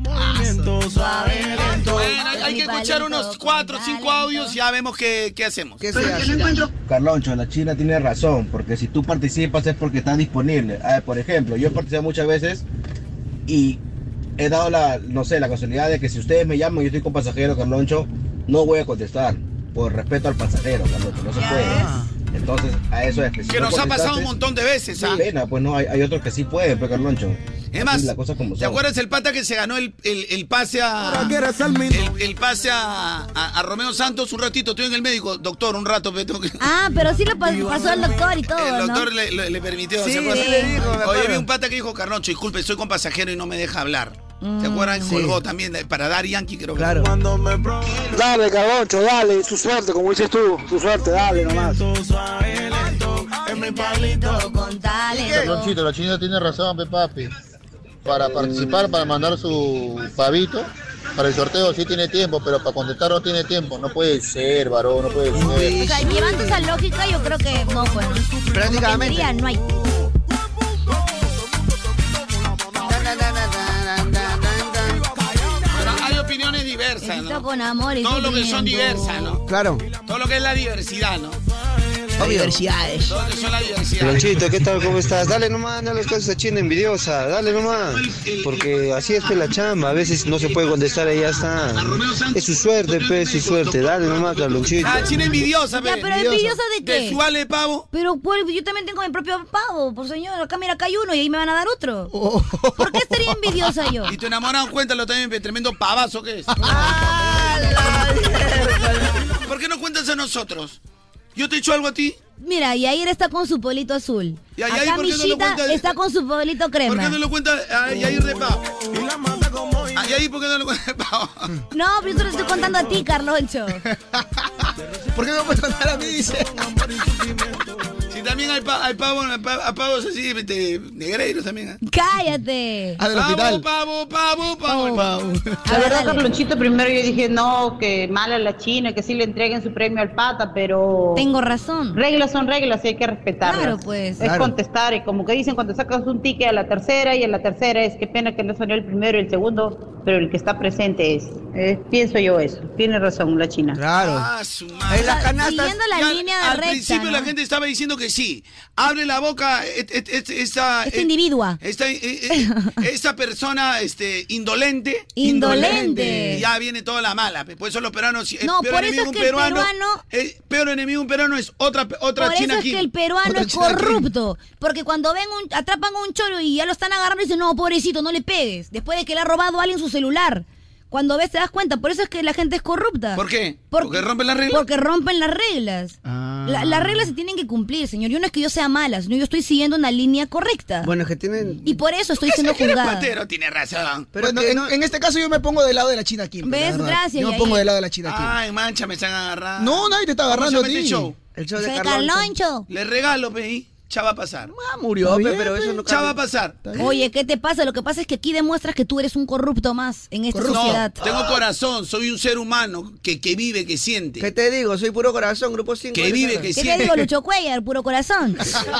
Bueno, hay, hay que escuchar unos cuatro o cinco audios y ya vemos qué, qué hacemos. ¿Qué se hace? Carloncho, la China tiene razón, porque si tú participas es porque estás disponible. A ver, por ejemplo, yo he participado muchas veces y he dado la, no sé, la casualidad de que si ustedes me llaman y yo estoy con pasajero, Carloncho, no voy a contestar, por respeto al pasajero, Carloncho, no se puede. Entonces, a eso es que si Que no nos ha pasado un contestaste, montón de veces, ¿ah? pena, pues no, hay, hay otros que sí pueden, pero Carloncho. Es más, así las cosas como ¿te son. acuerdas el pata que se ganó el, el, el pase a. El, el pase a, a, a Romeo Santos? Un ratito, estoy en el médico, doctor, un rato. me tengo que- Ah, pero sí lo pas- pasó al doctor y todo, El ¿no? doctor le, le- le permitió. Sí, ¿se acuerdan? sí le dijo, me Oye, acuerdo. vi un pata que dijo, Carloncho, disculpe, estoy con pasajero y no me deja hablar. Mm. ¿Se acuerdan? Sí. Colgó también de- para dar Yankee, creo que. Claro. Dale, Carloncho, dale, su suerte, como dices tú, su suerte, dale nomás. chavito con talento. Carlonchito, la china tiene razón, pe papi. Para participar, para mandar su pavito, para el sorteo sí tiene tiempo, pero para contestar no tiene tiempo. No puede ser, varón, no puede ser. O sea, llevando esa lógica, yo creo que no, pues. Prácticamente. Como que no hay. Hay opiniones diversas, ¿no? Con amor y todo lo que son diversas, ¿no? Claro. Todo lo que es la diversidad, ¿no? Diversidades. Todo lo que son la diversidad. Lonchito, ¿qué tal? ¿Cómo estás? Dale nomás, no las cosas a China envidiosa, dale nomás. Porque así es pues la chamba, a veces no se puede contestar y ya está. Es su suerte, pe, es su suerte, dale nomás, Carlonchito. Ah, China envidiosa, Ya, pe. pero envidiosa de qué? De su ale pavo. Pero pues, yo también tengo mi propio pavo, por señor. Acá mira, acá hay uno y ahí me van a dar otro. Oh. ¿Por qué estaría envidiosa yo? Y tu enamorado, cuéntalo también, pe, tremendo pavazo que es. ¿Por qué no cuentas a nosotros? ¿Yo te he hecho algo a ti? Mira, Yair está con su polito azul. ¿Y a Yair Acá por qué no lo Michita cuentas? está con su polito crema. ¿Por qué no lo cuentas a Yair de pavo? ¿A Yair por qué no lo cuentas de pavo? No, pero yo te lo estoy contando a ti, Carloncho. ¿Por qué me puedes contar a mí? Dice. Si también hay, pa hay pavos, pa pavos así, este, negreiros también. ¿eh? Cállate. Ah, del hospital. Pavo, pavo, pavo, pavo. La verdad, Carlonchito, primero yo dije, no, que mala la China, que sí le entreguen su premio al pata, pero... Tengo razón. Reglas son reglas y hay que respetarlas. Claro, pues. Es Claro. contestar, y como que dicen cuando sacas un ticket a la tercera, y a la tercera es, qué pena que no salió el primero y el segundo, pero el que está presente es. Eh, pienso yo eso. Tiene razón la China. Claro. Ah, su madre. En las canastas. Siguiendo la Ya, línea de al recta, principio ¿no? la gente estaba diciendo que sí. Abre la boca et, et, et, esta... Este eh, individua. Esta, eh, eh, esta persona este, indolente. Indolente. Ya viene toda la mala. Por eso los peruanos... El No, peor por enemigo eso es de que un el peruano, peruano- el peor enemigo de un peruano es otra, otra Por China eso es aquí. que el peruano Otra es China aquí. corrupto. Porque cuando ven un, atrapan a un choro y ya lo están agarrando y dicen, no, pobrecito, no le pegues. Después de que le ha robado a alguien su celular. Cuando ves te das cuenta. Por eso es que la gente es corrupta. ¿Por qué? Porque, ¿Porque rompen las reglas? Porque rompen las reglas. La- las reglas se tienen que cumplir, señor. Yo no es que yo sea mala, sino yo estoy siguiendo una línea correcta. Bueno, es que tienen... Y por eso estoy siendo Que eres juzgada. patero, tiene razón. Pero en, en- en este caso yo me pongo del lado de la China Kim. ¿Ves? la verdad. Gracias, Yo me Yair. pongo del lado de la China Kim. Ay, mancha, me están agarrando. No, nadie te está ¿Cómo agarrando se a llama ti. este show? El show de Soy Carloncho. Carloncho. Le regalo, pe, ya va a pasar. Ah, murió, pe, pero eso no Ya va a cambia. pasar. Oye, ¿qué te pasa? Lo que pasa es que aquí demuestras que tú eres un corrupto más en esta No, sociedad. tengo corazón, soy un ser humano que, que vive, que siente. ¿Qué te digo? Soy puro corazón, grupo cinco. Que vive, que ¿Qué te siente. digo, Lucho Cuellar, puro corazón?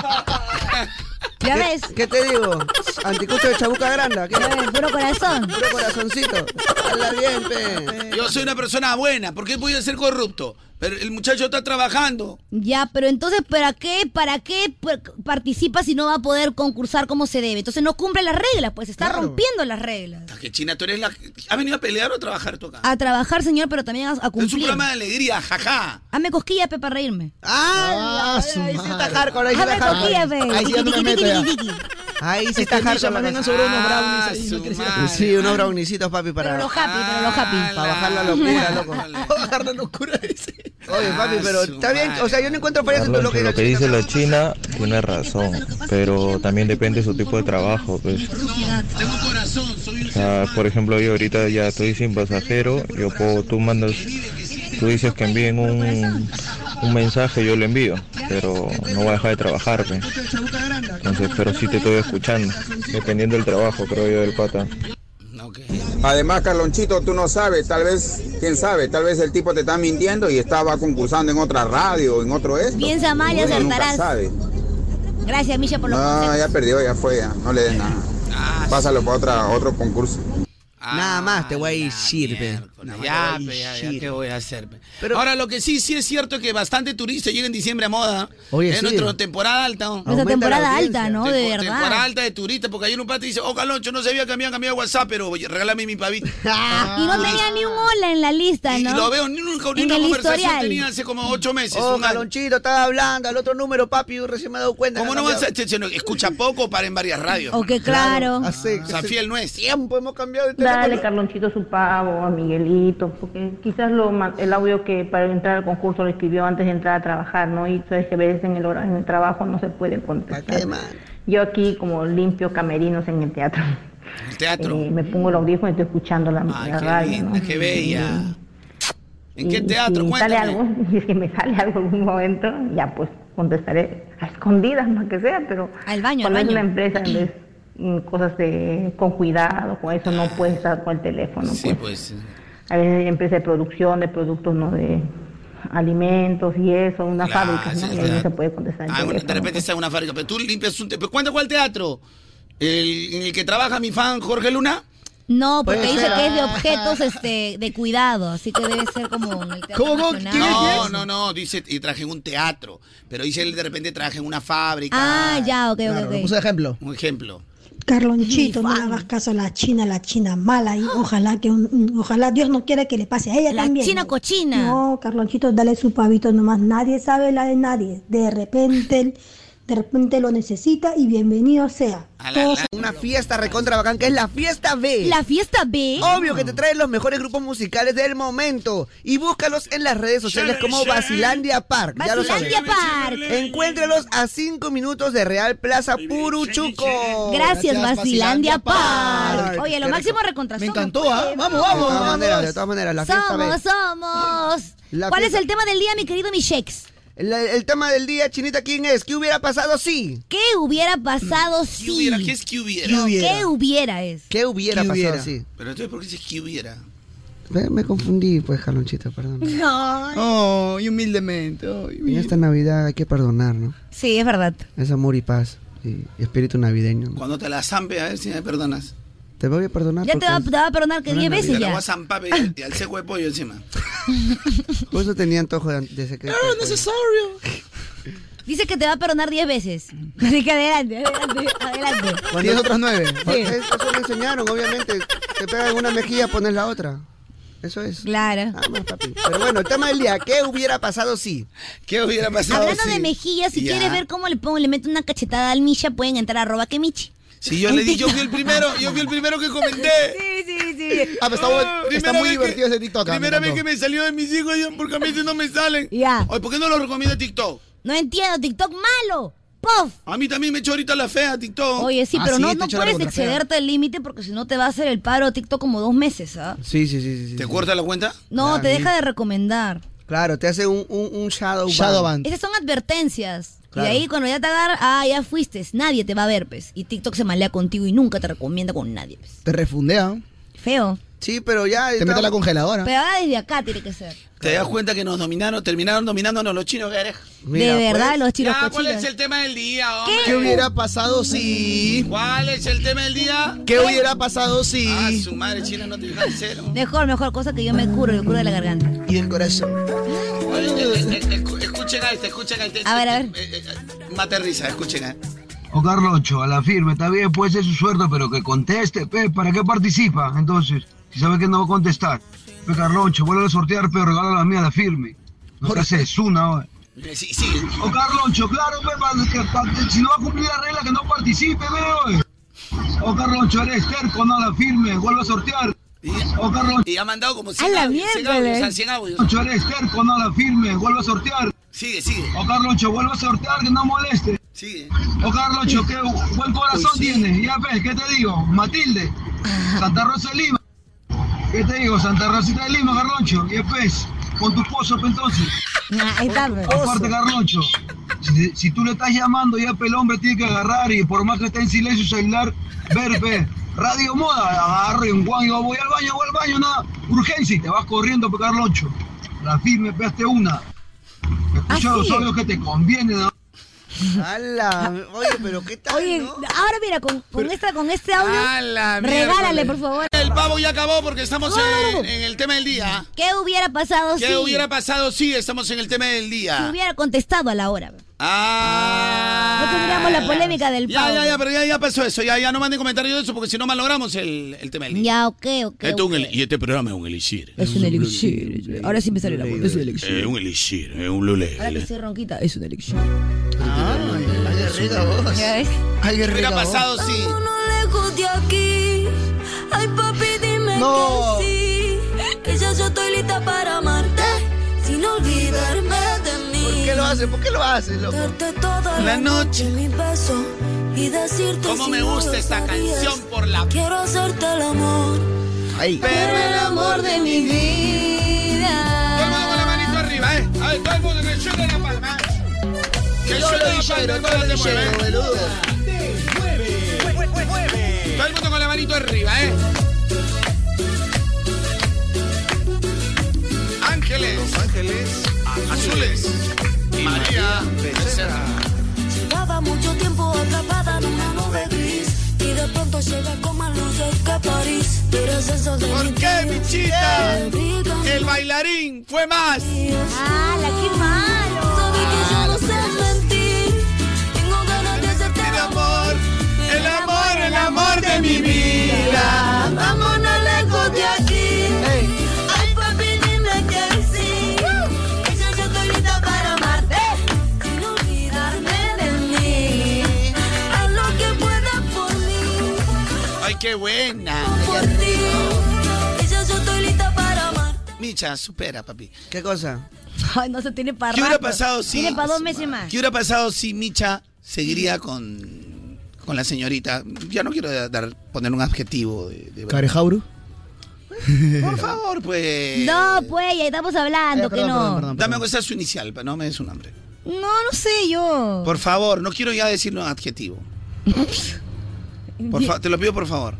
¿Ya ¿Qué- ves? ¿Qué te digo? Anticucho de Chabuca Granda. ¿Qué? Ya ves, puro corazón. Puro corazoncito. Habla bien, pe. Yo soy una persona buena, ¿por qué voy a ser corrupto? Pero el muchacho está trabajando. Ya, pero entonces, ¿para qué, para qué p- participa si no va a poder concursar como se debe? Entonces no cumple las reglas, pues está Claro. rompiendo las reglas. Que China, tú eres la... ¿Has venido a pelear o a trabajar tú acá? A trabajar, señor, pero también a, a Es un cumplir. programa de alegría, jaja. Hazme cosquilla, pe, para reírme. Ah, Ah, su ahí sí está madre. hardcore, ahí sí Hazme está cosquilla, hardcore. pe. Ahí sí ya no me meto ya. Tiqui, tiqui, tiqui. Ahí sí está Este Misha, hardcore. más bien la han cosa. sobrado unos Ah, brownies ahí. su No quisiera- madre. Sí, unos brownicitos, papi, para... Pero los happy, pero los happy. Para bajar la locura, loco. Bajar la locura ese. Oye, papi, pero Ah, su está bien. O sea, yo no encuentro fallas en tu Carloncho, loco. lo que dice la China tiene razón, pero también depende de su tipo de trabajo, pues. O sea, por ejemplo, yo ahorita ya estoy sin pasajero, yo puedo, tú mandas, tú dices que envíen un, un mensaje, yo lo envío, pero no voy a dejar de trabajar, pues. Entonces, pero sí te estoy escuchando, dependiendo del trabajo, creo yo, del pata. Ok. Además, Carlonchito, tú no sabes, tal vez, quién sabe, tal vez el tipo te está mintiendo y estaba concursando en otra radio, en otro esto. Piensa mal y Uno nunca acertarás. sabe. Gracias, Misha, por los No, consejos. ya perdió, ya fue, ya, no le des nada. Ah, Pásalo para otra, otro concurso. Nada más te voy a decir, pe. miércoles. Nada Ya, más te voy pe, a ya, ya, decir. ¿qué voy a hacer? Pe? Pero- Ahora, lo que sí, sí es cierto que bastante turista llega en diciembre a moda. Oye, es sí. nuestra temporada alta. ¿no? Nuestra Aumenta temporada la audiencia. alta, ¿no? De Tempo- Temporada verdad. alta de turistas, porque ayer un pata dice, oh, Caloncho, no sabía que habían cambiado WhatsApp, pero oye, regálame mi pavito. Y no tenía ni un hola en la lista, Y ¿no? lo veo, ni nunca ni En una el conversación historial. tenía hace como ocho meses. Oh, un año. Calonchito, estaba hablando al otro número, papi, yo recién me he dado cuenta. ¿Cómo que no ha vas a cambiado. este, no, escucha poco para en varias radios? O que claro. Hace O sea, fiel no es. tiempo hemos cambiado de Dale, teléfono. Carlonchito, su pavo, a Miguelito, porque quizás lo, ma- el audio que para entrar al concurso lo escribió antes de entrar a trabajar, ¿no? Y sabes que a veces en el, hora- en el trabajo no se puede ¿Para contestar. qué, man? Yo aquí como limpio camerinos en el teatro. El teatro. Eh, me pongo el audífono y estoy escuchando la, Ay, la qué radio, linda, ¿no? qué bella. ¿En Y- qué y teatro? si sale Cuéntame. algo, y es que me sale algo en algún momento, ya pues contestaré a escondidas más que sea, pero al baño, cuando al es baño. una empresa, entonces, mm, cosas de, con cuidado, con eso no puedes estar con el teléfono. Sí, pues. pues. A veces hay empresas de producción de productos, ¿no? De alimentos y eso, una Claro, fábrica, ¿no? sí, Y ahí claro. no se puede contestar el Ah, bueno, de teléfono. repente está en una fábrica, pero tú limpias un... te- pero ¿cuánto cuál teatro? ¿El, ¿En el que trabaja mi fan Jorge Luna? No, porque Puede dice ser. que es de objetos este, de cuidado, así que debe ser como en el Teatro ¿Cómo? Nacional. No, no, no, dice, y traje en un teatro, pero dice él de repente traje en una fábrica. Ah, ya, ok, ok, ok. de ejemplo. Un ejemplo. Carlonchito, no le hagas caso a la China, la China mala, y ojalá que un- un- ojalá Dios no quiera que le pase a ella La también. China cochina. No, Carlonchito, dale su pavito nomás, nadie sabe la de nadie. De repente, de repente lo necesita y bienvenido sea. Todos- Una fiesta recontra bacán que es la Fiesta B. ¿La Fiesta B? Obvio que te trae los mejores grupos musicales del momento. Y búscalos en las redes sociales como Basilandia Park. Ya lo sabes. Basilandia Park. Encuéntralos a cinco minutos de Real Plaza Puruchuco. Gracias, Basilandia Park. Park. Oye, lo Qué máximo rico. recontra Me somos, encantó, ¿ah? pues. Vamos, vamos. De todas maneras, de todas maneras, la Fiesta B. Somos, somos. La ¿Cuál fiesta- es el tema del día, mi querido Michex? El, el tema del día, Chinita, ¿quién es? ¿Qué hubiera pasado si? ¿Qué hubiera pasado si? ¿Qué hubiera? ¿Qué es que hubiera? No, ¿qué hubiera es? ¿Qué hubiera ¿Qué pasado hubiera? si? Pero entonces, ¿por qué dices que hubiera? Me, me confundí, pues, Jalonchito, perdón. Oh, y humildemente. oh, y En esta Navidad hay que perdonar, ¿no? Sí, es verdad. Es amor y paz. Y espíritu navideño, ¿no? Cuando te la zampe, a ver si me perdonas. Te voy a perdonar Ya te porque va, es- te va a perdonar que Una diez veces Te la ya. voy a zampar y al- y al seco de pollo encima. por eso tenía antojo de, de secreto. Dice que te va a perdonar diez veces. Así que adelante, adelante, adelante. Con diez otras nueve. Sí. Eso me enseñaron, obviamente. Te pegan una mejilla, pones la otra. Eso es. Claro. Nada más, papi. Pero bueno, el tema del día, ¿qué hubiera pasado si? ¿Qué hubiera pasado Hablando si? de mejillas, si Ya. quieres ver cómo le pongo, le meto una cachetada al Misha, pueden entrar a arroba que Michi. Si yo le di, yo fui el primero, yo fui el primero que comenté. Sí, sí, sí. Ah, pero está, bu- está Primera muy vez divertido que- ese TikTok. ah, me Primera vez encantó. que me salió de mis hijos, yo, porque a mí sí no me salen. Ya. Oye, ¿por qué no lo recomienda TikTok? No entiendo, TikTok malo. ¡Pof! A mí también me echó ahorita la fea TikTok. Oye, sí, Ah, pero sí, no, te no echó la puedes contrafea. excederte del límite porque si no te va a hacer el paro TikTok como dos meses, ¿ah? Sí, sí, sí. sí ¿Te sí. corta la cuenta? No, Claro, te sí. deja de recomendar. Claro, te hace un, un, un shadow, Shadow ban. ban. Esas son advertencias. Claro. Y de ahí cuando ya te agarra, ah, ya fuiste, nadie te va a ver, pues. Y TikTok se malea contigo y nunca te recomienda con nadie, pues. Te refundea. Feo. Sí, pero ya... Te mete a la congeladora. Pero ahora desde acá tiene que ser. ¿Te das cuenta que nos dominaron, terminaron dominándonos los chinos, Gareja? Mira, de verdad, pues. los chinos Ya, ¿cuál cochinos. es el tema del día, hombre? ¿Qué hubiera pasado si? ¿Cuál es el tema del día? ¿Qué hubiera pasado si? Ah, su madre china no te deja de cero. Mejor, mejor, cosa que yo me curo, yo curo de la garganta. Y del corazón. Oye, eh, eh, eh, escu- Escuchen a este, escuchen a este. A ver, a ver. Eh, eh, eh, Mate risa, escuchen a O Carlocho, a la firme, está bien, puede ser su suerte, pero que conteste, pe, ¿para qué participa? Entonces, si sabe que no va a contestar. Pe, Carlocho, vuelve a sortear, pero regala la mía a la firme. No te haces una, oye. Sí, sí. O Carlocho, claro, pe, para que, para que si no va a cumplir la regla, que no participe, pe, oye. O Carlocho, eres terco, no a la firme, vuelve a sortear. O Carlocho, Y ha mandado como A cien la audios, cien miércoles. audios, o sea, cien audios. eres terco, no a la firme, vuelve a sortear. Sigue, sigue. O Carlocho, vuelve a sortear, que no moleste. Sigue. O Carlocho, qué buen corazón Uy, sí. tiene. Ya ves, ¿qué te digo? Matilde, Santa Rosa de Lima. ¿Qué te digo? Santa Rosita de Lima, Carloncho. Y después, con tu esposo, pe, entonces. Ah, ahí está, pues. Aparte, Carloncho, si, si tú le estás llamando, ya pe, el hombre tiene que agarrar y por más que esté en silencio su celular, ver, pe, Radio Moda, agarro y un guan, yo voy al baño, voy al baño, nada, urgencia, y te vas corriendo, pe, Carloncho. La firme, pegaste una. Escucha ¿Ah, los sí? audios que te conviene, ¿no? ¡Hala! Oye, pero ¿qué tal, Oye, no? ahora mira, con, con, esta, con este audio, A la regálale, miércoles. por favor. El pavo ya acabó porque estamos en, en el tema del día. ¿Qué hubiera pasado ¿Qué si hubiera pasado si estamos en el tema del si día? hubiera contestado a la hora? Ah. No tendríamos la polémica del Ya, pavo. ya, ya, pero ya, ya pasó eso. Ya, ya no manden comentarios de eso porque si no malogramos el, el tema del día. Ya, ok, ok. Esto es un ok. el- y este programa es un elixir. Es un elixir. Ahora sí me sale la voz. Es un elixir. Es un elixir, es un lule. Ahora que estoy ronquita, es un elixir. Ay, qué rica voz. ¿Ya ves? Ay, qué ¿Qué hubiera rica voz. pasado si? Lejos de aquí, ay papi dime No. que sí, que ya yo estoy lista para amarte, sin olvidarme de mí. ¿Por qué lo haces? ¿Por qué lo haces, loco? Darte toda La la noche. noche mi beso y decirte ¿Cómo si me no gusta lo esta sabías, canción por la... quiero hacerte el amor, Ahí. pero el amor de mi Todo el mundo vida. con la manito arriba, ¿eh? A ver, todo el mundo que suene la palma. Que Todo suena lo la villero, palma, todo lo te villero, mueve. boludo. Todo el mundo con la manito arriba, ¿eh? Ángeles. Ángeles azules. Y María Becerra. Llevaba mucho tiempo atrapada en una nube gris y de pronto llega con más luces que París. Pero es eso de ¿Por qué, Michita? El bailarín fue más. ¡Hala, qué malo! Sabe que yo no sé mentir. Tengo ganas de hacerte el amor. El amor, el amor de mi vida. Vámonos lejos de aquí. Ay, papi, dime que sí. Que ya yo estoy lista para amarte. Sin olvidarme de mí. Haz lo que puedas por mí. Ay, qué buena. Por ti. Que ya yo estoy lista para amar. Micha, supera, papi. ¿Qué cosa? Ay, no se tiene para ¿Qué hubiera rato. pasado si... Tiene para dos meses más. ¿Qué hubiera pasado si Micha seguiría con, con la señorita? Ya no quiero dar, poner un adjetivo de... de Carejauro. Por favor, pues... No, pues, ya estamos hablando, Eh, que perdón, no. perdón, perdón. Dame aunque sea su inicial, pero no me des su nombre. No, no sé yo. Por favor, no quiero ya decirle un adjetivo. Por fa- te lo pido por favor.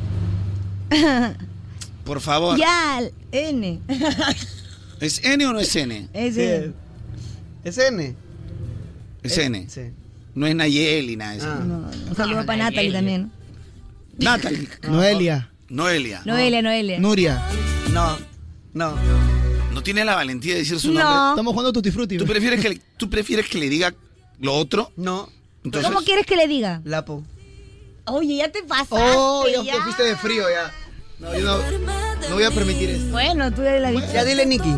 Por favor. Ya, N. ¿Es N o no es N? Es N. ¿Es N? Es N. No es Nayeli, nada de eso. No, un saludo para Natalie también. Natalie. Noelia. Noelia. Noelia, Noelia. Nuria. No, no. No tiene la valentía de decir su No. nombre. Estamos jugando Tutti Frutti. ¿Tú prefieres que le, ¿Tú prefieres que le diga lo otro? No. Entonces, ¿Cómo quieres que le diga? Lapo. Oye, ya te pasaste. Oh, ya, ya. te fuiste de frío ya. No, yo no, no voy a permitir esto. Bueno, tú eres la dicha. Ya dile Nicky.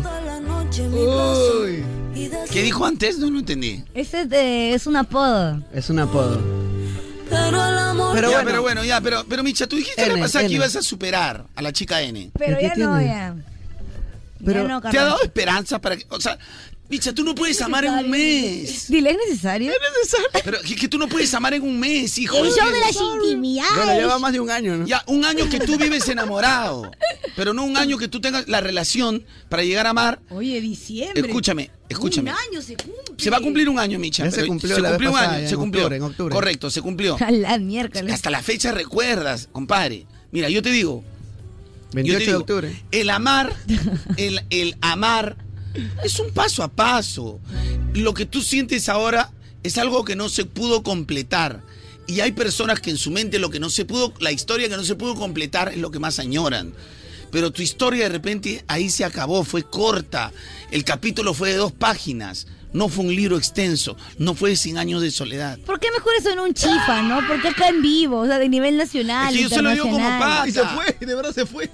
Uy. ¿qué dijo antes? No lo entendí. Ese es, de- es un apodo. Es un apodo. Pero el amor. Pero ya, bueno. pero bueno, ya, pero, pero Micha, tú dijiste N, la pasada que N. ibas a superar a la chica N. Pero ¿Qué ya no, tiene? ya. Pero, ya no, ¿Te ha Carlos. dado esperanza para que.? O sea, Micha, tú no puedes amar en un mes. Dile, ¿es necesario? Pero que, que tú no puedes amar en un mes, hijo. El Es show que- de las intimidades. Bueno, lleva más de un año, ¿no? Ya, un año que tú vives enamorado. Pero no un año que tú tengas la relación para llegar a amar. Oye, diciembre. Escúchame, escúchame. Un año se cumple. Se va a cumplir un año, Micha. Ya se pero cumplió se la vez cumplió un pasada, año, ya se en cumplió. octubre, en octubre. Correcto, se cumplió. A la miércoles. Hasta la fecha recuerdas, compadre. Mira, yo te digo. Yo veintiocho te de digo, octubre. El amar, el, el amar es un paso a paso. Lo que tú sientes ahora es algo que no se pudo completar. Y hay personas que en su mente lo que no se pudo, la historia que no se pudo completar es lo que más añoran. Pero tu historia de repente ahí se acabó, fue corta. El capítulo fue de dos páginas. No fue un libro extenso, no fue de cien años de soledad. ¿Por qué mejor eso en un chifa, no? Porque acá en vivo, o sea, de nivel nacional, Es que yo se lo digo como internacional. pata. Y se fue, de verdad se fue.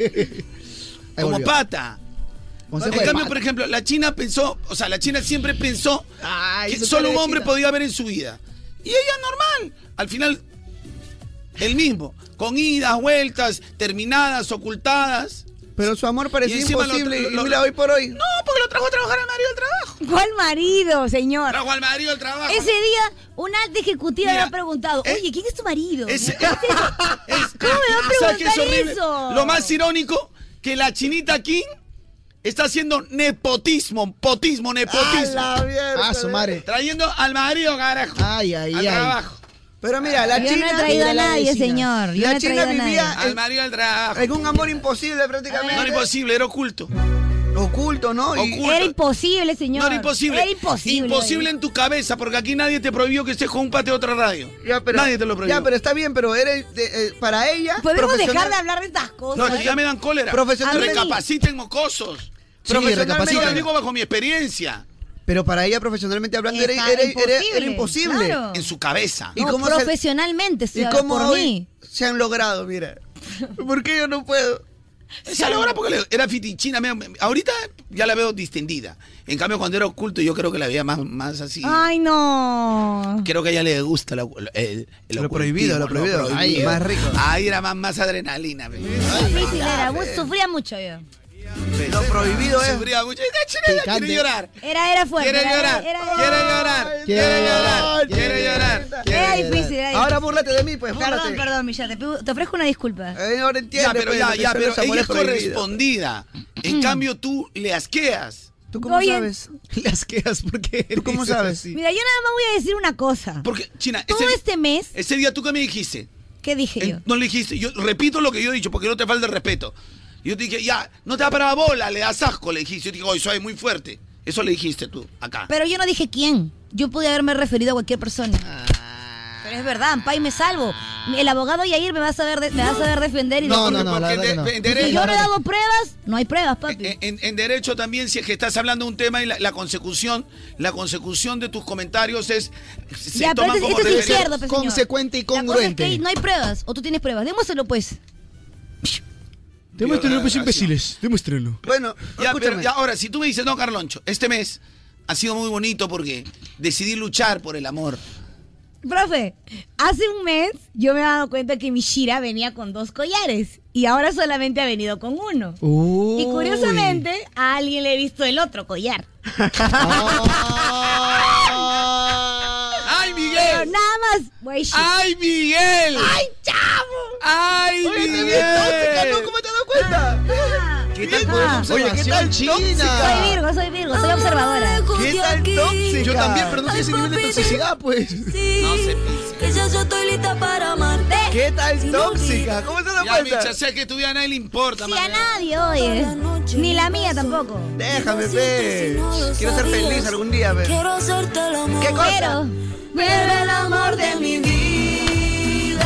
Ahí Como volvió. pata. Consejo En de cambio, pata. por ejemplo, la China pensó, o sea, la China siempre pensó Ay, que eso solo un cara de hombre China. podía haber en su vida. Y ella normal. Al final, el mismo. Con idas, vueltas, terminadas, ocultadas. Pero su amor parecía Y encima lo- imposible. lo- y lo- mira, hoy por hoy. No, porque lo trajo a trabajar al marido del trabajo. ¿Cuál marido, señor? Trajo al marido del trabajo. Ese día, una alta ejecutiva Mira, me ha preguntado, eh, oye, ¿quién es tu marido? Es- ¿Qué es eso? es- ¿Cómo me va a ¿sabes qué es preguntar horrible? eso? Lo más irónico, que la chinita King está haciendo nepotismo, potismo, nepotismo. A la mierda. Ah, su madre. Trayendo al marido, carajo. Ay, ay, al ay. trabajo. Pero mira, la Yo China. no he traído a mira la nadie, vecina. señor. Yo La no he China traído a nadie. vivía- Al marido del trabajo. En un amor imposible prácticamente. No era imposible, era oculto. Oculto, ¿no? Y- Oculto. Era imposible, señor. No era imposible. Era imposible. Imposible en tu cabeza, porque aquí nadie te prohibió que estés con un pate de otra radio. Ya, pero, Nadie te lo prohibió. Ya, pero está bien, pero era eh, eh, para ella. ¿Podemos profesional- dejar de hablar de estas No, cosas? que ya me dan cólera. Profesionalmente- Recapaciten, mocosos. Sí, Profesionalmente- recapacita. Yo lo digo bajo mi experiencia. Pero para ella, profesionalmente hablando, era, Está era, era- imposible, era imposible. claro. En su cabeza. ¿Y No, cómo se- profesionalmente, ¿Y sí, cómo por hoy mí. se han logrado? Mira. ¿Por qué yo no puedo? Se logra porque le- era fitichina. me- me- Ahorita ya la veo distendida. En cambio, cuando era oculto, yo creo que la veía más, más así. Ay, no. Creo que a ella le gusta lo, el, el Lo prohibido, lo prohibido. Ay, más rico. Ahí era más, más adrenalina. me- Difícil era, mu- sufría mucho yo. Lo prohibido es. Sufría mucho. Esta china Picante. quiere llorar. Era, era fuerte. Quiere era- llorar. Era, era- Quiere llorar. Quiere llorar. Quiere llorar. era difícil, era Ahora difícil. búrlate de mí, pues. Perdón, búrlate. perdón, Milla, te, pido- te ofrezco una disculpa. Eh, ahora entiende. Ya, pero pues, ya, lo que ya, son pero los ella amores es prohibidos. correspondida. En cambio, tú le asqueas. ¿Tú cómo Oye, sabes? Las quejas, ¿por qué? ¿Tú cómo sabes? Mira, yo nada más voy a decir una cosa. Porque, China, Todo ese, este mes, ese día tú que me dijiste. ¿qué dije yo? Eh, no le dijiste, yo repito lo que yo he dicho porque no te falta el respeto. Yo te dije, ya, no te da para la bola, le das asco, le dijiste. Yo te dije, oye, soy muy fuerte. Eso le dijiste tú, acá. Pero yo no dije quién. Yo pude haberme referido a cualquier persona. Pero es verdad, Ampay, me salvo. El abogado Yair me va a saber, de- me va a saber defender y No, decir- no, no, la Porque verdad que de- no. de- en Si derecho- yo no he dado pruebas, no hay pruebas, papi. En, en- en derecho también, si es que estás hablando de un tema y la, la consecución, la consecución de tus comentarios es se Ya, pero toma este- como este es referencia. izquierdo, pues, señor. Consecuente y La cosa es congruente. que no hay pruebas. O tú tienes pruebas. Démoselo, pues. Demuéstrenlo, pues, imbéciles. Demuéstrenlo. Bueno, Ya, pero, escúchame. ya, ahora, si tú me dices, no, Carloncho, este mes ha sido muy bonito porque decidí luchar por el amor. Profe, hace un mes yo me he dado cuenta que mi Shira venía con dos collares y ahora solamente ha venido con uno. Y curiosamente a alguien le he visto el otro collar. ¡Ay, Miguel! Pero nada más, güey. ¡Ay, Miguel! ¡Ay, chavo! ¡Ay, Oye, te Miguel! ves tóxica, ¿no? ¿Cómo te has dado cuenta? ¿Qué tal Ah. con Oye, ¿qué tal China? Soy Virgo, soy Virgo, soy observadora. ¿Qué tal tóxica? Yo también, pero no tiene ese nivel de toxicidad, pues. No se piense. Que ya yo estoy lista para amarte. ¿Qué tal tóxica? ¿Cómo te has dado Ya, cuenta? Micha, sé que tu vida a nadie le importa, Sí, man. a nadie, oye. Ni la mía tampoco. Déjame, pe. Quiero ser feliz algún día, pe. Quiero hacerte el amor. ¿Qué cosa? Pero, Pero el amor de mi vida.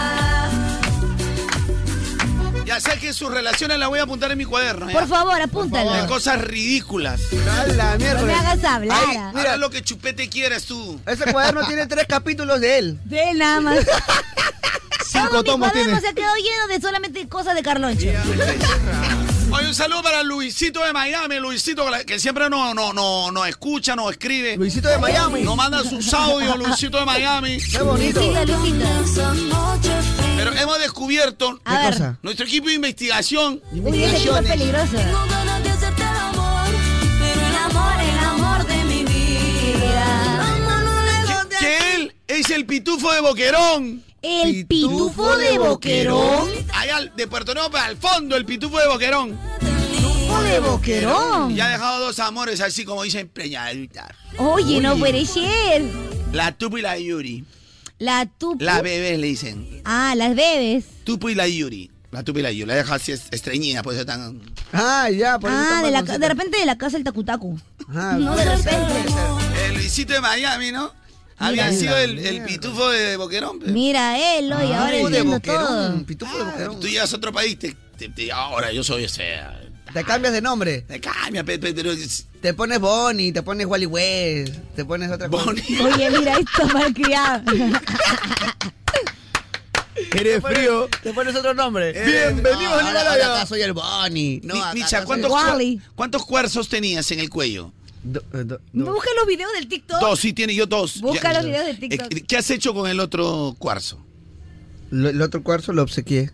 Ya sé que sus relaciones las voy a apuntar en mi cuaderno. ¿ya? por favor, apúntalo. De cosas ridículas. A la mierda. No me hagas hablar. Ay, Mira mira, lo que chupete quieras tú. ese cuaderno tiene tres capítulos de él. De él nada más. Cinco Todo mi tomos cuaderno tiene. se ha quedado lleno de solamente cosas de Carloncho. Oye, un saludo para Luisito de Miami, Luisito que siempre nos no, no, no escucha, nos escribe. Luisito de Miami. Nos manda sus audios, Luisito de Miami. Qué bonito. Luisito, Luisito. Pero hemos descubierto A ver. cosa? nuestro equipo de investigación. Uy, ese tipo es peligroso. Tengo ganas de hacerte el amor. Pero el amor, el amor de mi vida. Que, que él es el pitufo de Boquerón. El pitufo de Boquerón. Allá de Puerto Nuevo para al fondo, el pitufo de Boquerón. Pitufo de Boquerón. Y ha dejado dos amores así como dicen preñaditas. Oye, no puede ser. La Tupo y la Yuri. La tupu. La bebé le dicen. Ah, las bebes. Tupo y la Yuri. La Tupo y la Yuri. La deja así es- estreñida, pues tan. Ah, ya, por eso Ah, está de, la, marroncita. de repente de la casa del Takutaku. Ah, No, de puede ser, repente. puede ser. El Luisito de Miami, ¿no? Había Mira. sido el, el pitufo de Boquerón. pe. Mira él, oye, ahora Pitufo de entiendo Boquerón, todo. Pitufo de Boquerón. Tú llegas a otro país, te, te- te- ahora yo soy ese. Te cambias de nombre. Te cambia, pe- pe- pero es- Te pones Bonnie, te pones Wally West, te pones otra cosa. Bonnie. Oye, mira esto malcriado. Eres frío. Te pones otro nombre. Bienvenidos al ahora, Himalaya. ahora acá soy el Bonnie. No, Mi- acá- Micha, acá ¿cuántos, soy el- cua- Wally. ¿cuántos cuarzos tenías en el cuello? Do- eh, do- do- Busca los videos del TikTok. Dos, sí, tiene yo dos. Busca Ya- los videos de TikTok. Eh, ¿Qué has hecho con el otro cuarzo? Lo- El otro cuarzo lo obsequié,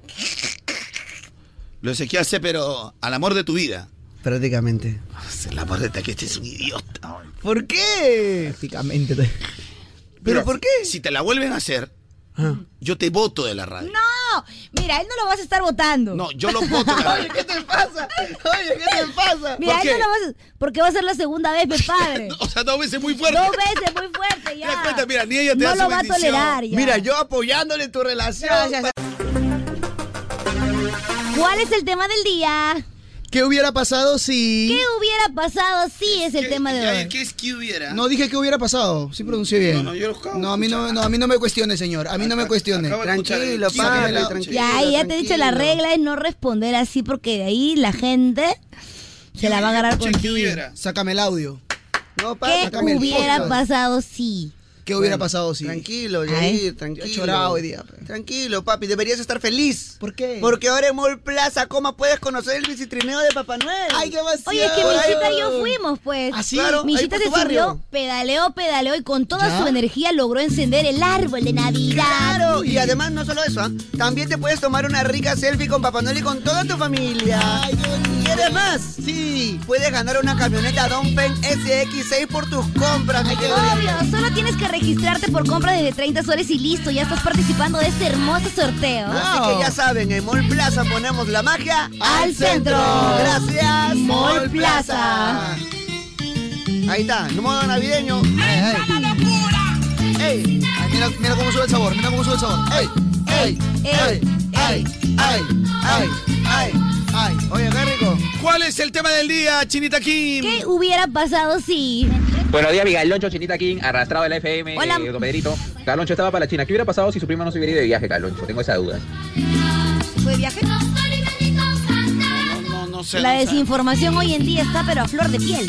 Lo obsequiaste, pero al amor de tu vida. prácticamente. El amor de tu que este es un idiota. ¿Por qué? Prácticamente. ¿Pero por qué? Si te la vuelven a hacer, Ah. yo te voto de la radio. No, mira, él no lo vas a estar votando. No, yo lo voto de la Oye, radio. ¿qué te pasa? Oye, ¿qué te pasa? Mira, ¿Por él no qué? lo vas a... Porque va a ser la segunda vez, mi padre. O sea, dos veces muy fuerte. Dos veces, muy fuerte ya. Mira, cuenta, mira, ni ella te no da su lo va a bendición. tolerar ya. Mira, yo apoyándole tu relación. Gracias. ¿Cuál es el tema del día? ¿Qué hubiera pasado si...? ¿Qué hubiera pasado si es el ¿Qué- tema de ya, hoy? ¿Qué es que hubiera? No dije que hubiera pasado. Sí pronuncié bien. No, no, yo lo acabo de No, a mí no, no, a mí no me cuestione, señor. A mí no me cuestione. Acabo de escuchar Tranquilo, el- papi, la- tranquilo. Ya, ya te he dicho, la tranquilo. regla es no responder así porque de ahí la gente se la va a agarrar Escucha, ¿qué contigo. hubiera? Sácame el audio. No, papi, ¿Qué sácame el hubiera podcast. pasado si? ¿Qué hubiera Bueno, pasado si...? Tranquilo, Ay. Yair, tranquilo. Yo he chorado hoy día, pe. Tranquilo, papi, deberías estar feliz. ¿Por qué? Porque ahora en Mall Plaza Coma puedes conocer el bicitrineo de Papá Noel. ¡Ay, qué vacío! Oye, es que Por ahí, Michita y yo weón. fuimos, pues. ¿Ah, sí? Claro, Michita ahí se por tu subió, barrio. pedaleó, pedaleó y con toda ¿Ya? su energía logró encender el árbol de Navidad. Claro, y además no solo eso, ¿ah? También te puedes tomar una rica selfie con Papá Noel y con toda tu familia. Ay, qué bonito. ¿Quieres más? Sí, puedes ganar una camioneta Dongfeng S X seis por tus compras, mi querido. Obvio, solo tienes que registrarte por compra desde treinta soles y listo, ya estás participando de este hermoso sorteo. Así que ya saben, en Mall Plaza ponemos la magia al centro. Gracias, Mall Plaza. Ahí está, en modo navideño. ¡Ey, ey! ¡Ey! Ay, mira, mira cómo sube el sabor, mira cómo sube el sabor. ¡Ey! ¡Ey! ¡Ey! ¡Ey! ¡Ey! ¡Ey! ¡Ey! ¡Ay! Oye, qué rico. ¿Cuál es el tema del día, Chinita Kim? ¿Qué hubiera pasado si...? Buenos días, Galoncho, Chinita King, arrastrado de la F M, Hola. eh, don Pedrito. Galoncho estaba para la China. ¿Qué hubiera pasado si su prima no se hubiera ido de viaje, Galoncho? Tengo esa duda. ¿Fue de viaje? No, no, no sé. La no sé. desinformación hoy en día está pero a flor de piel.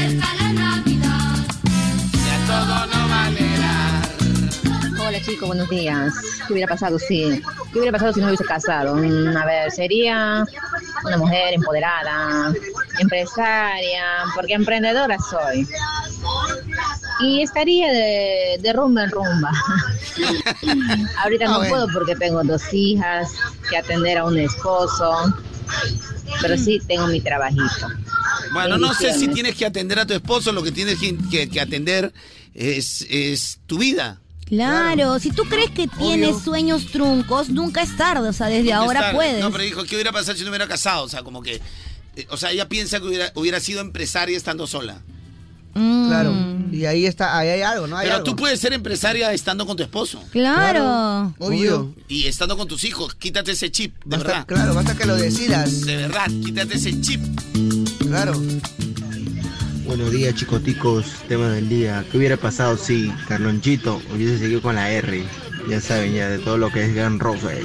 Ya todo no valerá. Hola chicos, buenos días. ¿Qué hubiera pasado si, qué hubiera pasado si no hubiese casado? Mm, a ver, sería una mujer empoderada, empresaria, porque emprendedora soy. Y estaría de, de rumba en rumba. Ahorita no Ah, bueno. puedo porque tengo dos hijas que atender a un esposo, pero sí tengo mi trabajito. Bueno, no sé si Bendiciones. tienes que atender a tu esposo, lo que tienes que, que- que atender es, es tu vida. Claro, si tú crees que tienes sueños truncos, nunca es tarde, o sea, desde ahora Estar- puedes. No, pero dijo, ¿qué hubiera pasado si no hubiera casado? O sea, como que... eh, O sea, ella piensa que hubiera, hubiera sido empresaria estando sola. Mm. Claro. Y ahí está, ahí hay algo, ¿no? Hay Pero algo. tú puedes ser empresaria estando con tu esposo. Claro. Obvio. Y estando con tus hijos. Quítate ese chip, de Basta- verdad. claro, basta que lo decidas. De verdad, quítate ese chip. Claro. Buenos días, chicoticos. Tema del día. ¿Qué hubiera pasado si Carlonchito hubiese seguido con la R? Ya saben, ya de todo lo que es Gran Rafael.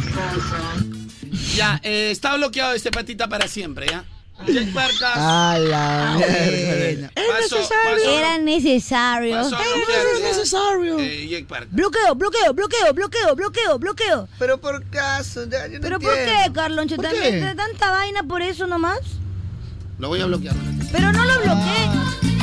Ya, eh, está bloqueado este patita para siempre, ¿ya? Jake Barcas. A la mierda. Paso, paso, Era necesario. paso a bloquearte, necesario. eh, Jake Barcas. Bloqueo, bloqueo, bloqueo, bloqueo, bloqueo, bloqueo. Pero por caso, ya, yo no ¿Pero por entiendo. qué, Carloncho? ¿Por ¿También qué? te- tanta vaina por eso nomás? Lo voy a bloquear. Pero no lo bloqueé.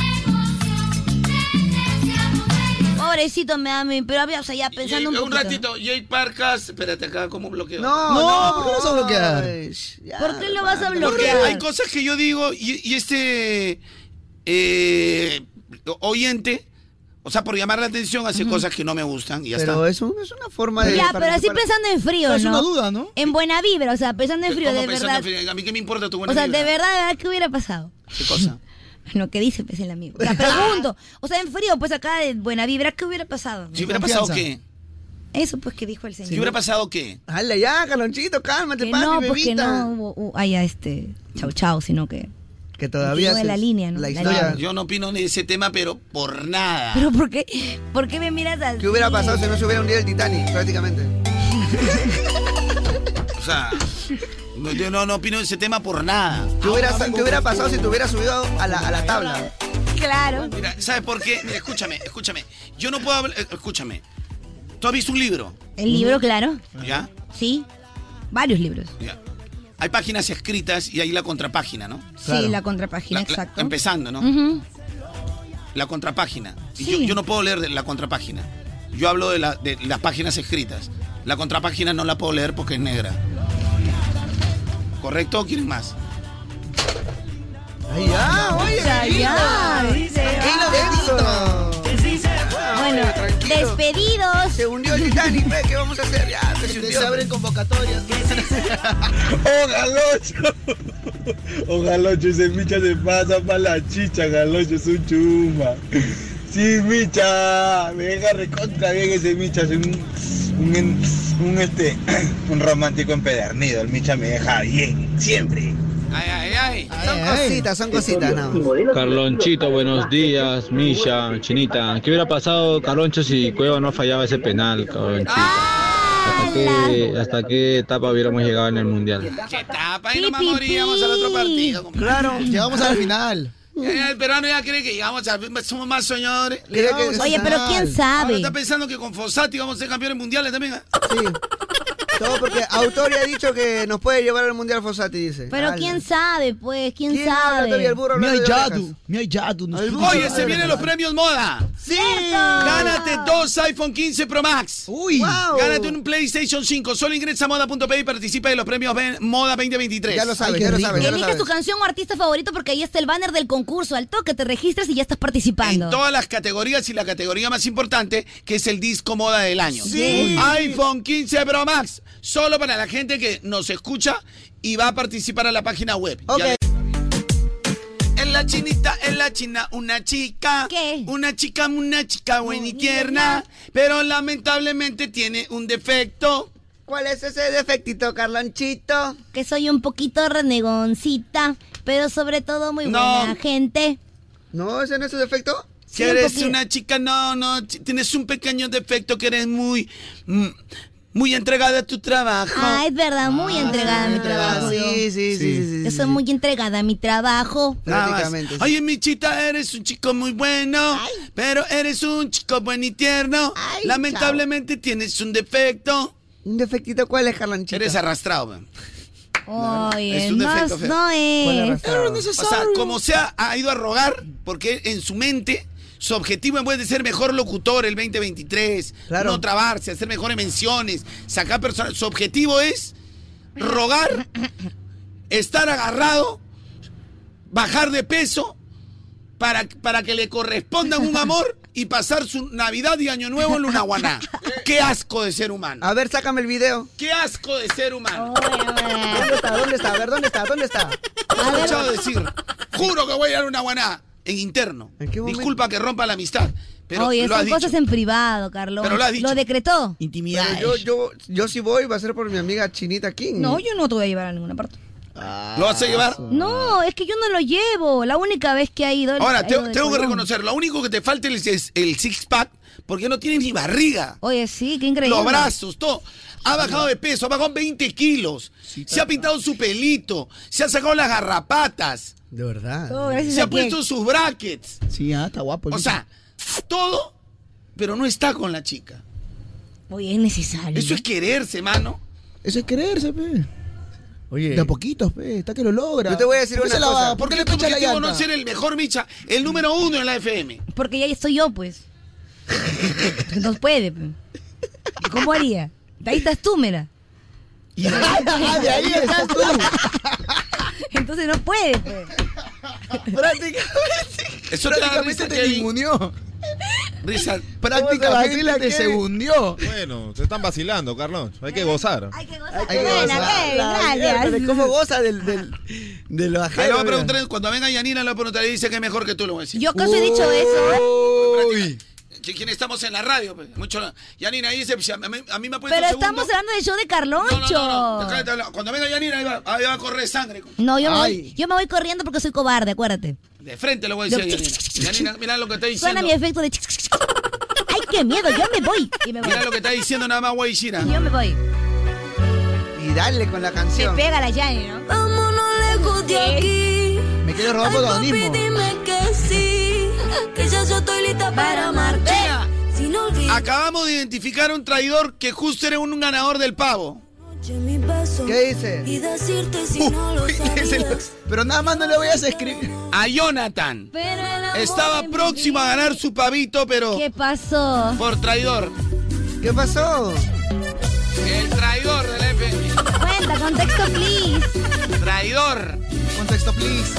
Pobrecito me da mi, pero había, o sea, ya pensando un Jake, poquito. un ratito, Jake Barcas. Espérate acá, ¿cómo bloqueo? No, No, ¿por qué lo vas a bloquear? Ay, ya, ¿Por qué lo vas a Porque bloquear? hay cosas que yo digo y, y este eh, oyente, o sea, por llamar la atención, hace cosas que no me gustan y ya Pero está. es, un- es una forma de... Ya, pero así participar. pensando en frío, ¿no? Es una duda, ¿no? En buena vibra, o sea, pensando en frío, ¿Cómo de pensando verdad. en fin? A mí qué me importa tu buena O sea, vibra? de verdad, de verdad, ¿qué hubiera pasado? ¿Qué cosa? Lo que dice, pues, el amigo. O sea, pregunto. O sea, en frío, pues, acá de buena vibra, ¿qué hubiera pasado? ¿Si hubiera pasado qué? Eso, pues, que dijo el señor. ¿Si hubiera pasado qué? Dale ya, Carlonchito, cálmate, Que papi, no, porque bebita. no hubo- uh, haya este chau chau, sino que... Que todavía... de se- la línea, ¿no? La La historia... línea. Yo no opino de ese tema, pero por nada. Pero ¿por qué? ¿Por qué me miras así? ¿Qué hubiera pasado si no se hubiera hundido el Titanic, prácticamente? O sea, no, yo no, no opino de ese tema por nada. ¿Qué hubiera, qué hubiera pasado si te hubieras subido a la, a la tabla? Claro. Mira, ¿sabes por qué? Mira, escúchame, escúchame. Yo no puedo hablar... eh, Escúchame. ¿Tú has visto un libro? El libro, claro. ¿Ya? Sí. Varios libros. Ya. Hay páginas escritas y hay la contrapágina, ¿no? Sí, la contrapágina, La- la- exacto. empezando, ¿no? Ujú. La contrapágina. Y Sí. yo, yo no puedo leer de la contrapágina. Yo hablo de, la- de las páginas escritas. La contrapágina no la puedo leer porque es negra. ¿Correcto o quieren más? Ay, ya, oye, Ya, ya, tranquilo. dice, Tranquilo, ah. Benito. Bueno, tranquilo. despedidos. Se hundió el Titanic, ¿ves? ¿Qué vamos a hacer? Ya, se Se hundió. abren convocatorias. ¡Oh, Galocho! ¡Oh, Galocho! Ese Micha se pasa para la chicha, Galocho, es un chuma. Sí, Micha, me deja recontra bien ese Micha, es un, un, un, este, un romántico empedernido, el Micha me deja bien, siempre. Ay, ay, ay. Son cositas, son cositas, no. Carlonchito, buenos días, Misha, Chinita. ¿Qué hubiera pasado, Carloncho, si Cueva no fallaba ese penal, Carlonchito? ¿Hasta qué, ¿Hasta qué etapa hubiéramos llegado en el Mundial? ¿Qué tapa? Y nomás moríamos al otro partido. compadre. Claro, llegamos al final. Ya, ya, el peruano ya cree que llegamos a... Somos más soñadores. Cree que- Oye, pero quién Ahora sabe. está pensando que con Fossati vamos a ser campeones mundiales también. ¿eh? Sí. Todo porque Autori ha dicho que nos puede llevar al Mundial Fossati, dice. Pero Ala. quién sabe, pues, quién, ¿Quién habla sabe. todavía? El burro Mi hablando de Yadu, orejas. mi Yadu. nos El puso- burro. Oye, se vienen los premios Moda. Sí. Gánate dos dos iPhone quince Pro Max. Uy. Wow. Gánate un PlayStation cinco. Solo ingresa a moda punto pe y participa de los premios Moda veinte veintitrés. Ya lo sabes, Ay, qué ya lo rico. sabes, ya lo Elige sabes. tu canción o artista favorito porque ahí está el banner del concurso. Al toque te registras y ya estás participando. En todas las categorías y la categoría más importante, que es el disco moda del año. Sí. iPhone quince Pro Max. Solo para la gente que nos escucha y va a participar a la página web. Ok. Ya- En la chinita, en la china, una chica. ¿Qué? Una chica, una chica buena y tierna. Pero lamentablemente tiene un defecto. ¿Cuál es ese defectito, Carlonchito? Que soy un poquito renegoncita, pero sobre todo muy No. buena gente. ¿No? ¿Ese no es su defecto? Si Sí, un eres poquito. una chica, no, no, ch- tienes un pequeño defecto que eres muy, mm, muy entregada a tu trabajo. Ah, es verdad, muy entregada a mi trabajo. yo. Sí, sí, sí, sí, sí, Yo sí. soy muy entregada a mi trabajo. Nada más. Prácticamente, sí. Oye, Michita, eres un chico muy bueno, pero eres un chico buen y tierno. Ay, Lamentablemente tienes un defecto. ¿Un defectito cuál es, Carlonchito? Eres arrastrado, man. Oye, es un no, defecto feo. no ¿Cuál es. arrastrado? O sea, como sea, ha ido a rogar, porque en su mente, su objetivo es de ser mejor locutor el veinte veintitrés, Claro. no trabarse, hacer mejores menciones, sacar personas. Su objetivo es rogar, estar agarrado, bajar de peso, para, para que le correspondan un amor y pasar su Navidad y Año Nuevo en Lunahuaná. ¡Qué asco de ser humano! A ver, sácame el video. ¡Qué asco de ser humano! ¿Dónde está? ¿Dónde está? A ver, ¿dónde está? ¿Dónde está? He escuchado decir, juro que voy a ir a Lunahuaná en interno. ¿En qué momento? Disculpa que rompa la amistad, pero Oye, lo has son dicho. cosas en privado, Carlos. Pero lo has dicho. decretó. Intimidad. Pero yo, yo, yo si voy, va a ser por mi amiga Chinita King. No, yo no te voy a llevar a ninguna parte. ¿Lo vas a llevar? No, es que yo no lo llevo. La única vez que ha ido. Ahora, ha te- ido de tengo que Colón. reconocer, lo único que te falta es, es el six-pack, porque no tienes ni barriga. Oye, sí, qué increíble. Los brazos, todo. Ha bajado de peso, ha bajado veinte kilos. Se ha pintado su pelito, se ha sacado las garrapatas, De verdad. Todo gracias se a ha puesto quién. sus brackets. Sí, ah, está guapo. el O bicho. sea, todo, pero no está con la chica. Oye, es necesario. Eso es quererse, mano. Eso es quererse, pe. Oye. De a poquitos, pe. Está que lo logra. Yo te voy a decir ¿Por qué una se la cosa. va- ¿Por qué Porque le tu pincha la objetivo llanta? no es ser el mejor, Micha, el número uno en la F M. Porque ya estoy yo, pues. No puede, pe. ¿Cómo haría? De ahí estás tú, mira. Ah, de ahí estás tú. Entonces no puede, pe. Prácticamente. Eso te da Prácticamente risa, te Kevin. ninguneó. Risa. Prácticamente Vamos a te se Kevin. hundió. Bueno, te están vacilando, Carlos. Hay que gozar. Hay que gozar. Hay que Buena, gozar. Kevin, La gracias. mierda, ¿Cómo goza del, del, de lo Ahí ajeno? le voy a mira. preguntar, cuando venga Yanina, le voy a preguntar y dice que es mejor que tú, lo voy a decir. Yo acaso he dicho eso, ¿eh? Uy. ¿Qui- ¿Quién estamos en la radio? Pues? Mucho, Yanina dice, pues, a mí, a mí me ha puesto Pero segundo. estamos hablando del show de No, no, Carloncho. no, no. Cállate, habla. Cuando venga Yanina, ahí va, ahí va a correr sangre. No, yo me, Ay. voy, yo me voy corriendo porque soy cobarde, acuérdate. De frente le voy a decir a Yanina. Yanina, mira lo que está Suena diciendo. mi efecto de... ¡Ay, qué miedo! Yo me voy. Y me voy. Mira lo que está diciendo nada más Guayshira. Yo me voy. Y dale con la Se canción. pega la Yanni, ¿no? Vámonos lejos de aquí. Me quiero robar protagonismo. Dime que sí, que ya yo estoy lista para amarte. Mira, Si no olvides acabamos de identificar a un traidor que justo era un ganador del pavo. mi beso ¿Qué dice? y decirte si Uh, no lo uy, ese lo- sabías. Pero nada más no le voy a escribir. A Jonathan. Pero el amor Estaba de mi próximo a vida. ganar su pavito, pero ¿Qué pasó? por traidor. ¿Qué pasó? El traidor del F M. Cuenta, contexto, please. Traidor. Contexto, please.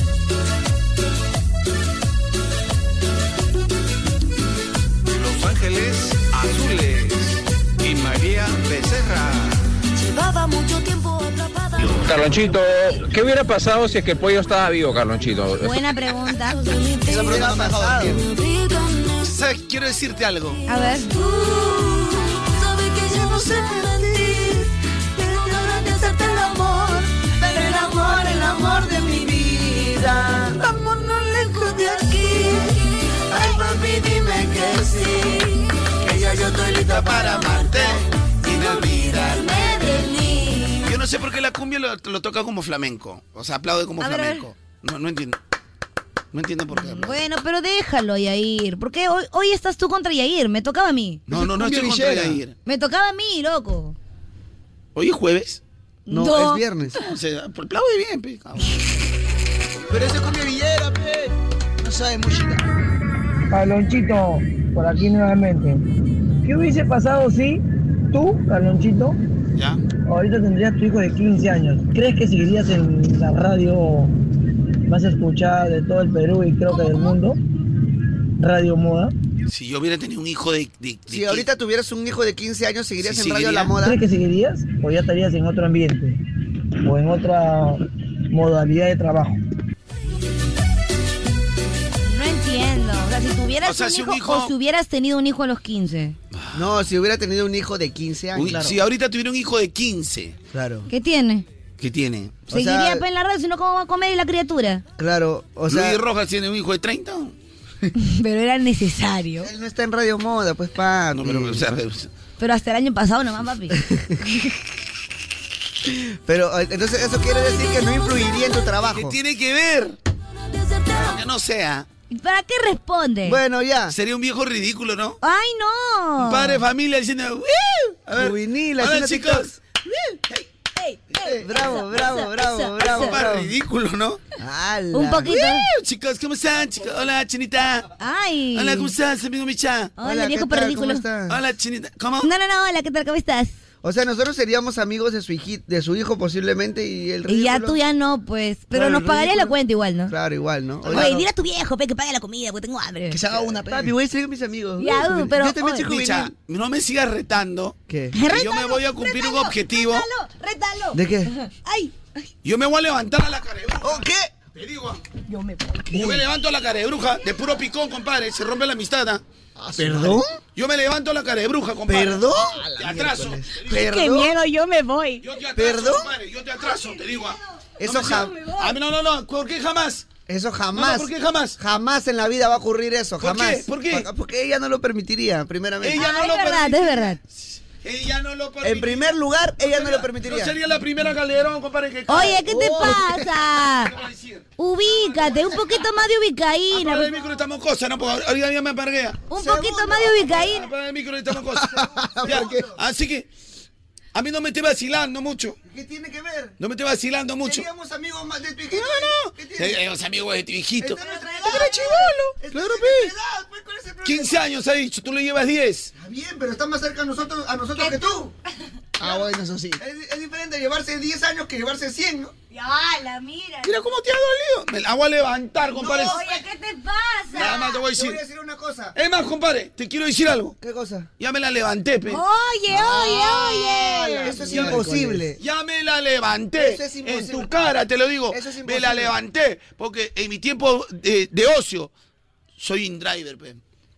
Los Ángeles Azules y María Becerra. Llevaba mucho tiempo atrapada. Carlonchito, ¿qué hubiera pasado si es que el pollo estaba vivo, Carlonchito? Buena pregunta. Esa pregunta no me ha dejado dormir. ¿Sabes? Quiero decirte algo. A ver. Sabes que yo no sé mentir. Tengo ganas de hacerte el amor. Pero el amor, el amor de mi vida. Vámonos lejos de aquí. Ay, papi, dime que sí. Que ya yo estoy lista para amarte. Y no olvidarme de mí. Yo no sé por qué la cumbia lo, lo toca como flamenco. O sea, aplaude como A ver, a ver. flamenco. No, no entiendo. No entiendo por qué. aplaude. Bueno, pero déjalo, Yair. Porque hoy, hoy estás tú contra Yair. Me tocaba a mí. No, no, no cumbia estoy contra villera. Yair. Me tocaba a mí, loco. Hoy es jueves. No, No. es viernes. O sea, aplaude bien, pe, cabrón. Pero ese cumbia villera, pe. No sabe música. Carlonchito, por aquí nuevamente. ¿Qué hubiese pasado si tú, Carlonchito, ¿Ya? ahorita tendrías tu hijo de quince años? ¿Crees que seguirías en la radio más escuchada de todo el Perú y creo que del mundo? Radio Moda. Si yo hubiera tenido un hijo de... de- de Si ahorita tuvieras un hijo de quince años, ¿seguirías Sí, en Radio seguiría. La Moda? ¿Crees que seguirías o ya estarías en otro ambiente o en otra modalidad de trabajo? No entiendo. O sea, si tuvieras O sea, un, si un hijo, hijo- o si hubieras tenido un hijo a los quince. No, si hubiera tenido un hijo de quince años. Uy, claro. Si ahorita tuviera un hijo de quince, Claro. ¿Qué tiene? ¿qué tiene? Seguiría pues en la radio, si no, ¿cómo va a comer la criatura? Claro, o sea... Luis Rojas tiene un hijo de treinta. Pero era necesario. Él no está en Radio Moda, pues, papi. No, pero, o sea, Pero hasta el año pasado nomás, papi. Pero, eh, entonces, eso quiere decir que no influiría en tu trabajo. ¿qué tiene que ver? Que no sea. ¿Y para qué responde? Bueno, ya. Sería un viejo ridículo, ¿no? ¡Ay, no! Un padre de familia diciendo... "Woo". A ver, Juvenil, hola, haciendo chicos. Ey, ey, Bravo, eso, bravo, eso, bravo, eso, bravo, eso. Padre ridículo, ¿no? ¡Hala! Un poquito. Woo, chicos, ¿cómo están, chicos? Hola, Chinita. Ay. Hola, ¿cómo estás, amigo Micha? Hola, viejo ¿qué tal? ridículo. ¿Cómo estás? Hola, Chinita. ¿Cómo? No, no, no, hola, ¿qué tal? ¿Cómo estás? O sea, nosotros seríamos amigos de su hijo, de su hijo posiblemente y el Y ya ridículo- tú ya no, pues. Pero Claro, nos el pagaría la ridículo. cuenta igual, ¿no? Claro, igual, ¿no? Oye, dile a tu viejo, pe, que pague la comida, porque tengo hambre. Que se haga una, pe. Papi, voy a seguir con mis amigos. Ya, Uy, uh, pero, Yo también oye, soy Micha, juvenil. no me sigas retando. ¿Qué? Que yo me voy a cumplir un objetivo. Rétalo, rétalo. ¿De qué? Ay, Yo me voy a levantar a la carebruja. ¿Oh, qué? Te digo. yo me voy. Yo me levanto a la carebruja de puro picón, compadre. Se rompe la amistad. ¿ah? ¿Perdón? Yo me levanto a la carebruja, compadre. ¿Perdón? Te atraso. Qué miedo, yo me voy. Yo te atraso, ¿Perdón? compadre. Yo te atraso, te digo. ¿ah? Eso No me jamás. sigas- A mí no, no, no. ¿Por qué jamás? Eso No, jamás. no, ¿por qué jamás? Jamás en la vida va a ocurrir eso, ¿Por jamás. qué? ¿Por qué? Porque- Porque ella no lo permitiría, primeramente. Ella no Ah, es lo verdad, es permitiría. verdad. Ella no lo permitiría. En primer lugar, ella no lo No permitiría. sería la primera Calderón, compadre. Que Oye, ¿qué te Oh. pasa? ¿Qué va a decir? Ubícate, un poquito más de ubicaína. Apaga el micro, estamos cosas, ¿no? Porque ahorita ya me aparguea. Un Segundo. poquito más de ubicaína. Apaga el micro, estamos cosas. Ya. Así que, a mí no me esté vacilando mucho. ¿Qué tiene que ver? No me esté vacilando mucho. Seríamos amigos más de tu hijito. No, no. ¿Qué tiene? Eh, Los amigos de tu hijito. Está en nuestra edad, Era pues. chibolo. Está Claro, en pe. nuestra edad, pues, ¿cuál es el problema? quince años ha dicho, tú le llevas diez. Está bien, pero está más cerca a nosotros, a nosotros que tú. Ah, bueno, eso sí. Es, es diferente llevarse diez años que llevarse cien, ¿no? Ya, la mira. Mira cómo te ha dolido. Me la voy a levantar, compadre. Oye, ¿qué te pasa? Nada más te voy a Te voy decir. a decir una cosa. Es más, compadre, te quiero decir algo. ¿Qué cosa? Ya me la levanté, pe. Oye, oye, oye. Eso es Ya- imposible. Ya me la levanté. Eso es en imposible. tu cara, te lo digo. Eso es me imposible. la levanté. Porque en mi tiempo de, de ocio, soy in-driver, pe.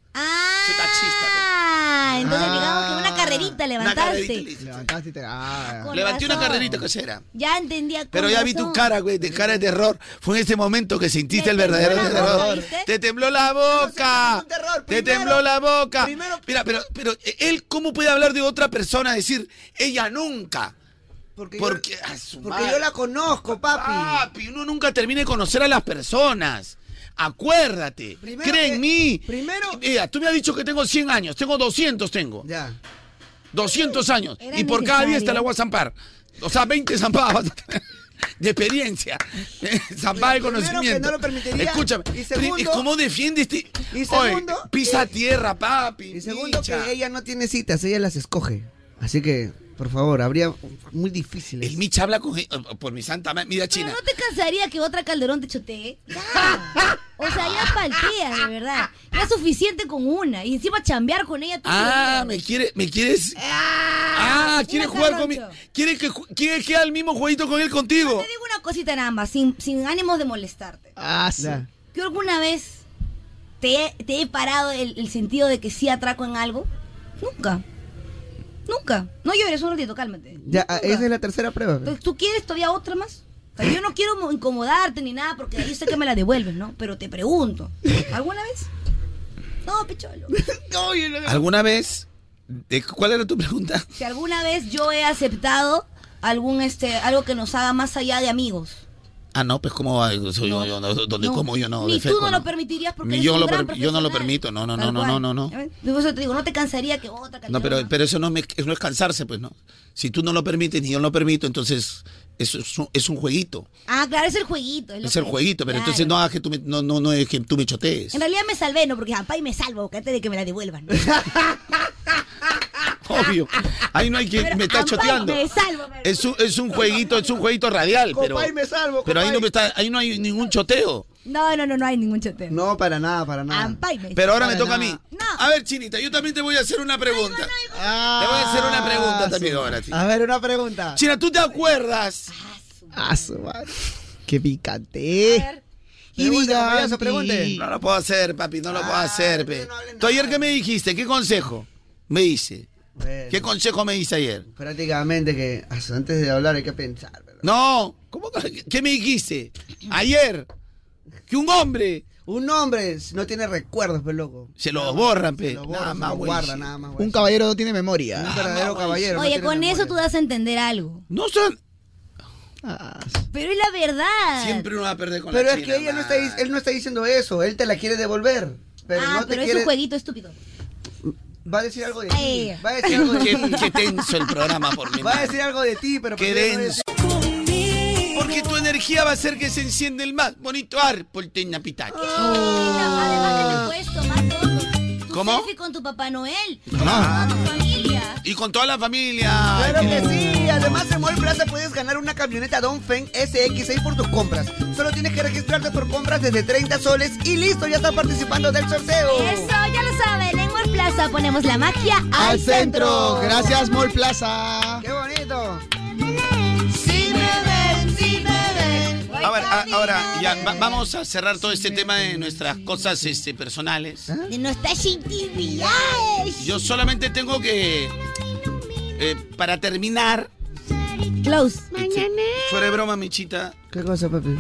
Soy taxista, Ah, entonces Ah. digamos que una carrerita Una levantaste. carrerita le hice. Levantaste y te. Ah, Con Levanté una razón. carrerita casera. Ya entendía. Pero con ya vi tu razón. cara, güey, de cara de terror. Fue en ese momento que sentiste Te el verdadero tembló la terror. boca, ¿viste? Te tembló la boca. un terror. Te Primero- tembló la boca. primero- Mira, pero, pero él, ¿cómo puede hablar de otra persona? Decir, ella nunca. Porque, Porque, yo, a su porque madre. yo la conozco, papi. Papi, uno nunca termina de conocer a las personas. Acuérdate. Primero Cree que- en mí. primero- Mira, tú me has dicho que tengo cien años. Tengo doscientos, tengo. Ya. doscientos años. Era Y por cada diez te necesario. la voy a zampar. O sea, veinte zampadas vas a tener de experiencia. Zampada de Primero que conocimiento. no lo permitiría. Escúchame. Y segundo- pri- ¿Cómo defiende este? Y Oye, segundo- pisa tierra, papi. Y segundo, Micha. que ella no tiene citas, ella las escoge. Así que, por favor, habría muy difíciles. El Micha habla con... Por mi santa madre. Mira, Pero China. no te cansaría que otra Calderón te chotee. Ya. O sea, ya palteas, de verdad. Ya es suficiente con una. Y encima chambear con ella. tú Ah, quieres. me quiere, me quieres. Ah, quiere Mira, jugar conmigo. Carloncho. Quiere que ju- quiere que haga el mismo jueguito con él contigo. Te digo una cosita nada más, sin, sin ánimos de molestarte. ah, sí. Ya. ¿Yo alguna vez te he, te he parado el, el sentido de que sí atraco en algo? Nunca. Nunca. No llores un ratito, cálmate. Ya, Nunca. esa es la tercera prueba. Entonces, ¿tú quieres todavía otra más? O sea, yo no quiero mo- incomodarte ni nada porque yo sé que me la devuelves, ¿no? Pero te pregunto, ¿alguna vez? No, picholo. ¿Alguna vez? de- ¿Cuál era tu pregunta? Si alguna vez yo he aceptado algún este algo que nos haga más allá de amigos. Ah, no, pues cómo va? Soy yo, yo no, donde No, como yo no. Ni defeco, tú no, lo permitirías porque Ni eres yo, un lo gran per- yo no lo profesional. permito, no, no, Tal no, no, cual. no, no, no. ¿Ya ves? Por eso te digo, no te cansaría que otra No, Calderón pero, más. pero eso no, me, eso no es cansarse, pues, ¿no? Si tú no lo permites ni yo no lo permito, entonces eso es un, es un jueguito. Ah, claro, es el jueguito. lo Es el que- jueguito, pero claro. entonces no hagas que tú me, no, no, no es que tú me chotees. En realidad me salvé, ¿no? Porque apá y me salvo, que antes de que me la devuelvan. ¿no? Obvio. Ahí no hay que... Me está choteando. Me salvo, me- Es un, es un jueguito, es un jueguito radial, pero... Compay, me salvo, Pero ahí compay. no, me está, ahí no hay ningún choteo. No, no, no, no hay ningún choteo. No, para nada, para nada. Ampay me Pero ahora me Para toca a nada. mí. A ver, Chinita, yo también te voy a hacer una pregunta. Te voy a hacer una pregunta también ahora, China. A ver, una pregunta. China, ¿tú te acuerdas? Ah, su madre. Qué picante. Y diga, No lo puedo hacer, papi, no lo puedo hacer, pe. ¿Tú ayer qué me dijiste? ¿Qué consejo me dice? Bueno. ¿Qué consejo me dice ayer? Prácticamente que antes de hablar hay que pensar. ¿verdad? No, ¿cómo que- ¿qué me dijiste? Ayer, que un hombre Un hombre no tiene recuerdos, pe loco. se los borran, pe. Se los borra, Nada se más, los güey. guarda, nada más. Un caballero no tiene memoria. Un verdadero caballero. no Oye, tiene con memoria. eso tú das a entender algo. No son... Pero es la verdad. Siempre uno va a perder con Pero la es China, que ella no está, man. di- él no está diciendo eso, él te la quiere devolver. Pero ah, no te pero es quiere... un jueguito estúpido. Va a decir algo de Ay. ti. Va a decir algo de Qué, ti. qué tenso el programa por mi Va a madre. decir algo de ti, pero Qué prefiero no denso. decir. Porque tu energía va a hacer que se enciende el más bonito árbol de Navidad. Además que te puedes tomar todo. Tu ¿Cómo? selfie con tu Papá Noel. Ah. Con tu familia. Y con toda la familia. Claro Ay, que qué- sí. Además, en Mall Plaza puedes ganar una camioneta Dongfeng S X seis por tus compras. Solo tienes que registrarte por compras desde treinta soles y listo, ya estás participando del sorteo. Eso, ya lo saben. En Mall Plaza ponemos la magia al, Al centro. Gracias, Mall Plaza. ¡Qué bonito! Sí me ven, sí me ven. A ver, a- ahora ya va- vamos a cerrar todo este tema de nuestras cosas este, personales. De nuestras intimidades. Yo solamente tengo que, eh, para terminar, Close. fuera de broma, Michita, ¿Qué cosa, papi?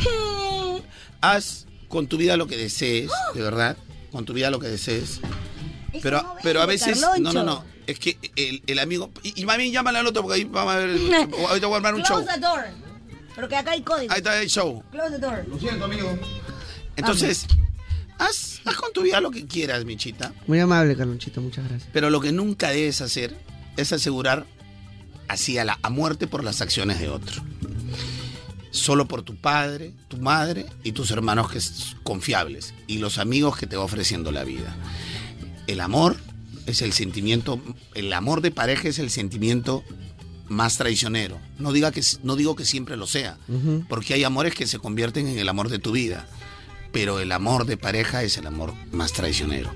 haz con tu vida lo que desees, de verdad, con tu vida lo que desees. Pero, no pero a vende, veces, no, Carloncho. no, no, es que el, el amigo, y, y más bien llámale al otro porque ahí vamos a ver, ahorita voy a armar un show. Close the door. Porque acá hay código. Ahí está el show. Close the door. Lo siento, amigo. Entonces, haz, haz con tu vida lo que quieras, Michita. Muy amable, Carlonchito, muchas gracias. Pero lo que nunca debes hacer es asegurar así a la a muerte por las acciones de otro. Solo por tu padre, tu madre y tus hermanos que es confiables y los amigos que te va ofreciendo la vida. El amor es el sentimiento, el amor de pareja es el sentimiento más traicionero. No diga que no digo que siempre lo sea, Ujú. porque hay amores que se convierten en el amor de tu vida, pero el amor de pareja es el amor más traicionero.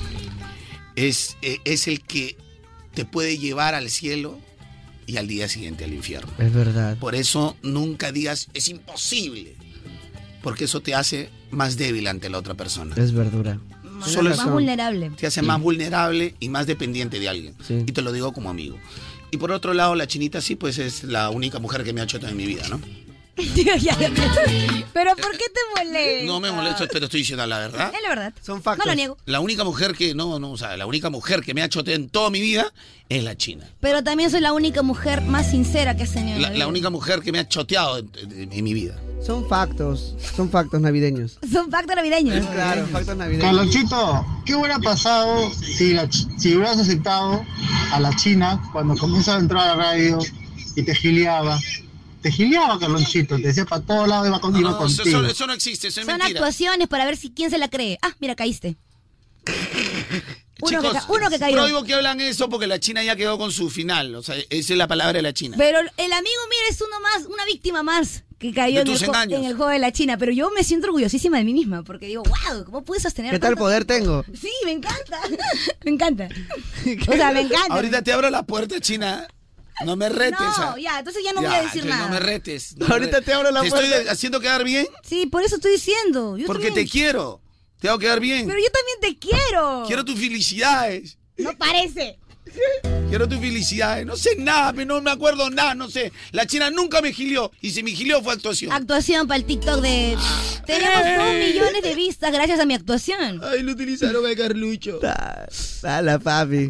Es, eh, es el que te puede llevar al cielo y al día siguiente al infierno. Es verdad. Por eso nunca digas, es imposible, porque eso te hace más débil ante la otra persona. Es verdura. Solo Más eso vulnerable. te hace más vulnerable y más dependiente de alguien. Sí. Y te lo digo como amigo. Y por otro lado, la Chinita sí, pues es la única mujer que me ha hecho en mi vida, ¿no? Ya, ya, ya. Pero ¿por qué te molesta? No me molesto, pero estoy diciendo la verdad. Es la verdad. Son No factos. lo niego. La única mujer que, no, no, o sea, la única mujer que me ha choteado en toda mi vida es la China. Pero también soy la única mujer más sincera que has tenido en La, la la vida. única mujer que me ha choteado en, en- en mi vida. Son factos. Son factos navideños. Son factos navideños. Claro, factos navideños. Carlonchito, ¿qué hubiera pasado si, la ch- si hubieras aceptado a la China cuando comienza a entrar a la radio y te gileaba? Te gileaba, Carlonchito, te decía para todos lados iba, con, iba No, eso, contigo. eso- eso no existe, eso es Son mentira. actuaciones para ver si quién se la cree. Ah, mira, caíste. Uno, Chicos, que, ca- uno que cayó. prohíbo que hablan eso porque la China ya quedó con su final. O sea, esa es la palabra de la China. Pero el amigo, mira, es uno más, una víctima más que cayó De en tus el, jo- engaños. en el juego de la China. Pero yo me siento orgullosísima de mí misma porque digo, wow, ¿cómo pude sostener ¿Qué tal tanto poder tiempo? tengo? Sí, me encanta. me encanta. O sea, me encanta. Ahorita te abro la puerta, China. No me retes. No, ah. ya, entonces ya no Ya, voy a decir entonces nada. No me retes. no me Ahorita retes. te abro la ¿Te puerta. estoy haciendo quedar bien? Sí, por eso estoy diciendo. Yo Porque también- te quiero. Te hago quedar bien. Pero yo también te quiero. Quiero tus felicidades. No parece. Quiero tus felicidades. No sé nada, pero no me acuerdo nada, no sé. La China nunca me gilió. Y si me gilió fue actuación. Actuación para el TikTok de... Tenemos dos millones de vistas gracias a mi actuación. Ay, lo utilizaron a Carlucho. Dale, papi.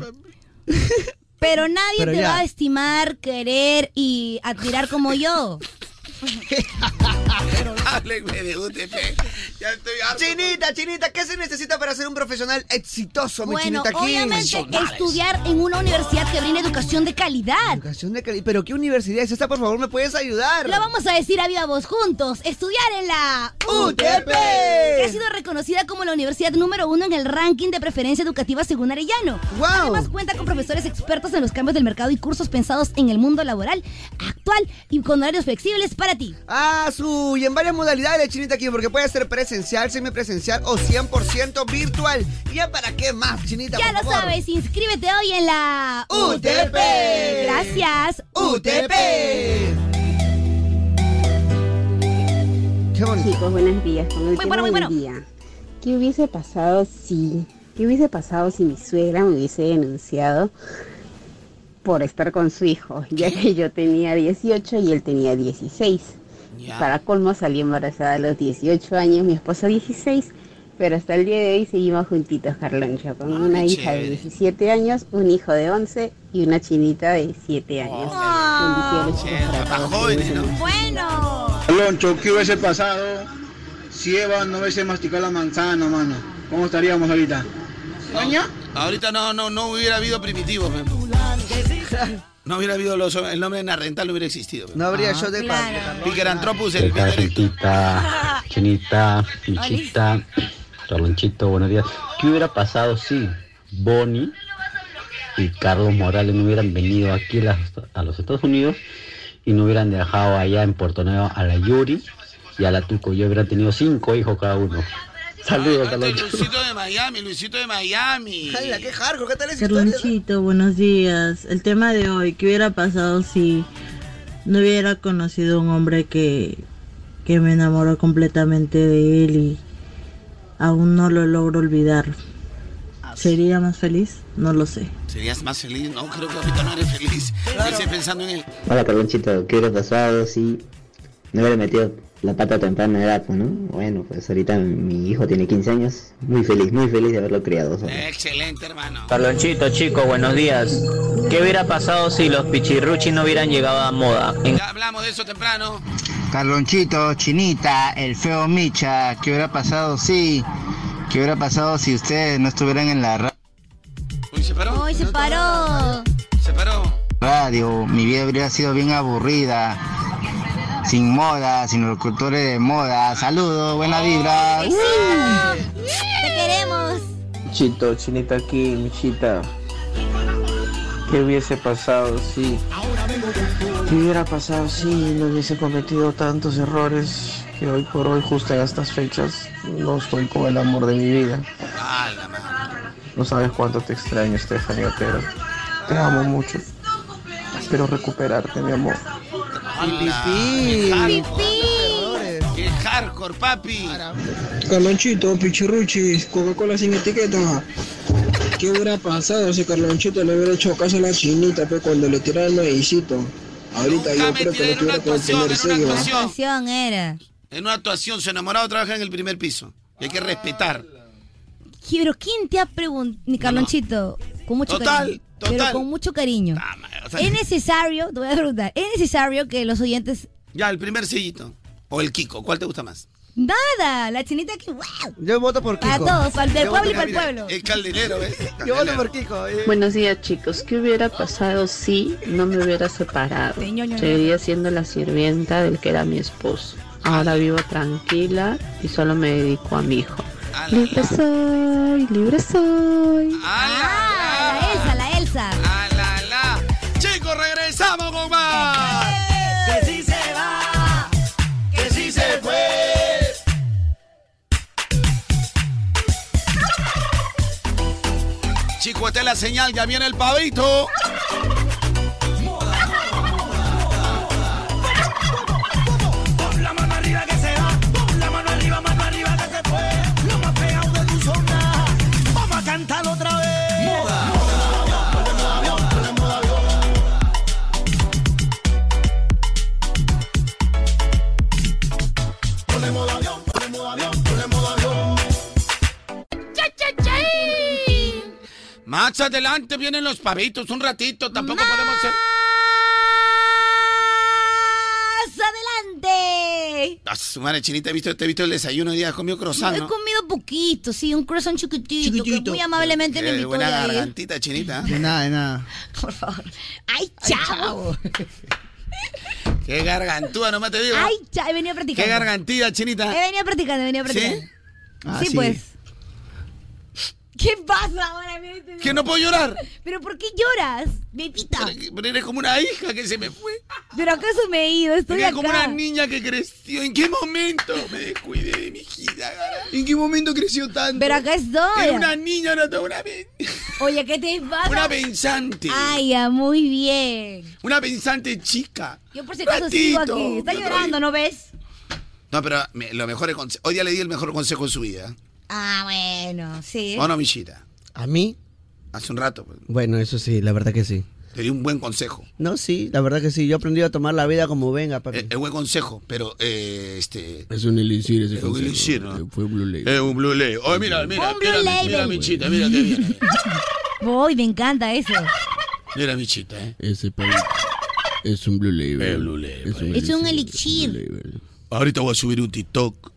Pero nadie Pero te ya. va a estimar, querer y admirar como yo. Háblenme de U T P. Ya estoy harto. Chinita, Chinita, ¿qué se necesita para ser un profesional exitoso, mi Bueno, Chinita aquí? obviamente estudiar en una universidad que brinde educación de calidad. Educación de calidad. ¿Pero qué universidad es esta? Por favor, ¿me puedes ayudar? Lo vamos a decir a viva voz juntos. Estudiar en la U T P, que ha sido reconocida como la universidad número uno en el ranking de preferencia educativa según Arellano. Wow. Además cuenta con profesores expertos en los cambios del mercado y cursos pensados en el mundo laboral actual y con horarios flexibles para ti. Ah, su, y en varias modalidades, Chinita aquí, porque puede ser presencial, semipresencial o cien por ciento virtual. ¿Y ya para qué más, Chinita? Ya por lo favor? sabes, inscríbete hoy en la U T P. Gracias, U T P. Qué bonito. Chicos, buenos días. Con el Muy tema bueno, muy del bueno. día. ¿Qué hubiese pasado si, qué hubiese pasado si mi suegra me hubiese denunciado por estar con su hijo, ya que yo tenía dieciocho y él tenía dieciséis? Ya. Para colmo salí embarazada a los dieciocho años, mi esposo dieciséis, pero hasta el día de hoy seguimos juntitos, Carloncho, con una qué hija de chévere. diecisiete años, un hijo de once y una chinita de siete años. Ah, Bendiciones, chicos, para Para todos. jóvenes, ¿no? bueno. Aloncho, ¿qué hubiese pasado si Eva no hubiese masticado la manzana, mano? ¿Cómo estaríamos ahorita? ¿Doña? Ahorita no, no, no hubiera habido primitivos, men. No hubiera habido los, el nombre de Narrental, no hubiera existido. men. No habría show de claro. pan. Piqueranthropus, ¿Qué el tal, video Chinita, Chinita, Michita, Carlonchito, buenos días? ¿Qué hubiera pasado si Bonnie y Carlos Morales no hubieran venido aquí a, las- a los Estados Unidos y no hubieran dejado allá en Puerto Nuevo a la Yuri y a la Tuco? Yo hubiera tenido cinco hijos cada uno. Saludos, Este Carloncho. Luisito de Miami, Luisito de Miami. Ay, qué hardcore, ¿qué tal esa historia? Carlonchito, buenos días. El tema de hoy, ¿qué hubiera pasado si no hubiera conocido a un hombre que, que me enamoró completamente de él y aún no lo logro olvidar? ¿Sería más feliz? No lo sé. ¿Serías más feliz? No, creo que ahorita no eres feliz. Estoy pensando en él. Hola, Carlonchito, ¿qué hubiera pasado si no hubiera metido la pata a temprana edad, pues, ¿no? Bueno, pues ahorita mi hijo tiene quince años, muy feliz, muy feliz de haberlo criado. ¿sabes? Excelente, hermano. Carlonchito, chicos, buenos días. ¿Qué hubiera pasado si los pichirruchis no hubieran llegado a moda? En- Ya hablamos de eso temprano. Carlonchito, Chinita, el feo Micha, ¿qué hubiera pasado si? ¿Qué hubiera pasado si ustedes no estuvieran en la ra- Uy, se paró. Hoy se paró. Se paró. radio? Mi vida habría sido bien aburrida, sin moda, sin locutores de moda. Saludos, buena vibra. Te queremos. Chito, Chinita aquí, Michita. ¿Qué hubiese pasado si... ¿Qué hubiera pasado si no hubiese cometido tantos errores que hoy por hoy, justo en estas fechas, no estoy con el amor de mi vida? Ah, la madre. No sabes cuánto te extraño, Estefanía, pero te amo mucho. Espero recuperarte, mi amor. Pipí. Qué hardcore, papi. Carlonchito, pichirruchis, Coca-Cola sin etiqueta. ¿Qué hubiera pasado si Carlonchito le hubiera hecho caso a la chinita pe, cuando le tiraba el maicito? Ahorita yo creo que lo tuviera con el primer sello. Actuación era. En una actuación, su enamorado trabaja en el primer piso. Y hay que respetar. Pero ¿quién te ha preguntado? Ni Carlonchito, con mucho Total, cariño. total. Pero con mucho cariño. o sea- Es necesario, te voy a preguntar, es necesario que los oyentes... Ya, el primer sellito. O el Kiko, ¿cuál te gusta más? Nada, la chinita que... ¡Wow! Yo voto por Para Kiko. todos, para el del Yo pueblo y voto- para el pueblo. El calderero, ¿ves? Yo voto por Kiko. eh. Buenos días, chicos. ¿Qué hubiera pasado si no me hubiera separado? Ño. Seguiría siendo la sirvienta del que era mi esposo. Ahora vivo tranquila y solo me dedico a mi hijo. Libre soy, libre soy. Ah, la Elsa, la Elsa. Ah, la, la. Chicos, regresamos con más. Que sí se va, que sí se fue. Chicos, esta es la señal, ya viene el pavito. Pon la mano arriba que se va, pon la mano arriba, mano arriba que se fue. Lo más pegado de tu zona. Vamos a cantarlo otra vez. Moda. Ponle modo avión, ponle modo avión, ponle modo avión. ¡Cha, cha, cha! Más adelante vienen los pavitos, un ratito, tampoco podemos ser... Más adelante. ¿Qué? A su madre, Chinita, he visto, te he visto el desayuno hoy día, has comido croissant, He ¿no? comido poquito, sí, un croissant chiquitito, que muy amablemente me Qué invitó buena de ahí. gargantita, Chinita. De nada, de nada. Por favor. ¡Ay, chavo! Qué gargantúa, nomás te digo. ¡Ay, chavo! He venido practicando. Qué gargantilla, Chinita. He venido practicando, he venido practicando. ¿Sí? Ah, sí, sí. pues. ¿Qué pasa ahora? Mira, ¿Que no puedo llorar? ¿Pero por qué lloras, bebita? Pero eres como una hija que se me fue. ¿Pero acaso me he ido? Estoy Eres acá. como una niña que creció. ¿En qué momento me descuidé de mi hijita? ¿En qué momento creció tanto? Pero acá estoy. Era una niña, no toda una vez. Oye, ¿qué te pasa? Una pensante. Ay, ya, muy bien. Una pensante chica. Yo por si acaso Ratito, sigo aquí. Está yo llorando, ¿no ves? No, pero me- lo mejor es conse- hoy día le di el mejor consejo en su vida. Ah, bueno, sí. ¿O no, Michita? ¿A mí? Hace un rato. Pues, Bueno, eso sí, la verdad que sí. te di un buen consejo. No, sí, la verdad que sí. Yo he aprendido a tomar la vida como venga, papi. Es, es buen consejo, pero eh, este. Es un elixir ese Es un consejo. elixir, ¿no? Fue Blue Label. Es un Blue Label. Oye, mira, mira, Un Blue mira, Label. mira, Michita, mira que viene. Uy, me encanta eso. Mira, Michita, ¿eh? Ese papi es un Blue Label. Es Blue Label. Es un elixir. Ahorita voy a subir un TikTok.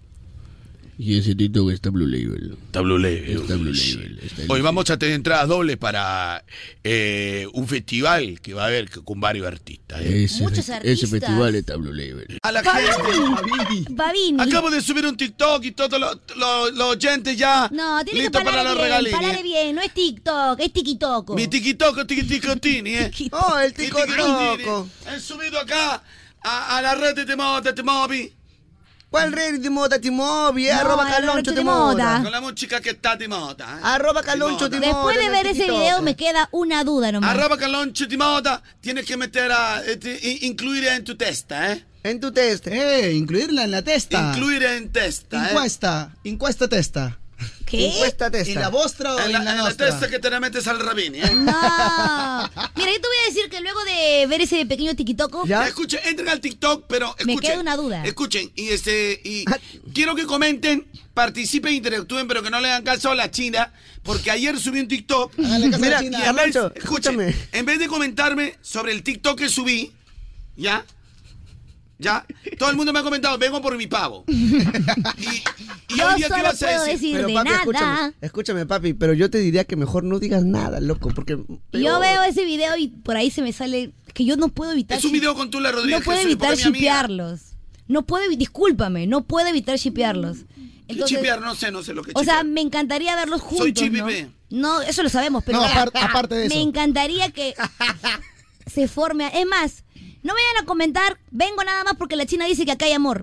Y ese TikTok está Blue Label. Está Blue Label. Está Blue Label. Está Hoy vamos a tener entradas dobles para eh, un festival que va a haber con varios artistas. ¿eh? Ese, Muchos fe- artistas. ese festival está Blue Label. A la gente. Babini. Acabo de subir un TikTok y todos los, los, los oyentes ya No, tiene que listos para parar la bien, regalía. parar bien. No es TikTok, es tiquitoco. Mi tiquitoco, tiquiticotini, ¿eh? Oh, el ticotoco. He subido acá a, a la red de Temota, Temobi. ¿Cuál red de moda Timobi? No, Arroba la Caloncho red de Timoda. moda. Con la música que está Timota. ¿eh? Arroba Caloncho Timoda. Después de en el ver ese TikTok. video me queda una duda nomás. Arroba Caloncho Timota. Tienes que meter a. este, i- incluir en tu testa, ¿eh? En tu test. Eh, incluirla en la testa. Incluir en testa, ¿eh? Encuesta, encuesta testa. ¿Qué? Encuesta testa. ¿En la vostra o En en la, la, en la nostra? testa que te la metes al rabini, ¿eh? No. Mira, yo te voy a decir que luego de ver ese pequeño tiquitoco, Ya, escuchen, entren al TikTok, pero escuchen. me queda una duda. Escuchen, y este, y quiero que comenten, participen, interactúen, pero que no le hagan caso a la China, porque ayer subí un TikTok. Háganle caso a la Mira, China. y en vez- Alonso, escuchen, escúchame. en vez de comentarme sobre el TikTok que subí, ¿ya? ¿Ya? Todo el mundo me ha comentado, vengo por mi pavo. Y, y Yo hoy día, ¿qué solo vas a puedo decir? decir Pero de papi, nada. escúchame, escúchame, papi, pero yo te diría que mejor no digas nada, loco, porque... Yo veo ese video y por ahí se me sale que yo no puedo evitar. Es un ship- video con Tula Rodríguez. No puedo que soy- evitar porque es mi amiga. shipearlos. No puedo, evi- discúlpame, no puedo evitar shipearlos. ¿Qué Entonces, chipear? No sé, no sé lo que o sea, chipear. me encantaría verlos juntos. Soy ¿no? chipipe. No, eso lo sabemos, pero No, mira, aparte- aparte de eso. me encantaría que se forme. Es más, no me vayan a comentar, vengo nada más porque la China dice que acá hay amor.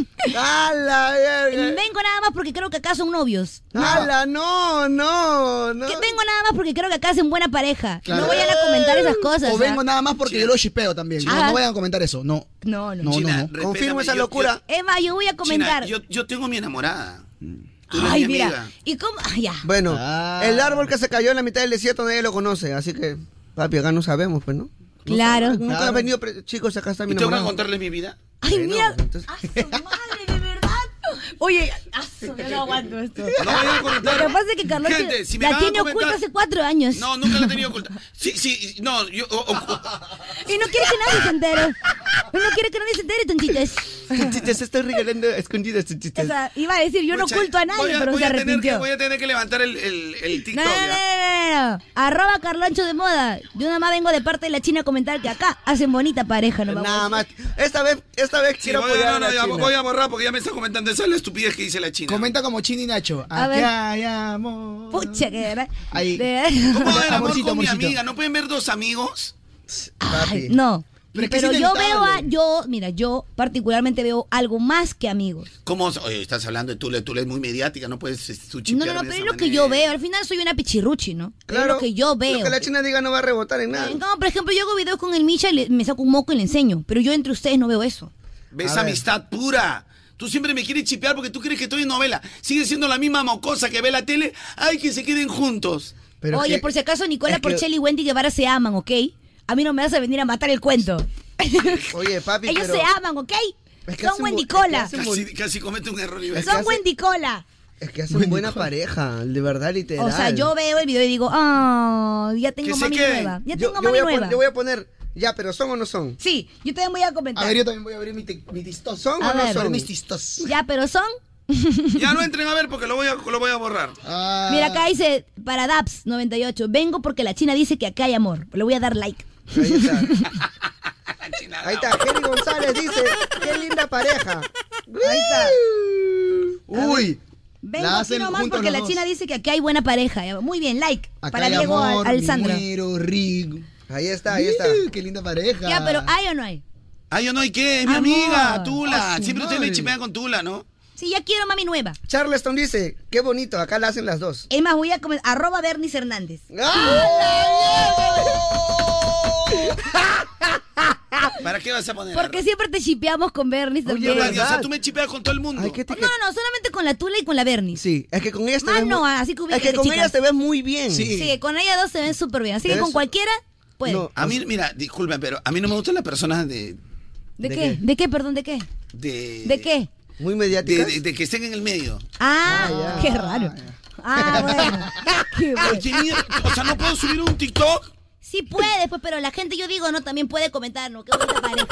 ¡Hala, verga! Vengo nada más porque creo que acá son novios. ¡Hala, no, no, no! Que vengo nada más porque creo que acá hacen buena pareja. Claro. No vayan a comentar esas cosas. O ¿ah? vengo nada más porque China. yo lo shipeo también. No, Ajá. no vayan a comentar eso. No. No, no. No, China, no, no. respétame, Confirmo esa yo- locura. Es más, yo voy a China, comentar. yo, yo tengo mi enamorada. Tú eres Ay, mi mira. amiga. ¿Y cómo? Ah, ya. Bueno, Ah. el árbol que se cayó en la mitad del desierto nadie lo conoce, así que, papi, acá no sabemos, pues, ¿no? Claro. Nunca Claro. han venido, pre- chicos, acá está mi ¿Y tengo que enamorado. contarle mi vida? Ay, Bueno, mira. entonces- ¡A su madre, de verdad! Oye, a su- yo no aguanto esto. No vayan a comentar. Lo que pasa es que Carlos Gente, si me la van a tiene comentar- oculta hace cuatro años. No, nunca la he tenido oculta. Sí, sí, no, yo... o- o- Y no quiere que nadie se entere. Y no quiere que nadie se entere, tonchitas. Tonchitas, estoy regalando escondidas, O tonchitas. sea, iba a decir, yo no Pucha, oculto a nadie, voy a, pero voy se a tener que, arrepintió. voy a tener que levantar el, el, el No, TikTok. no, ¿ya? no, no, no. Arroba Carloncho de Moda. Yo nada más vengo de parte de la China a comentar que acá hacen bonita pareja, ¿no? Nada más. Esta vez, esta vez Sí, quiero voy, apoyar no, a no, la ya, China. voy a borrar porque ya me está comentando esa es la estupidez que dice la China. Comenta como Chini y Nacho. A ver. Acá hay amor. Pucha, que verdad. Ahí. De- ¿Cómo va el amor Amorcito, con mi amorcito. amiga? ¿No pueden ver dos amigos? Ay, no. Pero es que Pero es yo veo a, inevitable. yo, mira, yo particularmente veo algo más que amigos. ¿Cómo? Oye, estás hablando de Tula, Tula es muy mediática, no puedes este, tú No, chipear no, no, de pero esa es lo que manera. yo veo. Al final soy una pichirruchi, ¿no? Es lo que yo veo. Lo que la China diga no va a rebotar en nada. No, por ejemplo, yo hago videos con el Micha y le- me saco un moco y le enseño. Pero yo entre ustedes no veo eso. ¿Ves A ver. amistad pura? Tú siempre me quieres chipear porque tú crees que estoy en novela. Sigue siendo la misma mocosa que ve la tele. ¡Ay, que se queden juntos! Pero Oye, que- por si acaso, Nicola es que- Porcel y Wendy Guevara se aman, ¿ok? A mí no me vas a venir a matar el cuento. Oye, papi, Ellos pero... se aman, ¿ok? Es que Son hacen Wendy bu- es que Cola. hacen Casi, casi comete un error. Iba a Es que decir. Son hace- Wendy Cola. Es que hacen buena pareja, de verdad, literal. O sea, yo veo el video y digo, ah, ya tengo Que se mami queden. nueva. Ya Yo- tengo yo mami voy a nueva. pon- yo voy a poner, Ya, pero ¿son o no son? Sí, yo también voy a comentar. A ver, yo también voy a abrir mi, te- mi tistos. ¿Son A o no ver. son? Mis tistos. Ya, pero son. Ya no entren a ver porque lo voy a, lo voy a borrar. Ah. Mira, acá dice, para Daps noventa y ocho, vengo porque la China dice que acá hay amor. Le voy a dar like. Ahí está. Ahí está, Jenny González dice, qué linda pareja. Ahí está. Uy. Vengo la aquí hacen nomás juntos porque los la dos. China dice que aquí hay buena pareja. Muy bien, like. Acá para hay Diego amor, al Sandro. Minero, Rick. Ahí está, ahí está. Uy, qué linda pareja. Ya, pero ¿hay o no hay? Ah, yo no hay qué, es mi Amor. amiga, Tula. Ah, su Siempre ustedes me madre. chipean con Tula, ¿no? Sí, ya quiero mami nueva. Charleston dice, qué bonito, acá la hacen las dos. Es más, voy a comer. Arroba Bernis Hernández. ¿Para qué vas a poner? Porque siempre te chipeamos con Bernis Oye, también. Dani, o sea, tú me chipeas con todo el mundo. Ay, ¿qué te- No, no, no, solamente con la Tula y con la Bernis. Sí, es que con ellas te Más ves no, muy... así que Es ubíquense, que con chicas. ellas te ves muy bien. Sí. con ellas dos se ven súper bien. Así que ¿Ves? con cualquiera puede. No, A mí, mira, disculpen, pero a mí no me gustan las personas de... ¿De, ¿de qué? qué? ¿De qué? Perdón, ¿de qué? De, ¿De qué? Muy de, mediáticas. de- de que estén en el medio. Ah, ya. qué raro. Ah, bueno. Qué bueno. Oye, mira, o sea, ¿no puedo subir un TikTok? Sí puede, pues, pero la gente, yo digo, no, también puede comentar, ¿no? Qué bonita pareja.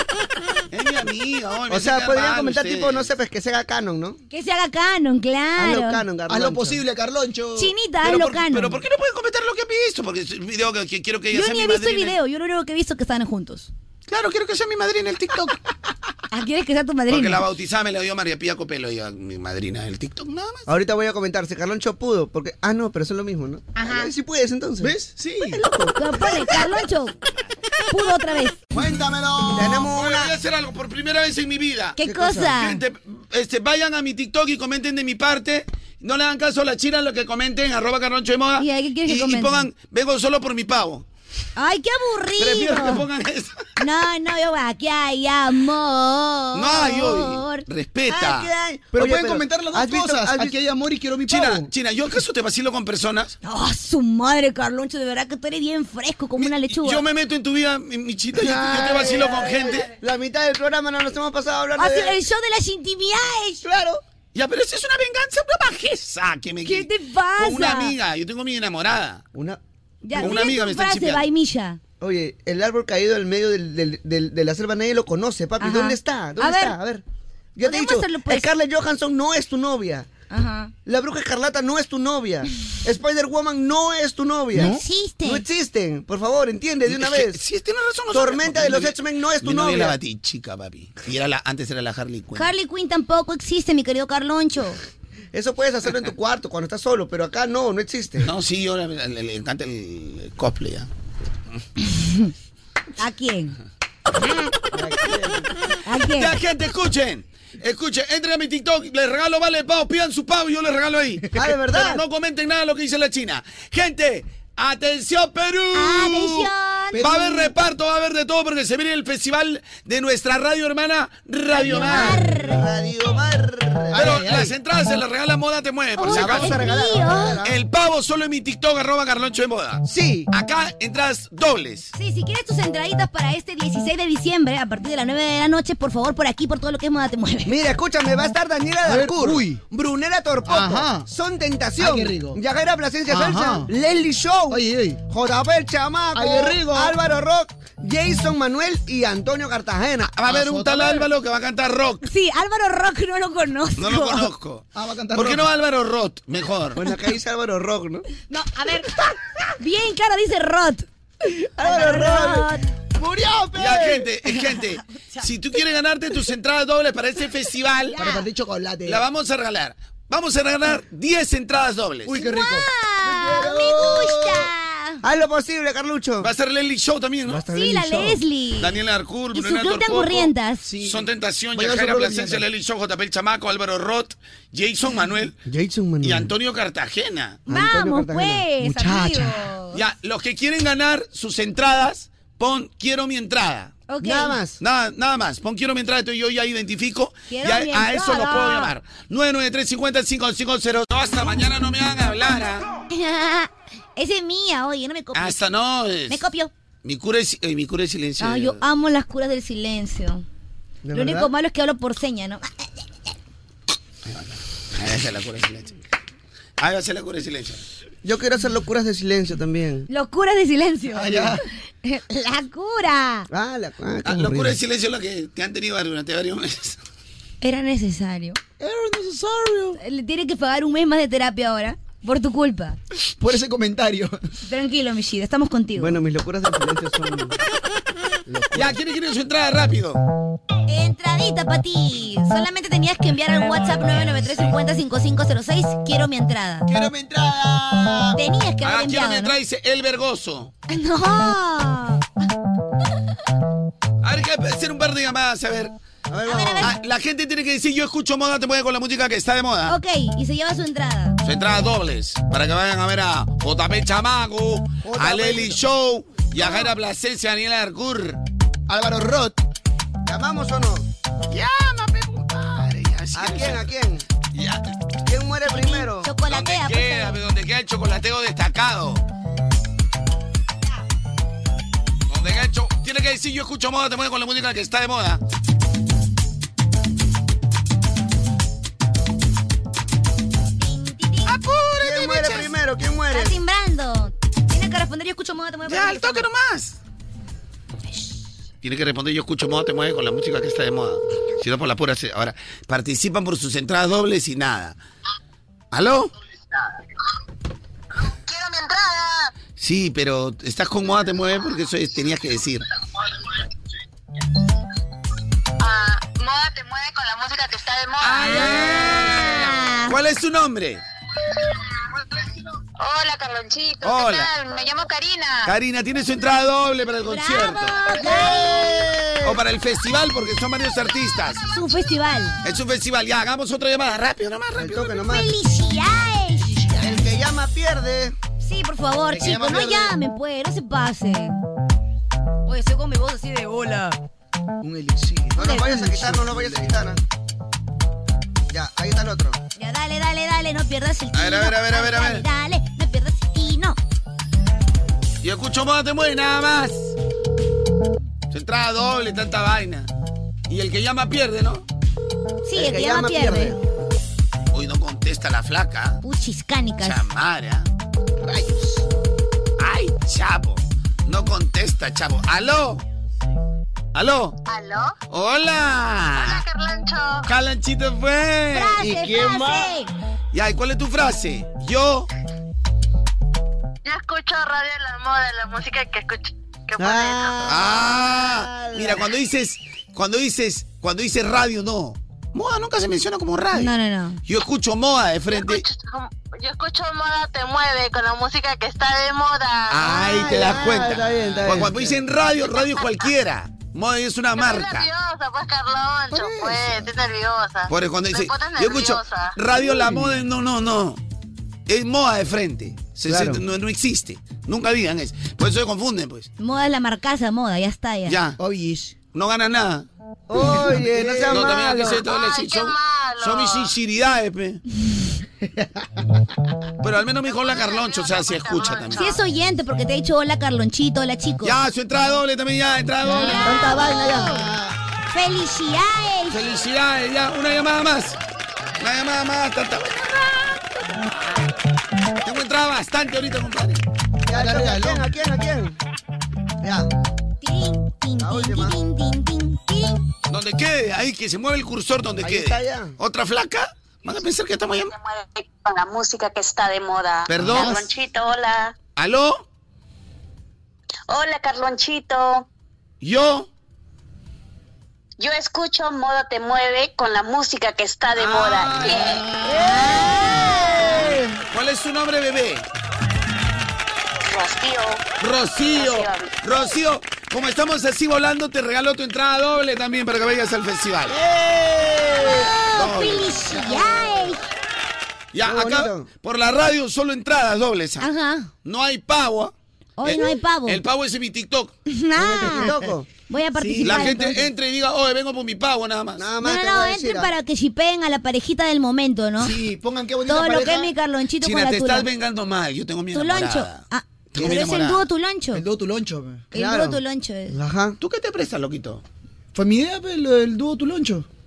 Es mi amiga. oye, me O sea, hacen podrían mal comentar ustedes. tipo, no sé, pues que se haga canon, ¿no? Que se haga canon, claro. Hazlo canon, Haz Carloncho. lo posible, Carloncho. Chinita, Pero hazlo por, canon. pero ¿por qué no pueden comentar lo que he visto? Porque es un video que, que quiero que ella Yo sea ni mi he visto el madrina. video, yo lo único que he visto es que están juntos. Claro, quiero que sea mi madrina en el TikTok. Ah, ¿quieres que sea tu madrina? Porque la bautizada me la dio María Pía Copelo, ella, mi madrina del TikTok, nada más. Ahorita voy a comentar si Carloncho pudo, porque... Ah, no, pero eso es lo mismo, ¿no? Ajá. Ah, sí puedes, entonces. ¿Ves? Sí. Lo pone, Carloncho. Pudo otra vez. Cuéntamelo. Tenemos Oye, una... voy a hacer algo por primera vez en mi vida. ¿Qué, ¿Qué cosa? cosa? Gente, este, vayan a mi TikTok y comenten de mi parte. No le hagan caso a la china lo que comenten, arroba Carloncho de Moda. ¿Y ahí qué quieres que y, y comenten? pongan, vengo solo por mi pavo. Ay, qué Prefiero que aburrido. pongan eso. No, no, yo aquí hay amor. No hay hoy. Respeta. Ay, ¿qué hay? Pero Oye, pueden comentar las dos ¿has visto- cosas. has Aquí visto- hay amor y quiero mi China, pavo. China, ¿yo acaso te vacilo con personas? Oh, su madre, Carloncho, de verdad que tú eres bien fresco como una lechuga. Yo me meto en tu vida, mi, mi chita, yo, yo te vacilo con gente. La mitad del programa no nos hemos pasado hablando Ah, sí, de... el show de las intimidades. Claro. Ya, pero eso es una venganza, una bajeza que me... ¿Qué te pasa? Con una amiga, yo tengo mi enamorada. Una... Ya, Con dile una amiga tu me están frase, chipeando. vainilla. Oye, el árbol caído en medio del, del- del- de la selva nadie lo conoce, papi. Ajá. ¿Dónde está? ¿Dónde A ver. está? A ver. Yo te he Podemos dicho, hacerlo, pues. Scarlett Johansson no es tu novia. Ajá. La bruja escarlata no es tu novia. Spider-Woman no es tu novia. No existe. No existen. Por favor, entiende de una Es que- vez. Sí, tienes razón. no sé, Tormenta porque de los mi- X-Men no es tu mi novia novia. era la batichica, papi. Y era la, antes era la Harley Quinn. Harley Quinn tampoco existe, mi querido Carloncho. Eso puedes hacerlo en tu cuarto cuando estás solo, pero acá no, no existe. No, sí, yo le, le- le encanta el cosplay, ¿ya? ¿A quién? ¿A quién? Ya, gente, escuchen. Escuchen, entren a mi TikTok, les regalo vale de pavo, pidan su pavo y yo les regalo ahí. Ah, ¿de verdad? Pero no comenten nada de lo que dice la China. Gente, ¡atención, Perú! ¡Atención! Va a haber reparto, va a haber de todo porque se viene el festival de nuestra radio hermana Radio Mar. Radio Mar. Pero Ay, ay, las ay. entradas en la regala Moda te mueve, por Oh, si qué acaso. frío. El pavo solo en mi TikTok, arroba Carloncho de Moda. Sí. Acá entradas dobles. Sí, si quieres tus entraditas para este dieciséis de diciembre, a partir de las nueve de la noche, por favor, por aquí, por todo lo que es Moda Te Mueve. Mira, escúchame, va a estar Daniela A ver, Darcourt, uy. Brunera Torpoto, Ajá. Son Tentación, Ay, qué rico. Yajera Plasencia Ajá. Salsa, Leslie Show, Oye, oye. J P el Chamaco, Ay, qué rico. Álvaro Rock, Jason Manuel y Antonio Cartagena. Va a haber un tal Álvaro que va a cantar rock. Sí, Álvaro Rock no lo conozco. No lo conozco. Ah, va a cantar ¿Por qué rock. no Álvaro Roth? Mejor. Bueno, acá dice Álvaro Rock, ¿no? No, a ver. Bien, claro, dice Roth. Álvaro Rock. ¡Murió, pe! Ya, gente, eh, gente, si tú quieres ganarte tus entradas dobles para este festival, Para partir chocolate. la vamos a regalar. Vamos a regalar diez entradas dobles. Uy, qué rico. ¡Ah! ¡Me gusta! Haz lo posible, Carlucho. Va a ser Leslie Show también, ¿no? Sí, la Leslie. Daniela Arcur, Y su club de angurrientas. Sí. Son Tentación, Voy a Yajaira hacer Plasencia, problema. Leslie Show, J P el Chamaco, Álvaro Roth, Jason Manuel Jason Manuel. y Antonio Cartagena. Vamos, Cartagena. pues, Muchacha. amigo. Ya, los que quieren ganar sus entradas, pon quiero mi entrada. Ok. Nada más. Nada, nada más. Pon quiero mi entrada, entonces yo ya identifico. Quiero Y a, mi a eso entrada. lo puedo llamar. nueve nueve tres cinco cero cinco cinco cero. No, hasta mañana no me van a hablar. ¿ah? Esa es mía, oye, no me copies. Hasta no. Es... Me copio. Mi cura es, eh, mi cura es silencio. Ah, yo amo las curas del silencio. ¿De Lo único verdad? malo es que hablo por seña, ¿no? Ahí va a ser la cura de silencio. Ahí va a ser la cura de silencio. Yo quiero hacer locuras de silencio también. Locuras de silencio. Ah, ya. La cura. Ah, la ah, Ah, locura de silencio es lo que te han tenido durante varios meses. Era necesario. Era necesario. Le tiene que pagar un mes más de terapia ahora. Por tu culpa. Por ese comentario. Tranquilo, Michida, estamos contigo. Bueno, mis locuras de silencio son... Ya, ¿quién quiere su entrada rápido? Entradita para ti. Solamente tenías que enviar al WhatsApp nueve nueve tres cinco cero cinco cinco cero seis. Quiero mi entrada. ¡Quiero mi entrada! Tenías que haber Ah, quiero enviado, mi ¿no? entrada, dice El Vergoso. No. A ver, que hacer un par de llamadas, a ver. A ver, A ver, a ver. Ah, la gente tiene que decir, yo escucho moda, te mueve con la música que está de moda. Ok, y se lleva su entrada. Su entrada dobles, para que vayan a ver a J P Chamaco, a Lely Show y a Jaira Plasencia, Daniela Arcur, Álvaro Roth. ¿Llamamos o no? Llámame, compadre. Ya, sí, ¿A ya, quién? ya. ¿A quién? Ya. ¿Quién muere primero? Chocolatea, ¿Dónde pues, queda? ahí. ¿Dónde queda el chocolateo destacado? ¿Dónde queda el cho- Tiene que decir, yo escucho moda, te mueve con la música que está de moda. ¿Quién muere primero? ¿Quién muere? Está timbrando. Tienes que responder, yo escucho moda, te mueve. Ya, al toque nomás. Tiene que responder, yo escucho moda, te mueve con la música que está de moda. Si no, por la pura... se- Ahora, participan por sus entradas dobles y nada. ¿Aló? Quiero mi entrada. Sí, pero estás con moda, te mueve porque eso es- tenías que decir. Ah, moda te mueve con la música que está de moda. Ah. ¿Cuál es tu nombre? Hola, Carlonchito. Hola. ¿Qué tal? Me llamo Karina. Karina, tiene su entrada doble para el concierto. ¡Bravo! O para el festival, porque son varios artistas. Es un festival. Es un festival. Ya, hagamos otra llamada. Rápido, nomás, Al rápido. toque nomás. ¡Felicidades! El que llama pierde. Sí, por favor, El que chicos, llama no pierde. llamen, pues, no se pasen. Oye, estoy con mi voz así de hola. Un elixir. No lo vayas a quitar, no lo vayas a quitar. ¿ah? Ya, ahí está el otro. Ya, dale, dale, dale, no pierdas el tino. A ver, a ver, a ver, a ver, a ver. Dale, dale, no pierdas el tino. Yo escucho moda, te mueve nada más. Su entrada doble, tanta vaina. Y el que llama pierde, ¿no? Sí, el, que, llama, pierde. Hoy no contesta la flaca. Puchis cánicas. Chamara. Rayos. Ay, chavo. No contesta, chavo. ¿Aló? ¿Aló? ¿Aló? ¡Hola! Hola, Carloncho. ¡Calanchito fue! Frase, ¿Y quién frase. más? Ya, ¿y cuál es tu frase? Yo. Yo escucho radio en la moda, la música que escucho. Que pone Ah, mira, cuando dices, cuando dices, cuando dices radio, no. Moda nunca se menciona como radio. No, no, no. Yo escucho moda de frente. eso. Yo escucho moda te mueve con la música que está de moda. Ay, te das cuenta. está bien, está Cuando, bien. cuando dicen radio, radio es cualquiera. Moda es una Estoy marca. nerviosa, pues, Carloncho, pues, estoy nerviosa. Por eso cuando Me dice, pones yo escucho nerviosa. radio la moda, no, no, no. Es moda de frente. Se- Claro. se- no, no existe. Nunca digan eso. Por eso se confunden, pues. Moda es la marcaza, moda, ya está, ya. Ya. Oyes. No ganas nada. Oye, no seas No, también malo. aquí se todo le- Ay, qué son, malo. son mis sinceridades, pe. Pero al menos me dijo la Carloncho, o sea, si escucha también. Si es oyente, porque te ha dicho hola, Carlonchito, hola, chicos. Ya, su entrada doble también, ya, entrada doble. Tanta vaina ya. ¡Felicidades! Felicidades, ya, una llamada más. Una llamada más, tanta Tengo entrada bastante ahorita, compadre. Ya, ya, ya, ¿a quién? ¿A quién? ¿A quién? Ya. Tin, tin, La tin, última. tin, tin, tin, tin. Donde quede, ahí que se mueve el cursor, donde Ahí quede. está ya. ¿Otra flaca? Van a pensar que estamos llamando. mueve con la música que está de moda. Perdón. Carlonchito, hola. ¿Aló? Hola, Carlonchito. ¿Yo? Yo escucho Moda te mueve con la música que está de moda. ¿Cuál es su nombre, bebé? Rocío. Rocío. Rocío. Rocío, como estamos así volando, te regalo tu entrada doble también para que vayas al festival. ¡Oh, felicidades! Ya, Qué acá bonito. por la radio solo entradas dobles. ¿ah? Ajá. No hay pavo. ¿ah? Hoy El- no hay pavo. El pavo es en mi TikTok. Ah, Loco. voy a La participar. gente entonces. entre y diga, oye, vengo por mi pavo nada más. Nada No, más no, te no, voy a decir. entren ¿ah? para que shipeen a la parejita del momento, ¿no? Sí, pongan qué bonita Todo lo pareja. que es mi Carlonchito China, con la te tula. estás vengando mal. Yo tengo mi Tu enamorada. loncho. Ah, Tengo pero mi es el enamorada. dúo tu loncho. El dúo tu loncho, pe. El Claro. dúo tu loncho es. Ajá. ¿Tú qué te prestas, loquito? Fue mi idea, pe, el, el dúo tu loncho.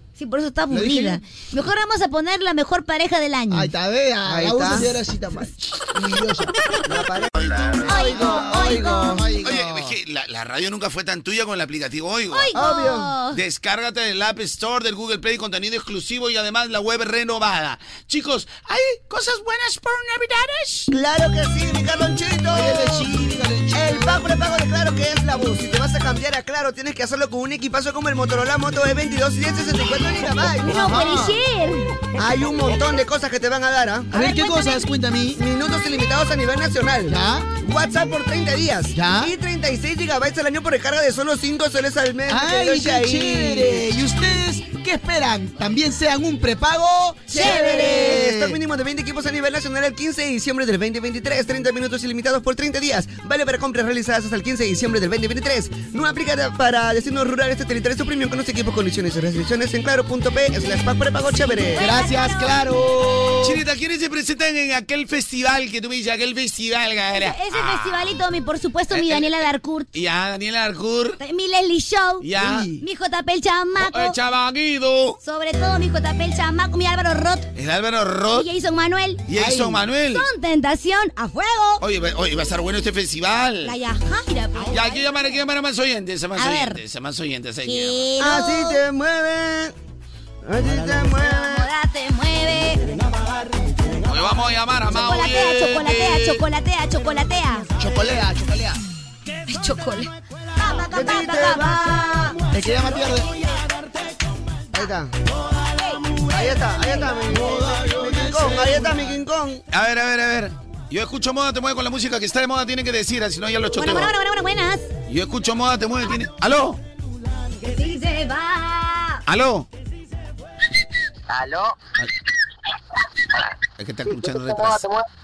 Sí, por eso está aburrida. Mejor vamos a poner la mejor pareja del año. Ahí está, vea. Ahí La está. usa señora así tan mal. Envidiosa. La pareja. Oigo, oigo. Oye, es que la, la radio nunca fue tan tuya con el aplicativo Oigo. Oigo. Obvio. Descárgate del App Store, del Google Play, contenido exclusivo y además la web renovada. Chicos, ¿hay cosas buenas por Navidades? Claro que sí, mi Carlonchito. El pago de pago de Claro que es la voz. Si te vas a cambiar a Claro, tienes que hacerlo con un equipazo como el Motorola Moto E veintidós y ciento sesenta y cuatro gigabytes. No puede ser. Hay un montón de cosas que te van a dar, ¿ah? A ver, ¿qué cosas? Cuéntame. Minutos ilimitados a nivel nacional. ¿Ya? WhatsApp por treinta días. ¿Ya? Y treinta y seis gigabytes al año por recarga de solo cinco soles al mes. ¡Ay, Querido qué Shahid. chévere! ¿Y ustedes qué esperan? ¿También sean un prepago? ¡Chévere! Stock mínimo de veinte equipos a nivel nacional el quince de diciembre del veinte veintitrés. treinta minutos ilimitados por treinta días. Vale para compras realizadas hasta el quince de diciembre del veinte veintitrés. No aplica para destinos rurales de territorio premium con los equipos, condiciones y restricciones en claro.p slash pack prepago chévere. Gracias, Claro. Chinita, ¿quiénes se presentan en aquel festival que tú me dices? Aquel festival, cara. Ese festivalito, mi, por supuesto, mi Daniela Darcourt. Ya, Daniela Arcur. Mi Leslie Show. Ya. Mi J P el Chamaco. El Chavaguido. Sobre todo mi J P el Chamaco, mi Álvaro Roth. El Álvaro Roth. Y Jason Manuel. Jason Ay. Manuel. Con Tentación a Fuego. Oye, va- oye, va a estar bueno este festival. La Yajaira, pues. Ya, hay que llamar, hay que llamar a más oyentes, a más A ver. oyentes, a más oyentes. Hay que Quiero. Así te mueve. Así te mueve. Moda te mueve. llamar. Hoy vamos a llamar a más Chocolatea, oyentes. chocolatea, chocolatea, chocolatea. Chocolea, chocolea. Chocolate. El que llama pierde. Ahí está. Ahí está, ahí está mi, mi King Kong, ahí está mi King Kong. A ver, a ver, a ver. Yo escucho moda, te mueve con la música que está de moda, tiene que decir, si no ya lo choteo. Bueno, bueno, bueno, bueno, buenas. Yo escucho moda, te mueve, tiene... ¿Aló? Que sí se va. ¿Aló? ¿Aló? Es que está escuchando detrás.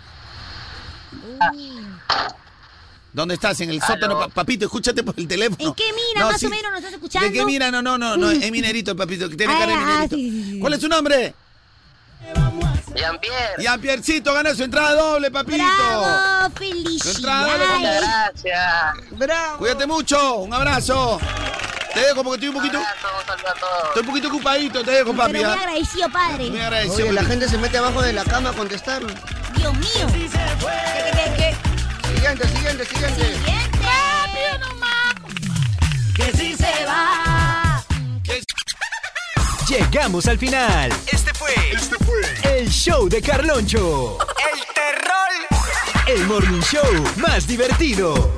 ¿Dónde estás? En el sótano, pa- papito, escúchate por el teléfono. ¿En qué mina No, más sí. o menos nos estás escuchando? ¿De qué mina? No, no, no, no, es minerito, papito, que tiene Ah, cara de ah, minerito. sí, sí, sí. ¿Cuál es su nombre? Jean-Pierre. Jean-Pierrecito, gana su entrada doble, papito. ¡Bravo! Su ¡Felicidades! entrada doble. Muchas gracias. Bravo. Cuídate mucho, un abrazo. Te dejo porque estoy un poquito... Un saludo a todos. Estoy un poquito ocupadito, te dejo, papi. Pero muy ¿ah? agradecido, padre. Muy agradecido. Oye, la papi. gente se mete abajo de la cama a contestar. Dios mío. ¿Qué, qué, qué, qué? Siguiente, siguiente, siguiente. Siguiente. Rápido nomás. Que sí se va. Llegamos al final. Este fue, este fue el show de Carloncho. El terror. El morning show más divertido.